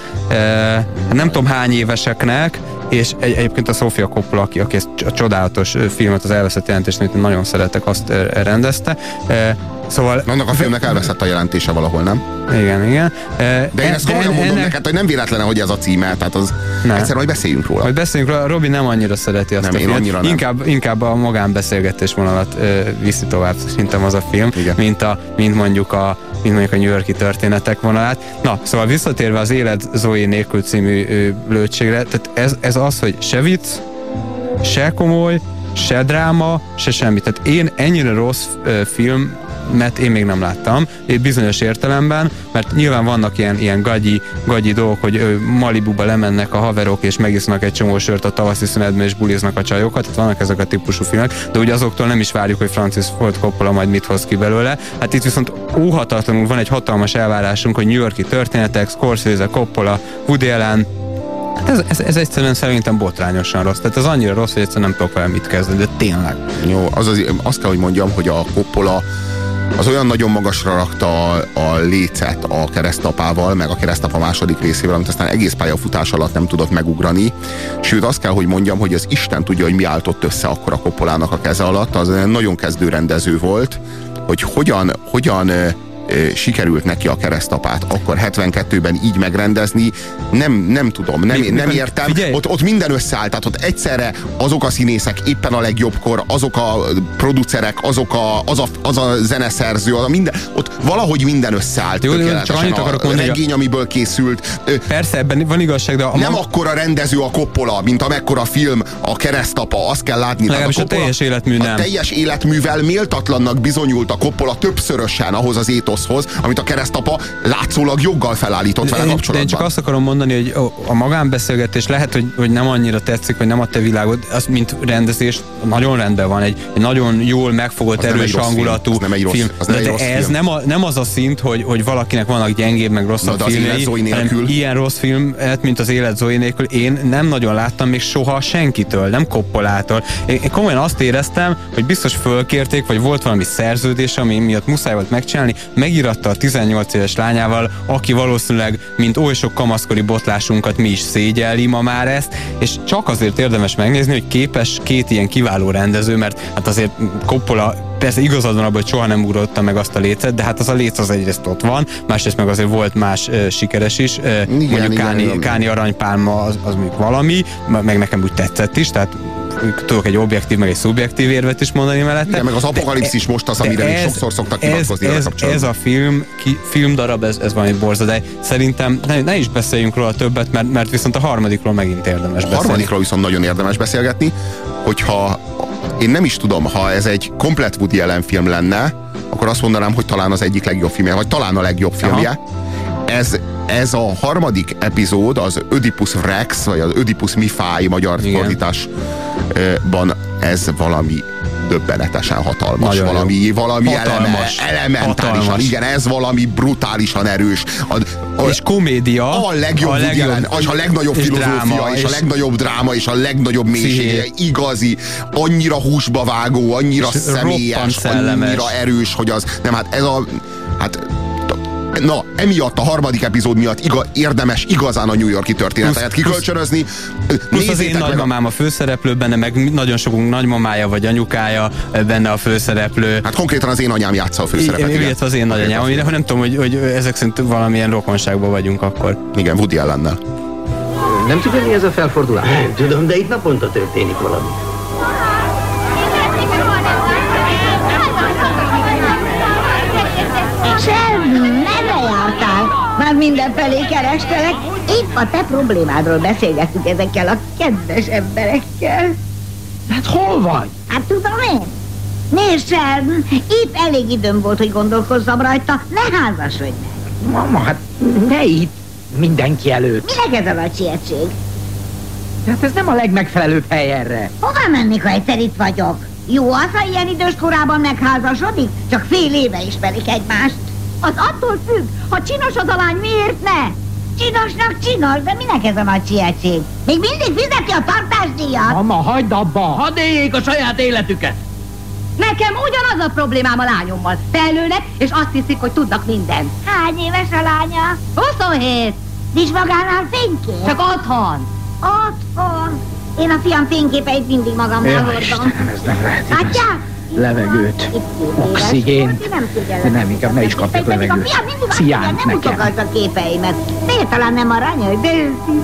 nem tudom hány éveseknek, és egy, egyébként a Sofia Coppola, aki, aki ezt a csodálatos filmet, az Elveszett jelentést, amit nagyon szeretek, azt rendezte. Szóval... Annak a filmnek elveszett a jelentése valahol, nem? Igen, igen. De én ezt komolyan mondom ennek... neked, hogy nem véletlen, hogy ez a címe, tehát az egyszer majd beszéljünk róla. Majd beszéljünk róla, Robi nem annyira szereti azt nem, a filmet. Nem. Inkább, inkább a magánbeszélgetés vonalat ö, viszi tovább, szerintem az a film, mint, a, mint, mondjuk a, mint mondjuk a New York-i történetek vonalát. Na, szóval visszatérve az Élet Zoe nélkül című ö, blödségre, tehát ez, ez az, hogy se vicc, se komoly, se dráma, se semmi. Tehát én ennyire rossz ö, film mert én még nem láttam, bizonyos értelemben, mert nyilván vannak ilyen, ilyen gagyi, gagyi dolgok, hogy Malibuba lemennek a haverok és megisznak egy csomó sört a tavaszi szünetben és buliznak a csajokat, tehát vannak ezek a típusú filmek, de ugye azoktól nem is várjuk, hogy Francis Ford Coppola majd mit hoz ki belőle. Hát itt viszont óhatatlanul van egy hatalmas elvárásunk, hogy New York-i történetek, Scorsese, Coppola, Woody Allen. Ez, ez, ez egyszerűen szerintem botrányosan rossz. Tehát ez annyira rossz, hogy egyszerűen nem tudok vele mit kezdeni, de tényleg. Jó, az az, azt kell, hogy mondjam, hogy a Coppola az olyan nagyon magasra rakta a, a lécet a Keresztapával, meg a Keresztapa második részével, amit aztán egész pályafutás alatt nem tudott megugrani. Sőt, azt kell, hogy mondjam, hogy az Isten tudja, hogy mi álltott össze akkor a Coppolának a keze alatt. Az nagyon kezdő rendező volt, hogy hogyan, hogyan sikerült neki a Keresztapát akkor hetvenkettőben így megrendezni, nem, nem tudom, nem, mi, nem értem. Ott, ott minden összeállt, tehát ott egyszerre azok a színészek éppen a legjobbkor, azok a producerek, azok a, az, a, az a zeneszerző, az a minden, ott valahogy minden összeállt. Jó, tökéletesen a mondani, regény, amiből készült. Persze, ebben van igazság, de... A nem ma... akkora rendező a Coppola, mint amekkora film a Keresztapa, azt kell látni. Legalábbis a, Coppola, a teljes életmű nem. A teljes életművel méltatlannak bizonyult a Coppola többszörösen ahhoz az étoszhoz, amit a Keresztapa látszólag joggal felállított vele kapcsolatban. De én csak azt akarom mondani, hogy a magánbeszélgetés lehet, hogy, hogy nem annyira tetszik, vagy nem a te világod, az mint rendezés nagyon rendben van, egy, egy nagyon jól megfogott, az erős hangulatú film. film. film. Az de, de ez film. Nem, a, nem az a szint, hogy, hogy valakinek vannak gyengébb, meg rosszabb filmjei, hanem ilyen rossz filmet, mint az Élet Zoe nélkül, én nem nagyon láttam még soha senkitől, nem Coppolától. Én, én komolyan azt éreztem, hogy biztos fölkérték, vagy volt valami szerződés, ami miatt muszáj volt megcsinálni, megíratta a tizennyolc éves lányával, aki valószínűleg, mint oly sok kamaszkori botlásunkat mi is szégyelli ma már ezt, és csak azért érdemes megnézni, hogy képes két ilyen kiváló rendező, mert hát azért Coppola persze igazad van abban, hogy soha nem ugrotta meg azt a lécet, de hát az a léc az egyrészt ott van, másrészt meg azért volt más uh, sikeres is, uh, igen, mondjuk igen, Káni, igen. Káni Aranypálma az, az még valami, meg nekem úgy tetszett is, tehát tudok egy objektív, meg egy szubjektív érvet is mondani mellette. Igen, meg az Apokalipszis most az, amire ez, sokszor szoktak hivatkozni. Ez, ez, ez a film, ki, filmdarab, ez, ez valami borzadály. Szerintem ne, ne is beszéljünk róla többet, mert, mert viszont a harmadikról megint érdemes beszélni. A harmadikról viszont nagyon érdemes beszélgetni, hogyha én nem is tudom, ha ez egy komplett Woody Allen film lenne, akkor azt mondanám, hogy talán az egyik legjobb filmje, vagy talán a legjobb filmje. Ez, ez a harmadik epizód, az Oedipus Rex, vagy az Oedipus Mifáj magyar fordításban, ez valami döbbenetesen hatalmas, nagyon valami, valami hatalmas, eleme, elementálisan, hatalmas. Igen, ez valami brutálisan erős. A, a, és komédia. A legjobb, a legjobb, jelen, a legnagyobb filozófia, dráma, és, és a legnagyobb dráma, és a legnagyobb mélysége, igazi, annyira húsba vágó, annyira személyes, annyira erős, hogy az, nem, hát ez a, hát na, emiatt a harmadik epizód miatt iga, érdemes igazán a New York-i történeteket kikölcsönözni. Plusz az én nagymamám a főszereplő benne, meg nagyon sokunk nagymamája vagy anyukája benne a főszereplő. Hát konkrétan az én anyám játsza a főszerepet. Igen, az én nagyanyám, amire nem tudom, hogy, hogy ezek szerint valamilyen rokonságban vagyunk akkor. Igen, Woody Allennel. Nem tudod, mi ez a felfordulás? Nem tudom, de itt naponta történik valami. Már mindenfelé kerestelek, épp a te problémádról beszélgettük ezekkel a kedves emberekkel. Hát hol vagy? Hát tudom én. Nézd, Sheldon, épp elég időm volt, hogy gondolkozzam rajta, ne házasodj meg. Mama, hát ne itt, mindenki előtt. Minek ez a nagy sietség? Hát ez nem a legmegfelelőbb hely erre. Hova mennék, ha egyszer itt vagyok? Jó az, ha ilyen idős korában megházasodik? Csak fél éve ismerik egymást. Az attól függ, ha csinos az a lány, miért ne? Csinosnak csinos, de minek ez a nagy sietség? Még mindig fizeti a tartásdíjat? Mama, hagyd abba! Hadd éljék a saját életüket! Nekem ugyanaz a problémám a lányommal. Fejlőnek, és azt hiszik, hogy tudnak mindent. Hány éves a lánya? huszonhét. Nincs magánál fénykép? Csak otthon. Otthon. Én a fiam fényképeit mindig magammal Ja, hordom. Istenem, ez nem lehet. Látják? Levegőt, oxigént, de nem, inkább ne is kapjak levegőt. Ciánt Nem nekem. mutogasd a képeimet. Miért talán nem aranyos, de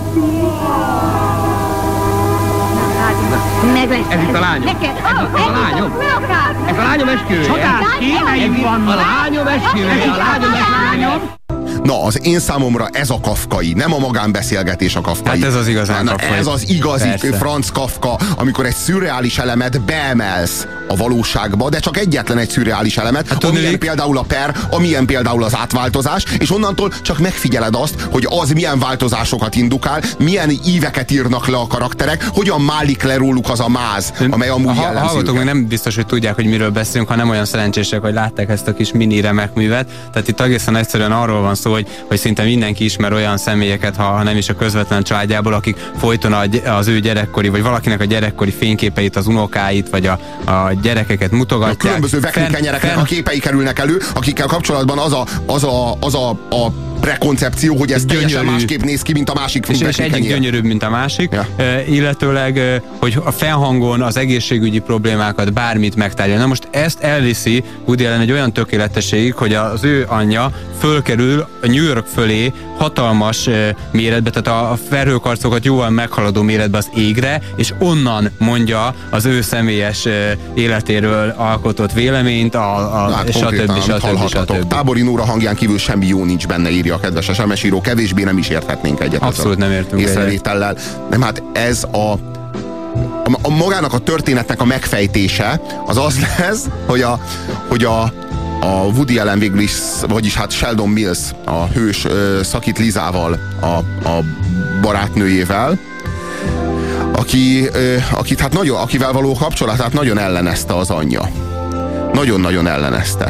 meg lesz. Ez itt a lányom. Neked, Ez itt a lányom. Ez a lányom esküvője. Csodás kéneim vannak. A lányom esküvője, a lányom esküvője. Na, az én számomra ez a kafkai, nem a magánbeszélgetés a kafkai. Hát ez az igazán Na, kafkai. ez az igazi Persze. Franz Kafka, amikor egy szürreális elemet beemelsz a valóságba, de csak egyetlen egy szürreális elemet, hát, amilyen tudnék. Például a per, amilyen például az átváltozás, és onnantól csak megfigyeled azt, hogy az milyen változásokat indukál, milyen íveket írnak le a karakterek, hogyan málik le róluk az a máz, amely amúgy jellemző. A hallgatók még nem biztos, hogy tudják, hogy miről beszélünk, ha nem olyan szerencsések, hogy látták ezt a kis mini remek művet. Tehát itt egészen egyszerűen arról van szó, hogy, hogy szinte mindenki ismer olyan személyeket, ha, ha nem is a közvetlen családjából, akik folyton a, az ő gyerekkori, vagy valakinek a gyerekkori fényképeit, az unokáit, vagy a, a gyerekeket mutogatják. A különböző veklinkenyereknek a képei kerülnek elő, akikkel kapcsolatban az a, az a, az a, a prekoncepció, hogy ez gyönyörű. Teljesen másképp néz ki, mint a másik és, és egyik gyönyörűbb, mint a másik. Ja. Uh, illetőleg, uh, hogy a felhangon az egészségügyi problémákat bármit megtárgyal. Na most ezt elviszi Woody Allen egy olyan tökéletességig, hogy az ő anyja fölkerül a New York fölé hatalmas uh, méretbe, tehát a, a felhőkarcokat jóval meghaladó méretbe az égre, és onnan mondja az ő személyes uh, életéről alkotott véleményt, a, a, hát stb. stb. stb. Tábori Nóra hangján kívül semmi jó nincs benne, írja a kedves es em es-író, kevésbé nem is érthetnénk egyet. Abszolút nem értünk észrevétellel. Nem, hát ez a, a, a magának a történetnek a megfejtése az az lesz, hogy a, hogy a, a Woody Allen végül is, vagyis hát Sheldon Mills, a hős szakít Lizával, a, a barátnőjével, aki, akit hát nagyon, akivel való kapcsolatát nagyon ellenezte az anyja. Nagyon-nagyon ellenezte.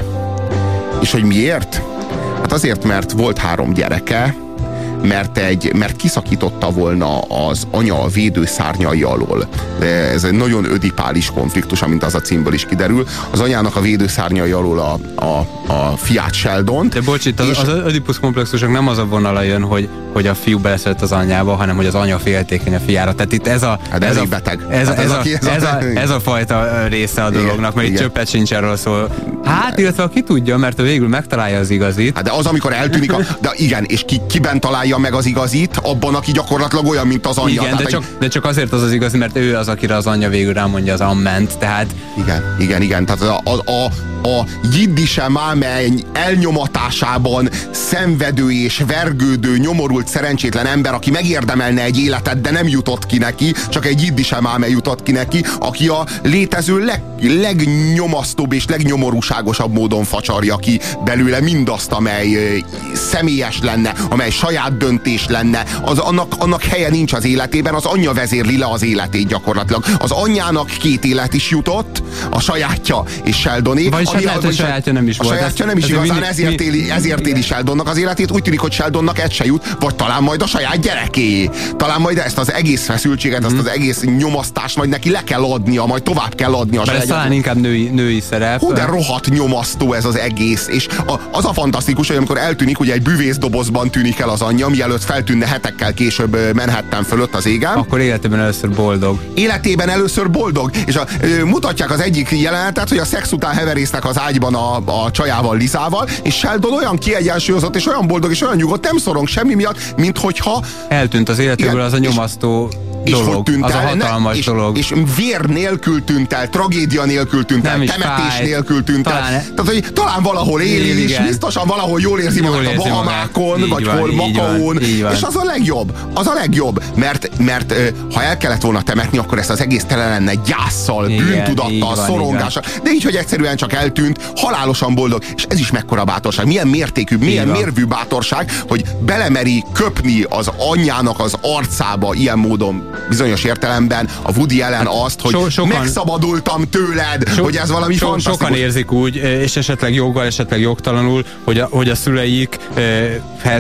És hogy miért? Hát azért, mert volt három gyereke, mert, egy, mert kiszakította volna az anya a védőszárnyai alól. De ez egy nagyon ödipális konfliktus, amint az a címből is kiderül. Az anyának a védőszárnyai alól a, a, a fiát Sheldont. De bocs, itt az, az ödipusz komplexusok nem az a vonala jön, hogy, hogy a fiú beleszeret az anyjába, hanem hogy az anya féltékeny a fiára. Tehát itt ez a, hát ez, ez, a, beteg. Ez, hát ez, ez, a, ez, a, ez, a, ez a fajta része a dolognak, mert igen, itt csöppet sincs erről szól. Hát, illetve aki tudja, mert ő végül megtalálja az igazit. Hát de az, amikor eltűnik, a, de igen, és ki, kiben találja meg az igazit, abban, aki gyakorlatilag olyan, mint az anyja. Igen, de csak, de csak azért az az igazi, mert ő az, akire az anyja végül rámondja az amment, tehát... Igen, igen, igen, tehát a, a, a, a jiddise mámeny elnyomatásában szenvedő és vergődő, nyomorult, szerencsétlen ember, aki megérdemelne egy életet, de nem jutott ki neki, csak egy jiddise máme jutott ki neki, aki a létező leg, legnyomasztóbb és legnyomorúságosabb módon facsarja ki belőle mindazt, amely személyes lenne, amely saját döntés lenne, az, annak, annak helye nincs az életében, az anyja vezérli le az életét gyakorlatilag. Az anyjának két élet is jutott, a sajátja és Sheldoné. Vagy ami lehet, a, hogy sajátja nem is a volt. A sajátja nem is igazán, mindig, ezért, éli, ezért éli Sheldonnak az életét. Úgy tűnik, hogy Sheldonnak egy se jut, vagy talán majd a saját gyereké. Talán majd ezt az egész feszültséget, mm. ezt az egész nyomasztást majd neki le kell adnia, majd tovább kell adnia. Mert ez talán inkább női, női szerep. Hú, de rohadt nyomasztó ez az egész. És a, az a fantasztikus, hogy amikor eltűnik, ugye egy bűvészdobozban tűnik el az anyja, mielőtt feltűnne hetekkel később Manhattan fölött az égen. Akkor életében először boldog. Életében először boldog. És a, ö, mutatják az egyik jelenetet, hogy a szex után heverésznek az ágyban a, a csajával, Lizával, és Sheldon olyan kiegyensúlyozott, és olyan boldog, és olyan nyugodt, nem szorong semmi miatt, mint hogyha... Eltűnt az életéből az a nyomasztó dolog, tűnt az el, a hatalmas és, dolog. És vér nélkül tűnt el, tragédia nélkül tűnt el, temetés fáj. nélkül tűnt talán, el. Tehát, hogy talán valahol él is, biztosan valahol jól érzi jól magát érzi a Bahamákon, magát. vagy hol Makaón, és az a legjobb, az a legjobb, mert, mert ha el kellett volna temetni, akkor ezt az egész tele lenne gyásszal, igen, bűntudattal, szorongással, de így, hogy egyszerűen csak eltűnt, halálosan boldog, és ez is mekkora bátorság, milyen mértékű, milyen mérvű bátorság, hogy belemeri köpni az anyjának az arcába ilyen módon, bizonyos értelemben a Woody Allen azt, hogy so, sokan, megszabadultam tőled, so, hogy ez valami so, fantasztikus. Sokan érzik úgy, és esetleg joggal, esetleg jogtalanul, hogy a, hogy a szüleikhez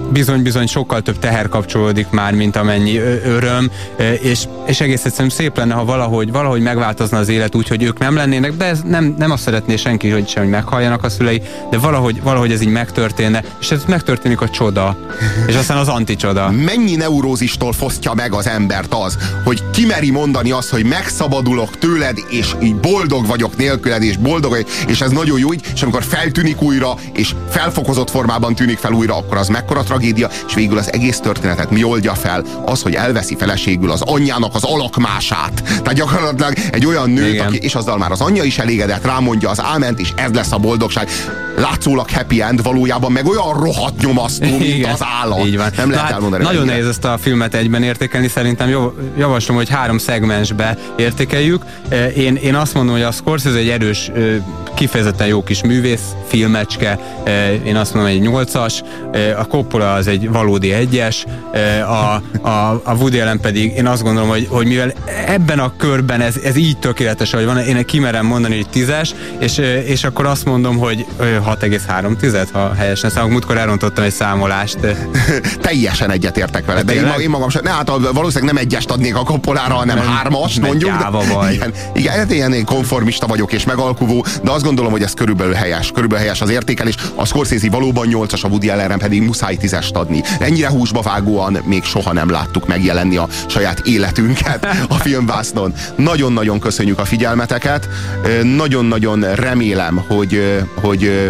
bizony-bizony sokkal több teher kapcsolódik már, mint amennyi öröm, és, és egész egyszerűen szép lenne, ha valahogy, valahogy megváltozna az élet úgy, hogy ők nem lennének, de ez nem, nem azt szeretné senki, hogy sem, hogy meghalljanak a szülei, de valahogy, valahogy ez így megtörténne, és ez megtörténik a csoda, és aztán az anticsoda. Mennyi neurózistól fosztja meg az embert az, hogy kimeri mondani azt, hogy megszabadulok tőled, és így boldog vagyok nélküled, és boldog vagyok, és ez nagyon jó így, és amikor feltűnik újra, és felfokozott formában tűnik fel újra, akkor az mekkora tragédia, és végül az egész történetet mi oldja fel? Az, hogy elveszi feleségül az anyjának az alakmását. Tehát gyakorlatilag egy olyan nőt, aki, és azzal már az anyja is elégedett, rámondja az áment, és ez lesz a boldogság. Látszólag happy end, valójában meg olyan rohadt nyomasztó, mint igen, az állat. Így van. Nem lehet hát elmondani. Nagyon nehéz ezt a filmet egyben értékelni, szerintem jó, javaslom, hogy három szegmensbe értékeljük. Én, én azt mondom, hogy a Scorsese egy erős, kifejezetten jó kis művész, filmecske, én azt mondom, egy nyolcas, a Coppola az egy valódi egyes, a, a, a Woody Allen pedig én azt gondolom, hogy, hogy mivel ebben a körben ez, ez így tökéletes, ahogy van, én kimerem mondani, hogy tízes, és, és akkor azt mondom, hogy hat egész három tized, ha helyesen számok. Múltkor elrontottam egy számolást. Teljesen egyetértek vele, de én, én magam sem, ne, hát valószínűleg nem egyest adnék a Coppolára, hanem nem, hármas, mondjuk. De, igen, igen, igen, én konformista vagyok és megalkuvó, de azt gondolom, hogy ez körülbelül helyes, körülbelül helyes az értékelés. A Scorsese valóban nyolcas, a Woody Allen pedig muszáj tízest adni. Ennyire húsba vágóan még soha nem láttuk megjelenni a saját életünket a filmvásznon. Nagyon-nagyon köszönjük a figyelmeteket, nagyon-nagyon remélem, hogy, hogy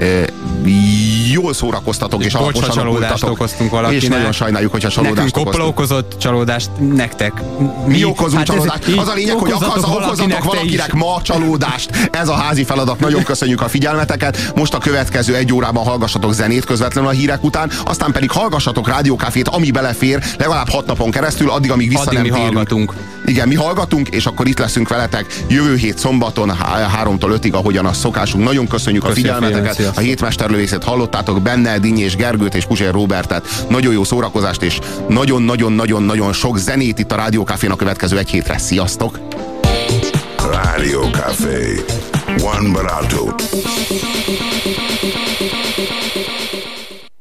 jól szórakoztatok, és alaposan csalódást okoztunk valakinek. És nagyon sajnáljuk, hogyha csalódást Nekünk Coppola okozott csalódást, nektek. Mi, mi okozunk hát csalódást? Az a lényeg, hogy okozatok valakinek, valakinek ma csalódást. Ez a házi feladat. Nagyon köszönjük a figyelmeteket. Most a következő egy órában hallgassatok zenét közvetlenül a hírek után, aztán pedig hallgassatok rádiókáfét, ami belefér, legalább hat napon keresztül, addig, amíg vissza addig nem mi térünk. Hallgatunk. Igen, mi hallgatunk, és akkor itt leszünk veletek jövő hét szombaton háromtól ötig, ahogyan a szokásunk. Nagyon köszönjük Köszönjük a figyelmeteket. A hétmesterlövészet hallottátok, benne Dinnyi és Gergőt és Puzsér Róbertet. Nagyon jó szórakozást, és nagyon-nagyon-nagyon-nagyon sok zenét itt a Rádiókafén a következő egy hétre. Sziasztok! Rádiókafé. Juan Barato.